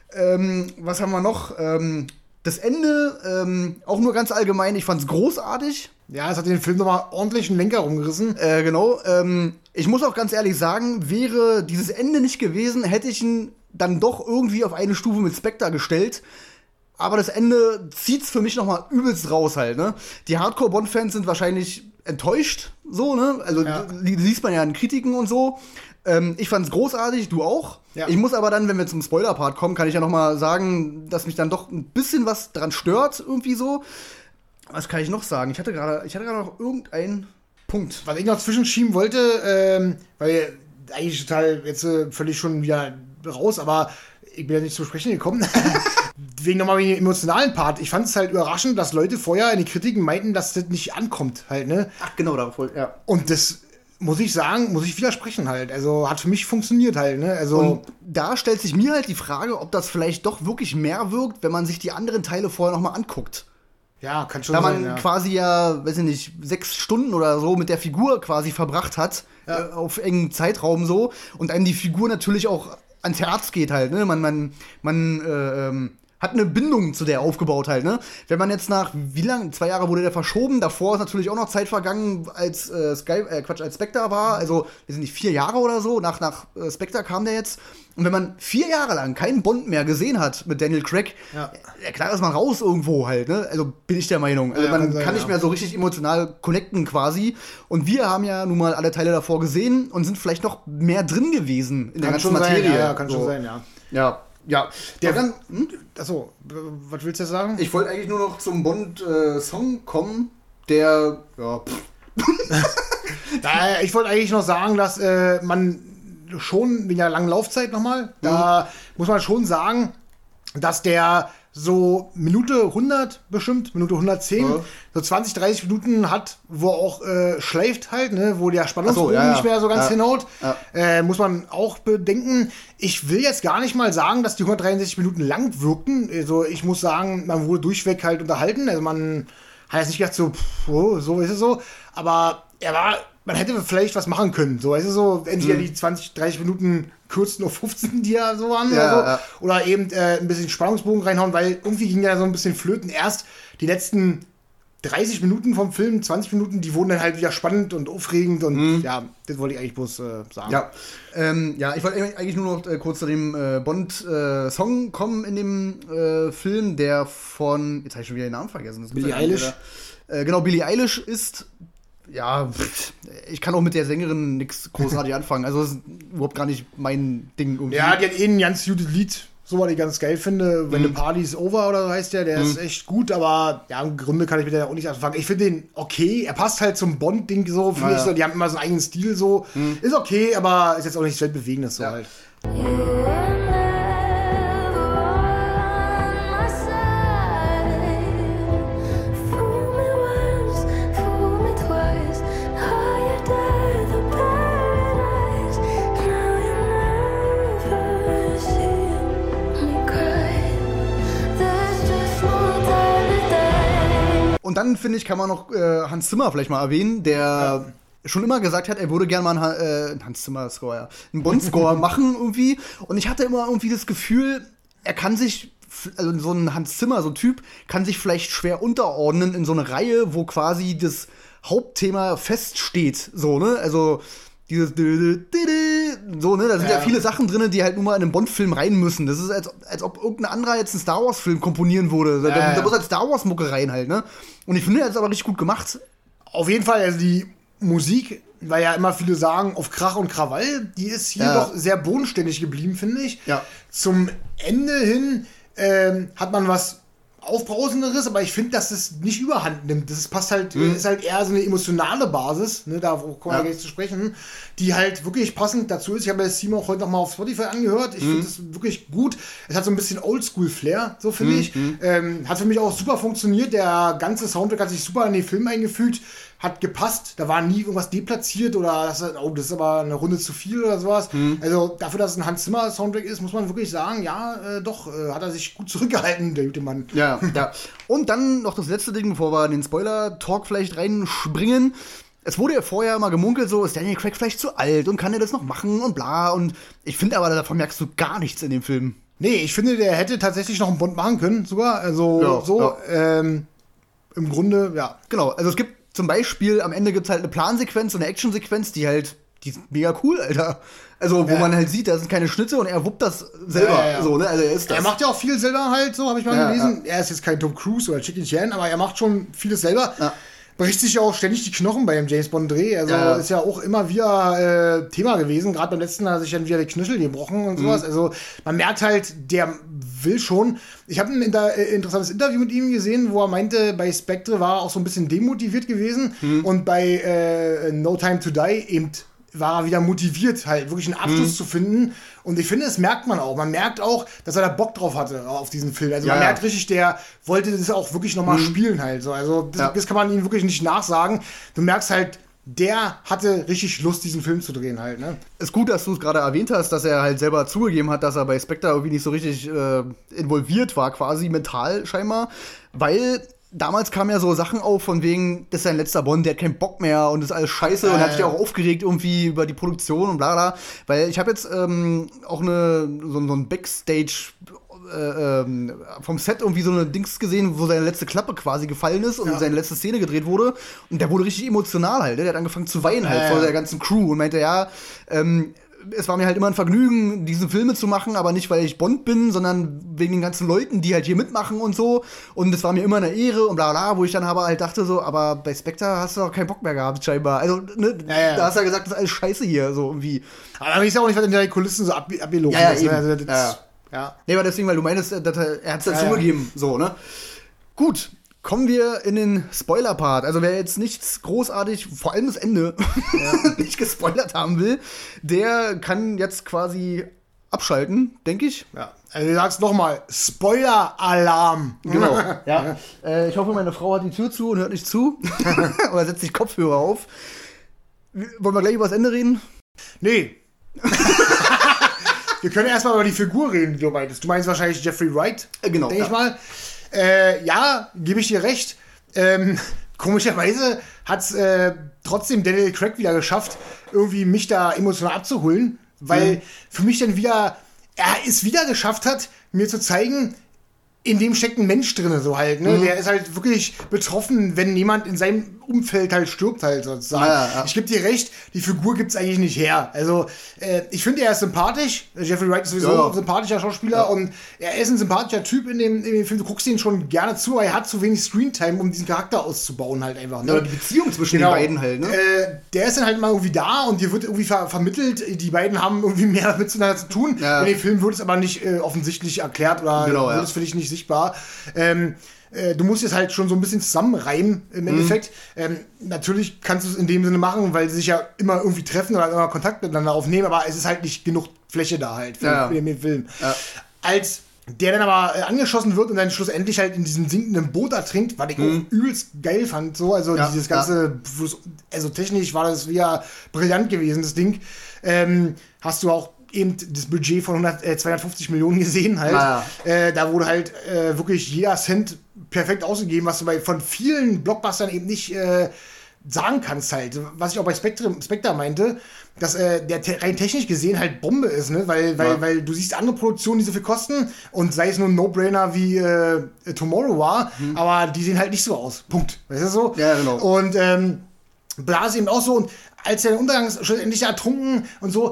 Ähm, was haben wir noch? Ähm, das Ende, ähm, auch nur ganz allgemein, ich fand's großartig. Ja, es hat den Film nochmal ordentlich einen Lenker rumgerissen. Äh, genau. Ähm, ich muss auch ganz ehrlich sagen, wäre dieses Ende nicht gewesen, hätte ich ihn dann doch irgendwie auf eine Stufe mit Spectre gestellt. Aber das Ende zieht's für mich nochmal übelst raus halt, ne? Die Hardcore-Bond-Fans sind wahrscheinlich enttäuscht, so, ne? Also, ja. li- liest man ja in Kritiken und so. Ähm, ich fand's großartig, du auch. Ja. Ich muss aber dann, wenn wir zum Spoiler-Part kommen, kann ich ja nochmal sagen, dass mich dann doch ein bisschen was dran stört, irgendwie so. Was kann ich noch sagen? Ich hatte gerade ich hatte gerade noch irgendeinen Punkt. Was ich noch zwischenschieben wollte, ähm, weil eigentlich total jetzt äh, völlig schon wieder raus, aber ich bin ja nicht zum Sprechen gekommen. Wegen nochmal wegen dem emotionalen Part. Ich fand es halt überraschend, dass Leute vorher in den Kritiken meinten, dass das nicht ankommt halt, ne? Ach, genau, da voll, ja. Und das muss ich sagen, muss ich widersprechen halt. Also hat für mich funktioniert halt, ne? Also und da stellt sich mir halt die Frage, ob das vielleicht doch wirklich mehr wirkt, wenn man sich die anderen Teile vorher nochmal anguckt. Ja, kann schon sein, Da man sein, ja. quasi ja, weiß ich nicht, sechs Stunden oder so mit der Figur quasi verbracht hat, ja. äh, auf engem Zeitraum so, und einem die Figur natürlich auch ans Herz geht halt, ne? Man, man, man, äh, ähm, hat eine Bindung zu der aufgebaut halt, ne? Wenn man jetzt nach, wie lange, zwei Jahre wurde der verschoben, davor ist natürlich auch noch Zeit vergangen, als äh, Sky, äh, Quatsch, als Spectre war, also, wir sind nicht vier Jahre oder so, nach, nach äh, Spectre kam der jetzt. Und wenn man vier Jahre lang keinen Bond mehr gesehen hat mit Daniel Craig, ja, ja klar ist man raus irgendwo halt, ne? Also bin ich der Meinung. Also ja, man kann, sein, kann nicht ja. mehr so richtig emotional connecten quasi. Und wir haben ja nun mal alle Teile davor gesehen und sind vielleicht noch mehr drin gewesen in kann der ganzen Materie. Sein, ja, ja, kann so. schon sein, ja. Ja. Ja, der dann. Hm? Achso, was willst du jetzt sagen? Ich wollte eigentlich nur noch zum Bond-Song äh, kommen, der. Ja. da, ich wollte eigentlich noch sagen, dass äh, man schon wegen der langen Laufzeit nochmal, mhm. da muss man schon sagen, dass der so Minute hundert bestimmt, Minute hundertzehn, ja. so zwanzig, dreißig Minuten hat, wo er auch äh, schleift halt, ne, wo der Spannungsbogen so, ja, nicht mehr so ganz ja. hinhaut. Ja. Äh, muss man auch bedenken. Ich will jetzt gar nicht mal sagen, dass die hundertdreiundsechzig Minuten lang wirkten. Also ich muss sagen, man wurde durchweg halt unterhalten. Also man hat jetzt nicht gedacht, so, pff, oh, so ist es so. Aber er war, man hätte vielleicht was machen können. So, weißt du, so, entweder mhm. die zwanzig, dreißig Minuten kürzen auf fünfzehn, die ja so waren, ja, oder, so. ja. oder eben äh, ein bisschen Spannungsbogen reinhauen, weil irgendwie ging ja so ein bisschen flöten. Erst die letzten dreißig Minuten vom Film, zwanzig Minuten, die wurden dann halt wieder spannend und aufregend und mhm. ja, das wollte ich eigentlich bloß äh, sagen. Ja, ähm, ja, ich wollte eigentlich nur noch äh, kurz zu dem äh, Bond-Song äh, kommen in dem äh, Film, der von, jetzt habe ich schon wieder den Namen vergessen. Das Billie Eilish. Äh, genau, Billie Eilish ist, ja, ich kann auch mit der Sängerin nichts großartig anfangen. Also das ist überhaupt gar nicht mein Ding. Irgendwie. Ja, die hat eh ein ganz gutes Lied, so was ich ganz geil finde. Wenn mhm. the Party is over oder so heißt der, der mhm. ist echt gut, aber ja, im Grunde kann ich mit der auch nicht anfangen. Ich finde den okay, er passt halt zum Bond-Ding so, finde ich so, die haben immer so einen eigenen Stil so. Mhm. Ist okay, aber ist jetzt auch nichts Weltbewegendes so ja. halt. Und dann, finde ich, kann man noch äh, Hans Zimmer vielleicht mal erwähnen, der ja. schon immer gesagt hat, er würde gerne mal einen, äh, Hans Zimmer-Score, ja, einen Bond-Score machen irgendwie. Und ich hatte immer irgendwie das Gefühl, er kann sich, also so ein Hans Zimmer, so ein Typ, kann sich vielleicht schwer unterordnen in so eine Reihe, wo quasi das Hauptthema feststeht, so, ne? Also dieses so, ne, da sind ja, ja viele Sachen drin, die halt nur mal in einen Bond-Film rein müssen. Das ist, als, als ob irgendein anderer jetzt einen Star Wars-Film komponieren würde. Da, ja, da muss halt Star Wars-Mucke rein halt, ne? Und ich finde, er hat es aber richtig gut gemacht. Auf jeden Fall, also die Musik, weil ja immer viele sagen, auf Krach und Krawall, die ist hier ja. doch sehr bodenständig geblieben, finde ich. Ja. Zum Ende hin ähm, hat man was Aufbrausenderes, aber ich finde, dass es nicht überhand nimmt. Das passt halt, mhm. ist halt eher so eine emotionale Basis, ne, da kommen wir ja. gleich zu sprechen, die halt wirklich passend dazu ist. Ich habe das Team auch heute noch mal auf Spotify angehört. Ich mhm. finde es wirklich gut. Es hat so ein bisschen Oldschool-Flair, so finde mhm. ich. Ähm, hat für mich auch super funktioniert. Der ganze Soundtrack hat sich super in den Film eingefügt. Hat gepasst, da war nie irgendwas deplatziert oder das ist, oh, das ist aber eine Runde zu viel oder sowas. Mhm. Also dafür, dass es ein Hans Zimmer Soundtrack ist, muss man wirklich sagen, ja, äh, doch, äh, hat er sich gut zurückgehalten, der gute Mann. Ja, ja. Und dann noch das letzte Ding, bevor wir in den Spoiler-Talk vielleicht reinspringen. Es wurde ja vorher immer gemunkelt, so ist Daniel Craig vielleicht zu alt und kann er das noch machen und bla. Und ich finde aber, davon merkst du gar nichts in dem Film. Nee, ich finde, der hätte tatsächlich noch einen Bond machen können, sogar. Also ja, so, ja. Ähm, im Grunde, ja. Genau, also es gibt zum Beispiel, am Ende gibt es halt eine Plansequenz und eine Actionsequenz, die halt, die ist mega cool, Alter. Also, wo ja. man halt sieht, da sind keine Schnitte und er wuppt das selber. Ja, ja, ja. So, ne? Also er ist das. Er macht ja auch viel selber halt, so habe ich mal ja, gelesen. Ja. Er ist jetzt kein Tom Cruise oder Jackie Chan, aber er macht schon vieles selber. Ja. Bricht sich ja auch ständig die Knochen bei dem James Bond-Dreh. Also ja. ist ja auch immer wieder äh, Thema gewesen. Gerade beim letzten hat er sich dann wieder die Knöchel gebrochen und sowas. Mhm. Also man merkt halt, der will schon. Ich habe ein inter- äh, interessantes Interview mit ihm gesehen, wo er meinte, bei Spectre war er auch so ein bisschen demotiviert gewesen. Mhm. Und bei äh, No Time to Die eben war er wieder motiviert, halt wirklich einen Abschluss mhm. zu finden. Und ich finde, das merkt man auch. Man merkt auch, dass er da Bock drauf hatte auf diesen Film. Also ja, man merkt richtig, der wollte das auch wirklich nochmal mhm. spielen halt. So. Also das, ja. das kann man ihm wirklich nicht nachsagen. Du merkst halt, der hatte richtig Lust, diesen Film zu drehen halt, ne? Ist gut, dass du es gerade erwähnt hast, dass er halt selber zugegeben hat, dass er bei Spectre irgendwie nicht so richtig äh, involviert war, quasi mental scheinbar. Weil damals kamen ja so Sachen auf, von wegen, das ist sein letzter Bond, der hat keinen Bock mehr und das ist alles scheiße äh. und hat sich auch aufgeregt irgendwie über die Produktion und bla bla. Weil ich habe jetzt ähm, auch eine, so, so ein Backstage äh, ähm, vom Set irgendwie so eine Dings gesehen, wo seine letzte Klappe quasi gefallen ist und ja. seine letzte Szene gedreht wurde. Und der wurde richtig emotional halt. Der hat angefangen zu weinen halt äh. vor der ganzen Crew und meinte, ja, ähm, es war mir halt immer ein Vergnügen, diese Filme zu machen, aber nicht, weil ich Bond bin, sondern wegen den ganzen Leuten, die halt hier mitmachen und so. Und es war mir immer eine Ehre und bla bla, wo ich dann aber halt dachte so, aber bei Spectre hast du doch keinen Bock mehr gehabt, scheinbar. Also, ne, ja, ja. da hast du ja gesagt, das ist alles scheiße hier, so irgendwie. Aber dann ist ja auch nicht, was in der Kulissen so ab, abgelogen ja, ja, ist. Eben. Also, das, ja. ja. Nee, aber deswegen, weil du meinst, dass er, er hat es ja, ja zugegeben, so, ne? Gut. Kommen wir in den Spoiler-Part. Also wer jetzt nichts großartig, vor allem das Ende, ja. nicht gespoilert haben will, der kann jetzt quasi abschalten, denke ich. Ja. Also du sagst nochmal, Spoiler-Alarm. Genau. Ja. Äh, ich hoffe, meine Frau hat die Tür zu und hört nicht zu. Oder setzt sich Kopfhörer auf. Wollen wir gleich über das Ende reden? Nee. Wir können erstmal über die Figur reden, die du meintest. Du meinst wahrscheinlich Jeffrey Wright, äh, genau, denke ja. ich mal. Äh, ja, gebe ich dir recht. Ähm, komischerweise hat es äh, trotzdem Daniel Craig wieder geschafft, irgendwie mich da emotional abzuholen, weil mhm. für mich dann wieder, er es wieder geschafft hat, mir zu zeigen, in dem steckt ein Mensch drin, so halt, ne? Mhm. Der ist halt wirklich betroffen, wenn jemand in seinem Umfeld halt stirbt, halt sozusagen. Ja, ja. Ich gebe dir recht, die Figur gibt's eigentlich nicht her. Also, äh, ich finde, er ist sympathisch. Jeffrey Wright ist sowieso ja. ein sympathischer Schauspieler ja. und er ist ein sympathischer Typ in dem, in dem Film. Du guckst ihn schon gerne zu, aber er hat zu wenig Screentime, um diesen Charakter auszubauen, halt einfach. Ne? Ja, die Beziehung zwischen genau. den beiden halt, ne? Äh, der ist dann halt mal irgendwie da und dir wird irgendwie ver- vermittelt, die beiden haben irgendwie mehr miteinander zu tun. Ja. In dem Film wird es aber nicht äh, offensichtlich erklärt oder genau, wird es ja. für dich nicht sichtbar. Ähm, äh, du musst es halt schon so ein bisschen zusammenreimen im mhm. Endeffekt. Ähm, natürlich kannst du es in dem Sinne machen, weil sie sich ja immer irgendwie treffen oder immer Kontakt miteinander aufnehmen, aber es ist halt nicht genug Fläche da halt für, ja. für den Film. Ja. Als der dann aber äh, angeschossen wird und dann schlussendlich halt in diesem sinkenden Boot ertrinkt, was ich mhm. auch übelst geil fand. So. Also ja, dieses ganze, ja. also technisch war das wieder brillant gewesen, das Ding. Ähm, hast du auch eben das Budget von hundert, äh, zweihundertfünfzig Millionen gesehen halt. Ah, ja. äh, da wurde halt äh, wirklich jeder Cent perfekt ausgegeben, was du bei von vielen Blockbustern eben nicht äh, sagen kannst halt. Was ich auch bei Spectre, Spectre meinte, dass äh, der te- rein technisch gesehen halt Bombe ist, ne? Weil, weil, ja. weil du siehst andere Produktionen, die so viel kosten und sei es nur ein No-Brainer wie äh, Tomorrow war, mhm. aber die sehen halt nicht so aus. Punkt. Weißt du so? Ja, genau. Und ähm, Blase eben auch so und als der Untergang schlussendlich ertrunken und so,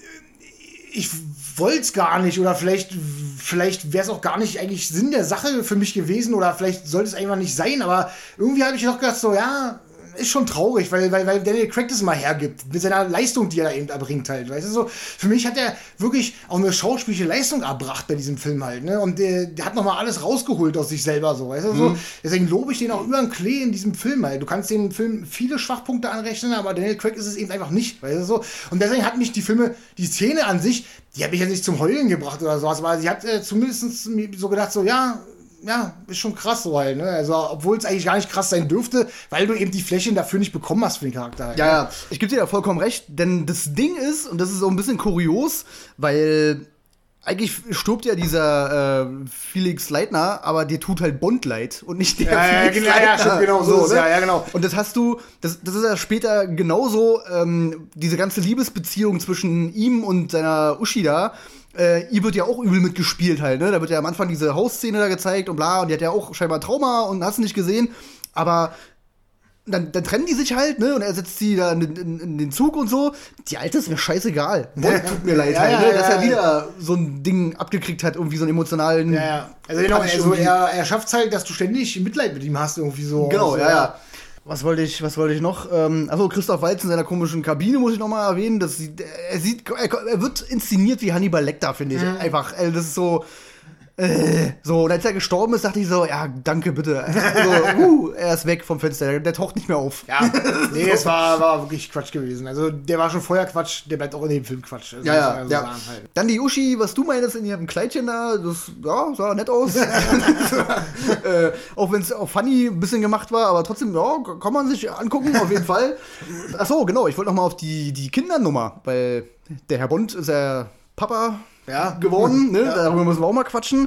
ich wollte es gar nicht oder vielleicht, vielleicht wäre es auch gar nicht eigentlich Sinn der Sache für mich gewesen oder vielleicht sollte es einfach nicht sein, aber irgendwie habe ich doch gedacht so, ja, ist schon traurig, weil, weil, weil Daniel Craig das mal hergibt, mit seiner Leistung, die er da eben erbringt halt, weißt du so. Für mich hat er wirklich auch eine schauspielische Leistung erbracht bei diesem Film halt, ne, und der, der hat nochmal alles rausgeholt aus sich selber so, weißt du so. Mhm. Deswegen lobe ich den auch über den Klee in diesem Film halt. Du kannst den Film viele Schwachpunkte anrechnen, aber Daniel Craig ist es eben einfach nicht, weißt du so. Und deswegen hat mich die Filme, die Szene an sich, die hat mich ja nicht zum Heulen gebracht oder sowas, aber sie hat äh, zumindest so gedacht so, ja, ja, ist schon krass so halt, ne? Also, obwohl es eigentlich gar nicht krass sein dürfte, weil du eben die Flächen dafür nicht bekommen hast für den Charakter halt. Ja, ja, ich gebe dir da vollkommen recht, denn das Ding ist, und das ist so ein bisschen kurios, weil eigentlich stirbt ja dieser äh, Felix Leitner, aber dir tut halt Bond leid und nicht der ja, Felix ja, Leitner. Ja, stimmt, genau so, so ne? ja, ja, genau. Und das hast du, das, das ist ja später genauso, ähm, diese ganze Liebesbeziehung zwischen ihm und seiner Uschi da, Äh, ihr wird ja auch übel mitgespielt halt, ne? Da wird ja am Anfang diese Hausszene da gezeigt und bla, und die hat ja auch scheinbar Trauma und hast du nicht gesehen, aber dann, dann trennen die sich halt, ne? Und er setzt sie da in, in, in den Zug und so. Die Alte ist mir scheißegal. Bond tut mir leid ja, halt, ja, ne? ja, Dass ja, er wieder so ein Ding abgekriegt hat, irgendwie so einen emotionalen. Ja, ja. Also, genau, also er, er schafft es halt, dass du ständig Mitleid mit ihm hast, irgendwie so. Genau, so, ja, ja. Was wollte ich, was wollte ich noch? Ähm, achso, Christoph Waltz in seiner komischen Kabine muss ich noch mal erwähnen. Das sieht, er sieht, er, er wird inszeniert wie Hannibal Lecter, finde ich. Mhm. Einfach, äh, das ist so, äh, so. Und als er gestorben ist, dachte ich so, ja, danke, bitte. So, uh, er ist weg vom Fenster, der, der taucht nicht mehr auf. Ja, nee, es war, war wirklich Quatsch gewesen. Also, der war schon vorher Quatsch, der bleibt auch in dem Film Quatsch. Also, ja, ja, also ja. Sagen, halt. Dann die Uschi, was du meinst in ihrem Kleidchen da, das, ja, sah nett aus. äh, auch wenn es auch funny ein bisschen gemacht war, aber trotzdem, ja, kann man sich angucken, auf jeden Fall. Achso, genau, ich wollte noch mal auf die, die Kindernummer, weil der Herr Bond ist ja Papa ja. geworden, ne? Ja. Darüber müssen wir auch mal quatschen.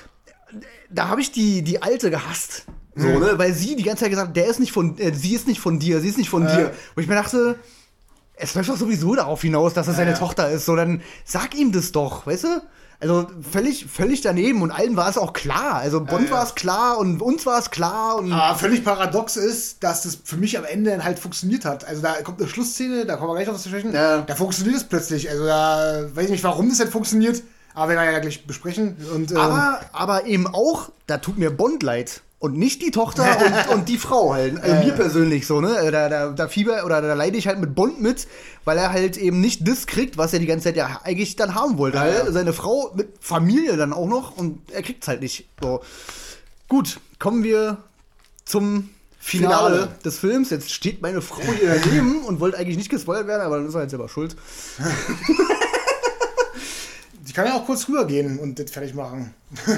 Da habe ich die, die Alte gehasst. So, mhm. ne? Weil sie die ganze Zeit gesagt hat, der ist nicht von, äh, sie ist nicht von dir, sie ist nicht von äh. dir. Und ich mir dachte, es läuft doch sowieso darauf hinaus, dass es seine äh. Tochter ist. So, dann sag ihm das doch, weißt du? Also völlig, völlig daneben und allen war es auch klar. Also Bond äh, war es klar und uns war es klar. Und aber völlig paradox ist, dass das für mich am Ende dann halt funktioniert hat. Also da kommt eine Schlussszene, da kommen wir gleich noch was zu sprechen. Ja. Da funktioniert es plötzlich. Also da weiß ich nicht, warum das denn funktioniert, aber werden wir ja gleich besprechen. Und, ähm, aber, aber eben auch, da tut mir Bond leid. Und nicht die Tochter und, und die Frau halt. Also äh, mir persönlich so, ne? Da, da, da Fieber oder da leide ich halt mit Bond mit, weil er halt eben nicht das kriegt, was er die ganze Zeit ja eigentlich dann haben wollte. Ja, ja. Seine Frau mit Familie dann auch noch und er kriegt's halt nicht. So. Gut, kommen wir zum Finale, Finale des Films. Jetzt steht meine Frau hier daneben und wollte eigentlich nicht gespoilert werden, aber dann ist er halt selber schuld. Ich kann ja auch kurz rübergehen und das fertig machen.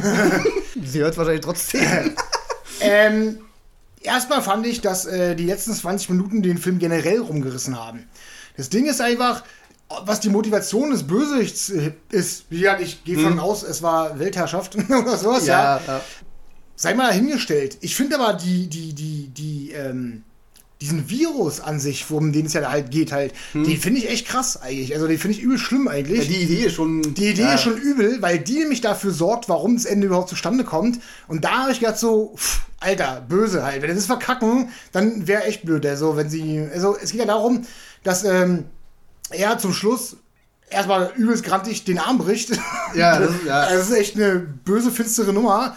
Sie hört wahrscheinlich trotzdem. ähm, erstmal fand ich, dass äh, die letzten zwanzig Minuten den Film generell rumgerissen haben. Das Ding ist einfach, was die Motivation des Bösewichts ist. Wie gesagt, ich gehe von hm. aus, es war Weltherrschaft oder sowas, ja. ja. ja. Sei mal dahingestellt. Ich finde aber die, die, die, die, ähm, diesen Virus an sich, um den es ja halt geht, halt, hm. den finde ich echt krass eigentlich. Also den finde ich übel schlimm eigentlich. Ja, die Idee ist schon... Die Idee ja. ist schon übel, weil die nämlich dafür sorgt, warum das Ende überhaupt zustande kommt. Und da habe ich gedacht so, pff, Alter, böse halt. Wenn die das verkacken, dann wäre echt blöd. Also, wenn sie... Also es geht ja darum, dass ähm, er zum Schluss erstmal übelst grantig den Arm bricht. Ja, das, ja. Das ist echt eine böse, finstere Nummer.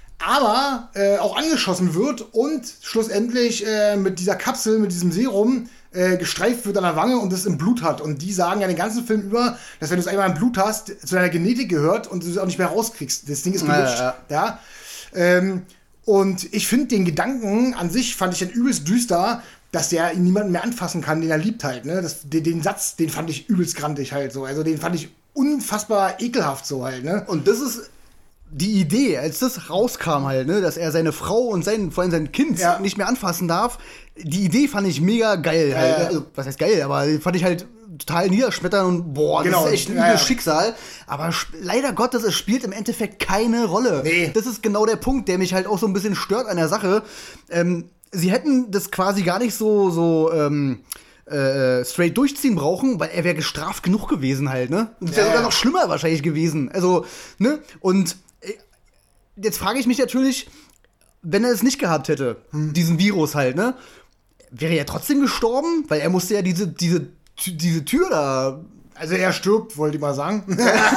Aber äh, auch angeschossen wird und schlussendlich äh, mit dieser Kapsel, mit diesem Serum äh, gestreift wird an der Wange und es im Blut hat. Und die sagen ja den ganzen Film über, dass wenn du es einmal im Blut hast, zu deiner Genetik gehört und du es auch nicht mehr rauskriegst. Das Ding ist gelutscht. Ja, ja. ja? Ähm, und ich finde den Gedanken an sich, fand ich dann übelst düster, dass der ihn niemanden mehr anfassen kann, den er liebt halt. Ne? Das, den, den Satz, den fand ich übelst grantig halt so. Also den fand ich unfassbar ekelhaft so halt. Ne? Und das ist... Die Idee, als das rauskam halt, ne, dass er seine Frau und sein, vor allem sein Kind ja. nicht mehr anfassen darf, die Idee fand ich mega geil. Ja, halt. ja. Also, was heißt geil, aber fand ich halt total niederschmetternd und boah, genau. das ist echt ein ja, ja. Schicksal. Aber leider Gottes, es spielt im Endeffekt keine Rolle. Nee. Das ist genau der Punkt, der mich halt auch so ein bisschen stört an der Sache. Ähm, sie hätten das quasi gar nicht so, so, ähm, Äh, straight durchziehen brauchen, weil er wäre gestraft genug gewesen halt, ne? Und das wäre ja, sogar ja. noch schlimmer wahrscheinlich gewesen. Also, ne? Und äh, jetzt frage ich mich natürlich, wenn er es nicht gehabt hätte, hm. diesen Virus halt, ne? Wäre er trotzdem gestorben? Weil er musste ja diese, diese, diese Tür da... Also er stirbt, wollte ich mal sagen.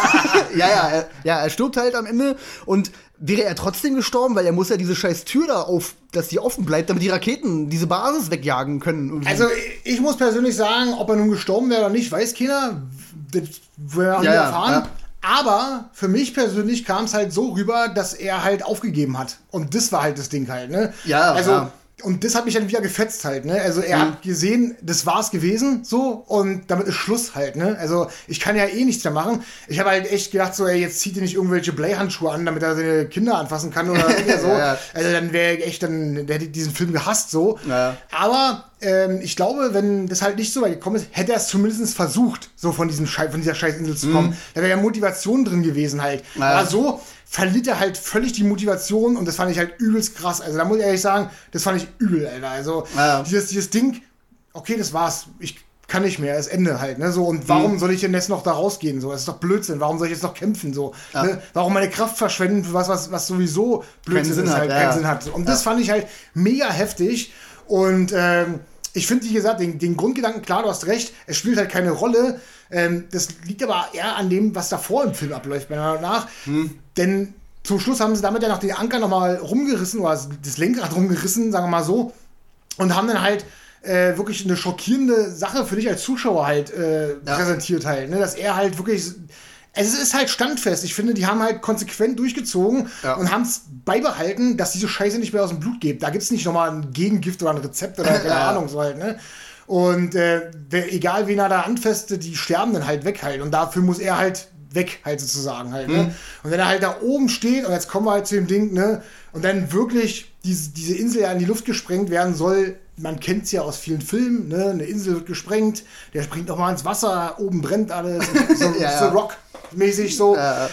ja, ja, er, ja, er stirbt halt am Ende. Und wäre er trotzdem gestorben, weil er muss ja diese scheiß Tür da auf, dass die offen bleibt, damit die Raketen diese Basis wegjagen können. Irgendwie. Also ich muss persönlich sagen, ob er nun gestorben wäre oder nicht, weiß keiner. Das werden wir ja, erfahren. Ja. Aber für mich persönlich kam es halt so rüber, dass er halt aufgegeben hat. Und das war halt das Ding halt, ne? Ja, also ja. Und das hat mich dann wieder gefetzt halt, ne? Also er mhm. hat gesehen, das war's gewesen, so, und damit ist Schluss halt, ne? Also ich kann ja eh nichts mehr machen. Ich habe halt echt gedacht, so, ey, jetzt zieht ihr nicht irgendwelche Bleihandschuhe an, damit er seine Kinder anfassen kann oder so. ja, ja. Also dann wäre ich echt, dann der hätte ich diesen Film gehasst, so. Ja. Aber ähm, ich glaube, wenn das halt nicht so weit gekommen ist, hätte er es zumindest versucht, so von diesem Schei- von dieser Scheißinsel zu kommen. Mhm. Da wäre ja Motivation drin gewesen halt. Ja. Aber so verliert er halt völlig die Motivation und das fand ich halt übelst krass. Also da muss ich ehrlich sagen, das fand ich übel, Alter. Also ja. dieses, dieses Ding, okay, das war's. Ich kann nicht mehr, das Ende halt, ne? So, und warum mhm. soll ich denn jetzt noch da rausgehen? So, das ist doch Blödsinn. Warum soll ich jetzt noch kämpfen? So, ja. ne? Warum meine Kraft verschwenden für was, was, was sowieso Blödsinn Sinn ist, hat, halt, ja. keinen Sinn hat. Und das ja. fand ich halt mega heftig. Und ähm, ich finde, wie gesagt, den, den Grundgedanken, klar, du hast recht, es spielt halt keine Rolle. Ähm, das liegt aber eher an dem, was davor im Film abläuft, meiner Meinung nach. Mhm. Denn zum Schluss haben sie damit ja noch den Anker nochmal rumgerissen, oder das Lenkrad rumgerissen, sagen wir mal so, und haben dann halt äh, wirklich eine schockierende Sache für dich als Zuschauer halt äh, ja. präsentiert halt, ne? Dass er halt wirklich, es ist halt standfest, ich finde, die haben halt konsequent durchgezogen ja. und haben es beibehalten, dass diese Scheiße nicht mehr aus dem Blut geht. Da gibt es nicht nochmal ein Gegengift oder ein Rezept oder keine ja. Ahnung, so halt, ne? Und äh, wer, egal wen er da anfasste, die sterben dann halt weg halt, und dafür muss er halt weg, halt sozusagen halt, ne? Mhm. Und wenn er halt da oben steht, und jetzt kommen wir halt zu dem Ding, ne? Und dann wirklich diese, diese Insel ja in die Luft gesprengt werden soll, man kennt es ja aus vielen Filmen, ne? Eine Insel wird gesprengt, der springt noch mal ins Wasser, oben brennt alles, so, ja, so Rock-mäßig so. Ja.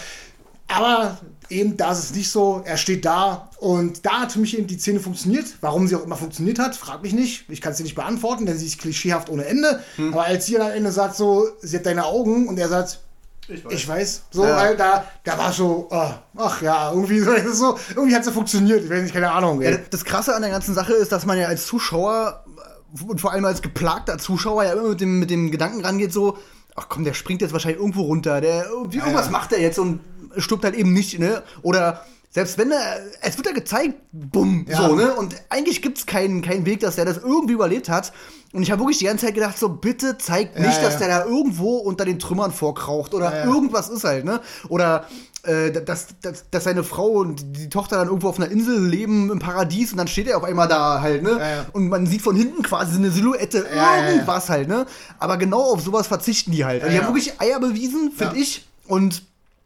Aber eben, da ist es nicht so, er steht da, und da hat für mich eben die Szene funktioniert. Warum sie auch immer funktioniert hat, frag mich nicht. Ich kann es dir nicht beantworten, denn sie ist klischeehaft ohne Ende. Hm. Aber als sie dann am Ende sagt so, sie hat deine Augen, und er sagt, Ich weiß. Ich weiß. So, ja. Weil da, da war so, oh, ach ja, irgendwie so, so, irgendwie hat es so funktioniert. Ich weiß nicht, keine Ahnung. Ey. Ja, das Krasse an der ganzen Sache ist, dass man ja als Zuschauer und vor allem als geplagter Zuschauer ja immer mit dem, mit dem Gedanken rangeht, so, ach komm, der springt jetzt wahrscheinlich irgendwo runter, der irgendwie ja, irgendwas ja. macht er jetzt und stirbt halt eben nicht, ne? Oder selbst wenn er, es wird ja gezeigt, bumm, ja. so, ne? Und eigentlich gibt's keinen, keinen Weg, dass der das irgendwie überlebt hat. Und ich habe wirklich die ganze Zeit gedacht, so, bitte zeigt nicht, ja, ja. dass der da irgendwo unter den Trümmern vorkraucht oder ja, ja. irgendwas ist halt, ne? Oder äh, dass, dass, dass seine Frau und die Tochter dann irgendwo auf einer Insel leben im Paradies, und dann steht er auf einmal da halt, ne? Ja, ja. Und man sieht von hinten quasi so eine Silhouette, ja, irgendwas ja, ja. halt, ne? Aber genau auf sowas verzichten die halt. Also ja, die haben ja. wirklich Eier bewiesen, finde ja. ich. Und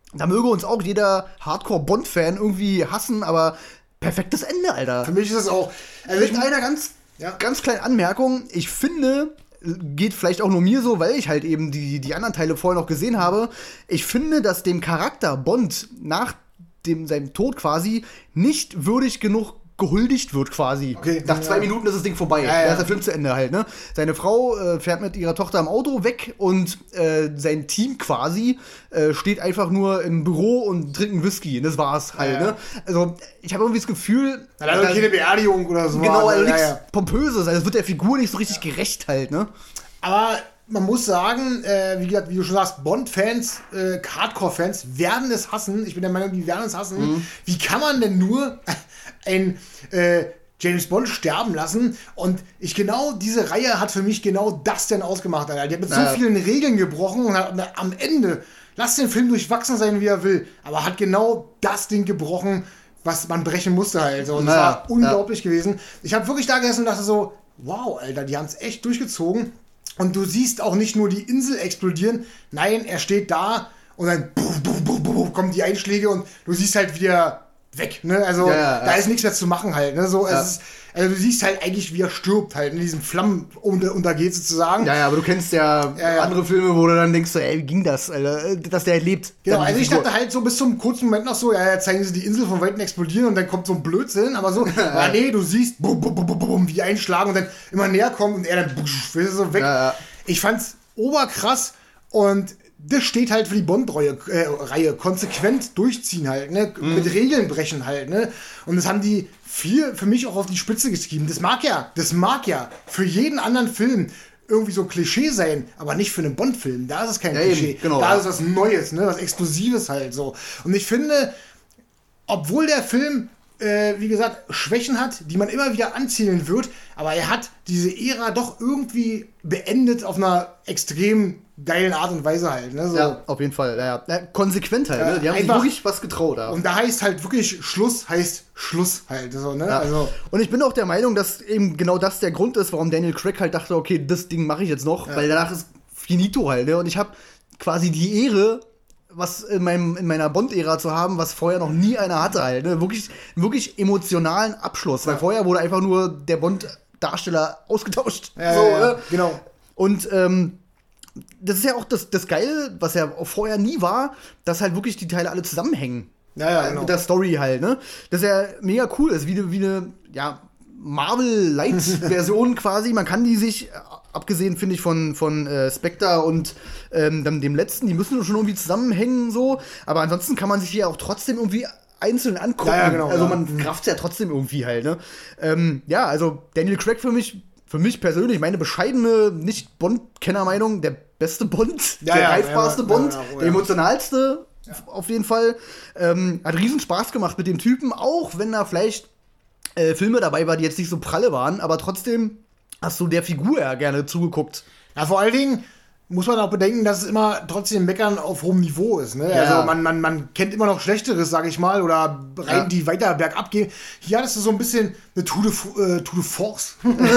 Da möge uns auch jeder Hardcore-Bond-Fan irgendwie hassen, aber perfektes Ende, Alter. Für mich ist es auch. Also mit einer ganz, ja. ganz kleinen Anmerkung. Ich finde, geht vielleicht auch nur mir so, weil ich halt eben die, die anderen Teile vorher noch gesehen habe. Ich finde, dass dem Charakter Bond nach dem, seinem Tod quasi nicht würdig genug gehuldigt wird quasi. Okay, Nach ja. zwei Minuten ist das Ding vorbei. Ja, ja. Da ist der Film zu Ende halt, ne? Seine Frau äh, fährt mit ihrer Tochter im Auto weg und äh, sein Team quasi äh, steht einfach nur im Büro und trinkt einen Whisky. Und das war's halt, Ja, ja. ne? Also, ich habe irgendwie das Gefühl... Da hat er keine Beerdigung oder so. Genau, also ja, nichts ja. Pompöses. Also, es wird der Figur nicht so richtig gerecht halt, ne? Aber man muss sagen, äh, wie gesagt, wie du schon sagst, Bond-Fans, äh, Hardcore-Fans werden es hassen. Ich bin der Meinung, die werden es hassen. Mhm. Wie kann man denn nur ein äh, James Bond sterben lassen? Und ich genau, diese Reihe hat für mich genau das denn ausgemacht, Alter. Die hat mit Ja. so vielen Regeln gebrochen und hat am Ende, lass den Film durchwachsen sein, wie er will, aber hat genau das Ding gebrochen, was man brechen musste halt. So. Und es Ja, war unglaublich ja. gewesen. Ich habe wirklich da gesessen und dachte so, wow, Alter, die haben es echt durchgezogen. Und du siehst auch nicht nur die Insel explodieren, nein, er steht da und dann buh, buh, buh, buh, buh, kommen die Einschläge und du siehst halt wieder weg, ne? Also Ja, ja, da ja. ist nichts mehr zu machen halt, ne? So, Ja. es ist, also du siehst halt eigentlich, wie er stirbt halt, in diesen Flammen unter, untergeht sozusagen. Ja, ja, aber du kennst ja, Ja, ja. andere Filme, wo du dann denkst, so, ey, wie ging das, Alter? Dass der halt lebt. Genau, Dann die also ich Figur. dachte halt so bis zum kurzen Moment noch so, ja, ja, zeigen sie die Insel von Weitem explodieren und dann kommt so ein Blödsinn, aber so, ja, nee, du siehst, bum, bum, bum, bum, bum, wie die einschlagen und dann immer näher kommen und er dann busch, weißt du, so weg. Ja, ja. Ich fand's oberkrass und das steht halt für die Bond-Reihe äh, Reihe, konsequent durchziehen halt, ne? Mhm. Mit Regeln brechen halt, ne? Und das haben die viel für mich auch auf die Spitze getrieben. Das mag ja, das mag ja für jeden anderen Film irgendwie so Klischee sein, aber nicht für einen Bond-Film. Da ist es kein Ja, Klischee. eben, genau, da ja. ist was Neues, ne? Was Exklusives halt so. Und ich finde, obwohl der Film, äh, wie gesagt, Schwächen hat, die man immer wieder anzählen wird, aber er hat diese Ära doch irgendwie beendet auf einer extrem geilen Art und Weise halt. Ne? So. Ja, auf jeden Fall. Ja, ja. Ja, konsequent halt, Ja, ne? Die haben einfach- sich wirklich was getraut. Ja. Und da heißt halt wirklich Schluss, heißt Schluss halt. So, ne? Ja. Also, Und ich bin auch der Meinung, dass eben genau das der Grund ist, warum Daniel Craig halt dachte, okay, das Ding mache ich jetzt noch, weil danach ist finito halt, ne? Und ich habe quasi die Ehre, was in, meinem, in meiner Bond-Ära zu haben, was vorher noch nie einer hatte halt, ne? Wirklich, wirklich emotionalen Abschluss, weil vorher wurde einfach nur der Bond-Darsteller ausgetauscht. ja, so, ja, ja, ne? genau. Und ähm, das ist ja auch das, das Geile, was ja auch vorher nie war, dass halt wirklich die Teile alle zusammenhängen. Ja, ja, genau. Mit der Story halt, ne? Das ist ja mega cool ist, wie eine, wie eine ja, Marvel-Light-Version quasi. Man kann die sich, äh, abgesehen, finde ich, von, von äh, Spectre und ähm, dann dem letzten, die müssen schon irgendwie zusammenhängen, so. Aber ansonsten kann man sich die ja auch trotzdem irgendwie einzeln angucken. Ja, ja, genau, also ja. man kraft's ja trotzdem irgendwie halt, ne? Ähm, ja, also Daniel Craig für mich, für mich persönlich, meine bescheidene, nicht Bond-Kenner-Meinung, der beste Bond, Ja, der ja, reifbarste ja, Bond, ja, ja, oh, der ja. emotionalste, auf jeden Fall. Ähm, hat riesen Spaß gemacht mit dem Typen, auch wenn da vielleicht äh, Filme dabei waren, die jetzt nicht so pralle waren, aber trotzdem hast du der Figur ja gerne zugeguckt. Ja, vor allen Dingen muss man auch bedenken, dass es immer trotzdem Meckern auf hohem Niveau ist. Ne? Ja. Also man, man, man kennt immer noch Schlechteres, sag ich mal, oder Reihen, Ja. die weiter bergab gehen. Hier hattest du so ein bisschen eine Tour de, F- äh, Tour de Force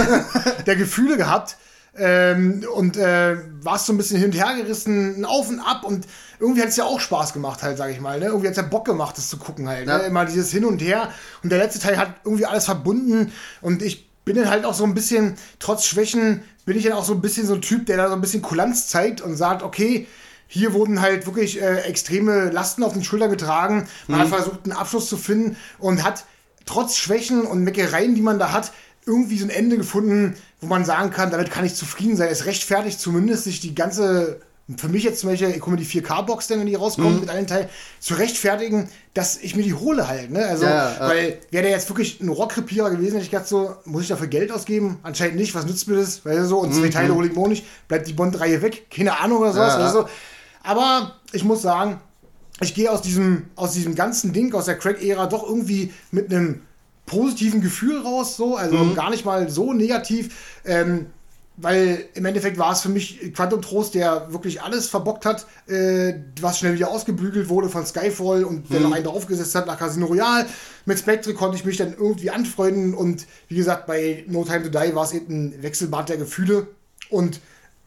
der Gefühle gehabt. Ähm, und äh, warst so ein bisschen hin und her gerissen, ein Auf und Ab und irgendwie hat es ja auch Spaß gemacht halt, sag ich mal, ne? Irgendwie hat es ja Bock gemacht, das zu gucken halt, Ja. ne? Immer dieses Hin und Her und der letzte Teil hat irgendwie alles verbunden und ich bin dann halt auch so ein bisschen, trotz Schwächen, bin ich dann auch so ein bisschen so ein Typ, der da so ein bisschen Kulanz zeigt und sagt, okay, hier wurden halt wirklich äh, extreme Lasten auf den Schultern getragen, man hat versucht, einen Abschluss zu finden und hat trotz Schwächen und Meckereien, die man da hat, irgendwie so ein Ende gefunden, wo man sagen kann, damit kann ich zufrieden sein. Es rechtfertigt zumindest sich die ganze, für mich jetzt zum Beispiel, ich gucke mir die vier K-Box, wenn die rauskommt, mit allen Teilen, zu rechtfertigen, dass ich mir die hole halt. Ne? Also, Ja, ja. weil wäre der jetzt wirklich ein Rohrkrepierer gewesen, hätte ich gedacht so, muss ich dafür Geld ausgeben? Anscheinend nicht, was nützt mir das? Weil so, und zwei Teile hole ich mir auch nicht, bleibt die Bond-Reihe weg, keine Ahnung oder sowas. Ja, ja. Also, aber ich muss sagen, ich gehe aus diesem, aus diesem ganzen Ding, aus der Craig-Ära doch irgendwie mit einem positiven Gefühl raus, so, also Mhm. gar nicht mal so negativ, ähm, weil im Endeffekt war es für mich Quantum Trost, der wirklich alles verbockt hat, äh, was schnell wieder ausgebügelt wurde von Skyfall und der Mhm. noch einen draufgesetzt hat nach Casino Royale. Mit Spectre konnte ich mich dann irgendwie anfreunden und wie gesagt, bei No Time to Die war es eben ein Wechselbad der Gefühle und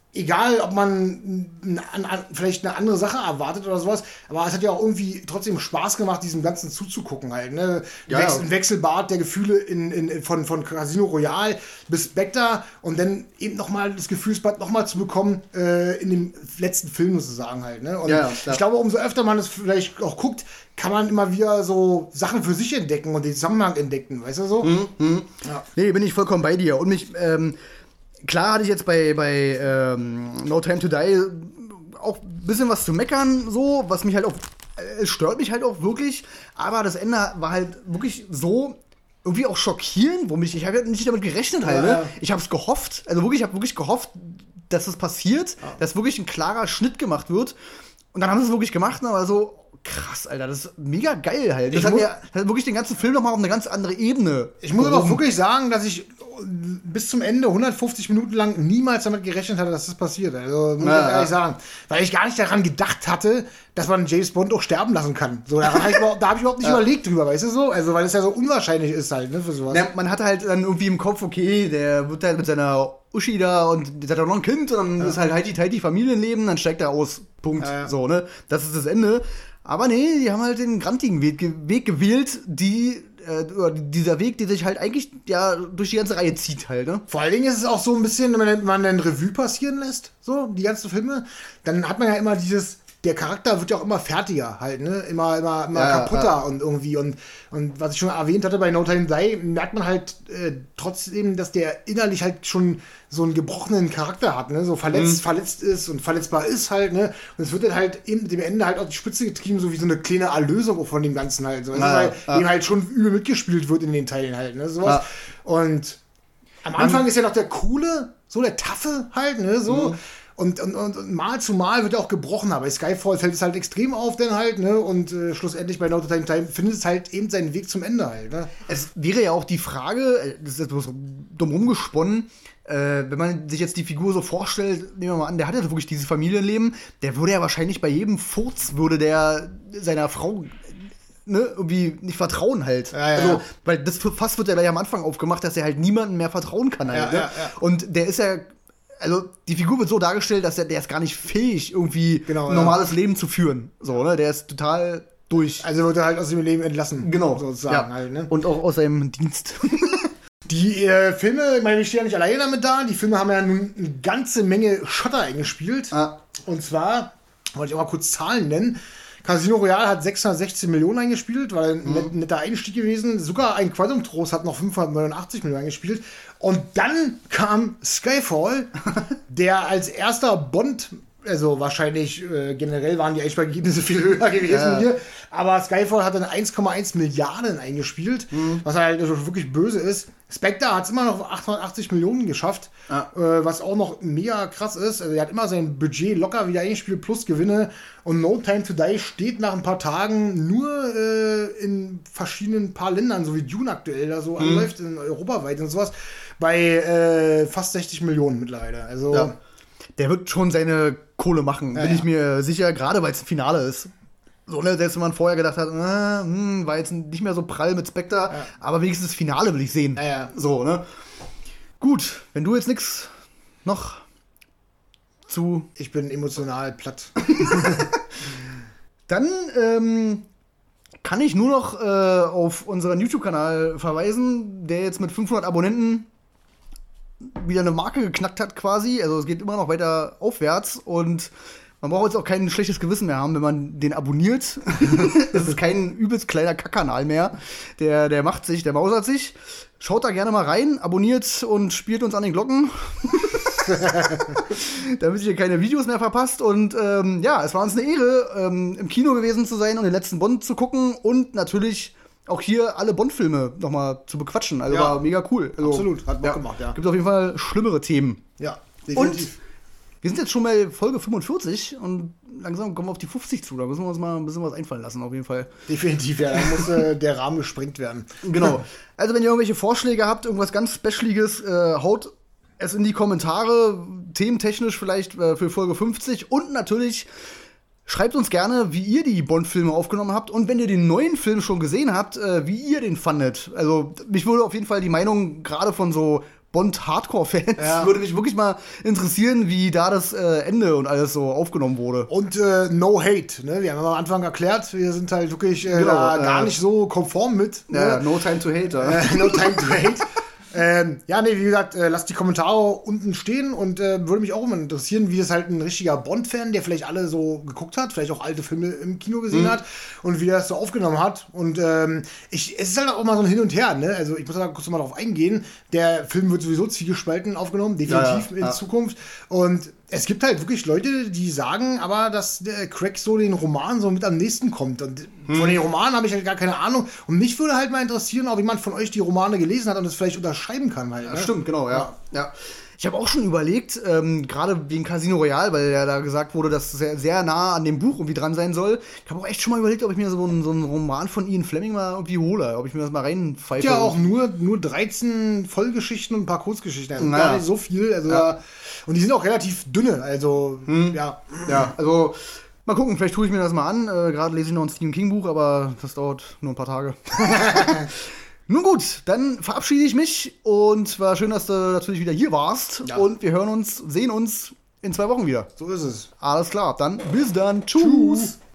egal, ob man n- an, an, vielleicht eine andere Sache erwartet oder sowas, aber es hat ja auch irgendwie trotzdem Spaß gemacht, diesem Ganzen zuzugucken halt. Ne? Ja, Wechsel, ja. Ein Wechselbad der Gefühle in, in, von, von Casino Royale bis Spectre und dann eben nochmal das Gefühlsbad nochmal zu bekommen äh, in dem letzten Film sozusagen halt. Ne? Und Ja, ja, ja. ich glaube, umso öfter man es vielleicht auch guckt, kann man immer wieder so Sachen für sich entdecken und den Zusammenhang entdecken, weißt du so? Mhm. Ja. Nee, bin ich vollkommen bei dir. Und mich, ähm, klar hatte ich jetzt bei, bei ähm, No Time to Die auch ein bisschen was zu meckern, so, was mich halt auch, äh, es stört mich halt auch wirklich, aber das Ende war halt wirklich so irgendwie auch schockierend, womit ich, ich habe nicht damit gerechnet halt, Ja, ne? ja. Ich habe es gehofft, also wirklich, ich habe wirklich gehofft, dass das passiert, dass wirklich ein klarer Schnitt gemacht wird. Und dann haben sie es wirklich gemacht, aber so, krass, Alter, das ist mega geil halt. Das Ich hat, muss- ja, hat wirklich den ganzen Film nochmal auf eine ganz andere Ebene. Ich muss aber auch gehoben. wirklich sagen, dass ich bis zum Ende hundertfünfzig Minuten lang niemals damit gerechnet hatte, dass das passiert. Also muss Ja, ich ehrlich ja. sagen. Weil ich gar nicht daran gedacht hatte, dass man James Bond auch sterben lassen kann. So, daran hab ich überhaupt- da habe ich überhaupt nicht Ja. überlegt drüber, weißt du so? Also weil es ja so unwahrscheinlich ist halt, ne, für sowas. Ja, man hat halt dann irgendwie im Kopf, okay, der wird halt mit seiner Uschi da und der hat auch noch ein Kind und dann ist halt heiti teiti Familienleben, dann steigt er aus. Punkt. Ja, ja. So, ne? Das ist das Ende. Aber nee, die haben halt den grantigen Weg, ge- Weg gewählt, die, äh, oder dieser Weg, der sich halt eigentlich ja durch die ganze Reihe zieht halt, ne? Vor allen Dingen ist es auch so ein bisschen, wenn man, wenn man eine Revue passieren lässt, so, die ganzen Filme, dann hat man ja immer dieses, der Charakter wird ja auch immer fertiger halt, ne? Immer, immer, immer Ja, kaputter ja. und irgendwie. Und, und was ich schon erwähnt hatte bei No Time to Die, merkt man halt äh, trotzdem, dass der innerlich halt schon so einen gebrochenen Charakter hat, ne? So verletzt, Mhm. verletzt ist und verletzbar ist halt, ne? Und es wird dann halt eben mit dem Ende halt auf die Spitze getrieben, so wie so eine kleine Erlösung auch von dem Ganzen halt. So. Also, Ja, weil ja. dem halt schon übel mitgespielt wird in den Teilen halt, ne? Sowas. Ja. Und am Anfang ist ja noch der coole, so der Taffe halt, ne, so. Und, und, und, und mal zu mal wird er auch gebrochen, aber bei Skyfall fällt es halt extrem auf, dann halt, ne, und äh, schlussendlich bei No Time to Die findet es halt eben seinen Weg zum Ende halt, ne. Es wäre ja auch die Frage, äh, das ist jetzt bloß dumm rumgesponnen, äh, wenn man sich jetzt die Figur so vorstellt, nehmen wir mal an, der hat ja wirklich dieses Familienleben, der würde ja wahrscheinlich bei jedem Furz, würde der seiner Frau ne, irgendwie nicht vertrauen halt. Ja, ja, also, ja. weil das Fass wird ja gleich am Anfang aufgemacht, dass er halt niemandem mehr vertrauen kann halt. Ja, ne? ja, ja. Und der ist ja, also die Figur wird so dargestellt, dass er, der ist gar nicht fähig, irgendwie Genau, ein ja. normales Leben zu führen. So, ne? Der ist total durch. Also wird er halt aus dem Leben entlassen. Genau. Sozusagen ja. halt, ne. Und auch aus seinem Dienst. Die äh, Filme, ich meine, wir stehen ja nicht alleine damit da. Die Filme haben ja nun eine ganze Menge Schotter eingespielt. Ah. Und zwar, wollte ich auch mal kurz Zahlen nennen. Casino Royale hat sechshundertsechzehn Millionen eingespielt, war ein net, netter Einstieg gewesen. Sogar ein Quantum Trost hat noch fünfhundertneunundachtzig Millionen eingespielt. Und dann kam Skyfall, der als erster Bond, also wahrscheinlich äh, generell waren die Einsparergebnisse viel höher gewesen Ja. hier, aber Skyfall hat dann eins Komma eins Milliarden eingespielt, was halt also wirklich böse ist. Spectre hat es immer noch auf achthundertachtzig Millionen geschafft, Ja. äh, was auch noch mega krass ist. Also er hat immer sein Budget locker wieder eingespielt plus Gewinne. Und No Time to Die steht nach ein paar Tagen nur äh, in verschiedenen paar Ländern, so wie Dune aktuell da so anläuft, in europaweit und sowas, bei äh, fast sechzig Millionen mittlerweile. Also Ja. Der wird schon seine Kohle machen, Ja, bin ja. ich mir sicher, gerade weil es ein Finale ist. So, ne, selbst wenn man vorher gedacht hat, äh, hm, war jetzt nicht mehr so prall mit Spectre, aber wenigstens das Finale will ich sehen. Ja, ja. So, ne? Gut, wenn du jetzt nichts noch zu. ich bin emotional platt. Dann ähm, kann ich nur noch äh, auf unseren YouTube-Kanal verweisen, der jetzt mit fünfhundert Abonnenten wieder eine Marke geknackt hat quasi. Also es geht immer noch weiter aufwärts und man braucht jetzt auch kein schlechtes Gewissen mehr haben, wenn man den abonniert. Das ist kein übelst kleiner Kackkanal mehr. Der, der macht sich, der mausert sich. Schaut da gerne mal rein, abonniert und spielt uns an den Glocken. Damit ihr keine Videos mehr verpasst. Und ähm, ja, es war uns eine Ehre, ähm, im Kino gewesen zu sein und den letzten Bond zu gucken und natürlich auch hier alle Bond-Filme nochmal zu bequatschen. Also Ja. war mega cool. Also, Absolut, hat Bock gemacht, ja. Gibt auf jeden Fall schlimmere Themen. Ja, Und wir sind jetzt schon bei Folge fünfundvierzig und langsam kommen wir auf die fünfzig zu. Da müssen wir uns mal ein bisschen was einfallen lassen, auf jeden Fall. Definitiv, ja. Da muss äh, der Rahmen gesprengt werden. Genau. Also, wenn ihr irgendwelche Vorschläge habt, irgendwas ganz Specialiges, äh, haut es in die Kommentare, thementechnisch vielleicht äh, für Folge fünfzig. Und natürlich schreibt uns gerne, wie ihr die Bond-Filme aufgenommen habt. Und wenn ihr den neuen Film schon gesehen habt, äh, wie ihr den fandet. Also, mich würde auf jeden Fall die Meinung gerade von so Bond-Hardcore-Fans Ja. würde mich wirklich mal interessieren, wie da das äh, Ende und alles so aufgenommen wurde. Und äh, no hate, ne? Wir haben am Anfang erklärt, wir sind halt wirklich äh, Genau, da äh, gar nicht so konform mit. Ja, Ne? no time to hate. Ja. Äh, no time to hate. ähm, ja, nee, wie gesagt, äh, lasst die Kommentare unten stehen und äh, würde mich auch immer interessieren, wie das halt ein richtiger Bond-Fan, der vielleicht alle so geguckt hat, vielleicht auch alte Filme im Kino gesehen Mhm. hat und wie er das so aufgenommen hat. Und ähm, ich, es ist halt auch mal so ein Hin und Her, ne? Also ich muss da kurz mal drauf eingehen. Der Film wird sowieso zwiegespalten aufgenommen, definitiv Ja, ja, in ja. Zukunft. Und es gibt halt wirklich Leute, die sagen, aber dass der Craig so den Roman so mit am nächsten kommt. Und von den Romanen habe ich halt gar keine Ahnung. Und mich würde halt mal interessieren, ob jemand von euch die Romane gelesen hat und das vielleicht unterschreiben kann. Halt, ne? Stimmt, genau, ja. ja. Ich habe auch schon überlegt, ähm, gerade wegen Casino Royale, weil ja da gesagt wurde, dass es sehr, sehr nah an dem Buch irgendwie dran sein soll. Ich habe auch echt schon mal überlegt, ob ich mir so einen, so einen Roman von Ian Fleming mal irgendwie hole, ob ich mir das mal reinpfeife. Ja, auch nur, nur dreizehn Vollgeschichten und ein paar Kurzgeschichten. Also Naja. gar nicht so viel. Also, Ja. Und die sind auch relativ dünne. Also, ja. Ja, also mal gucken, vielleicht tue ich mir das mal an. Äh, gerade lese ich noch ein Stephen King Buch, aber das dauert nur ein paar Tage. Nun gut, dann verabschiede ich mich und war schön, dass du natürlich wieder hier warst. Ja. Und wir hören uns, sehen uns in zwei Wochen wieder. So ist es. Alles klar, dann bis dann. Tschüss. Tschüss.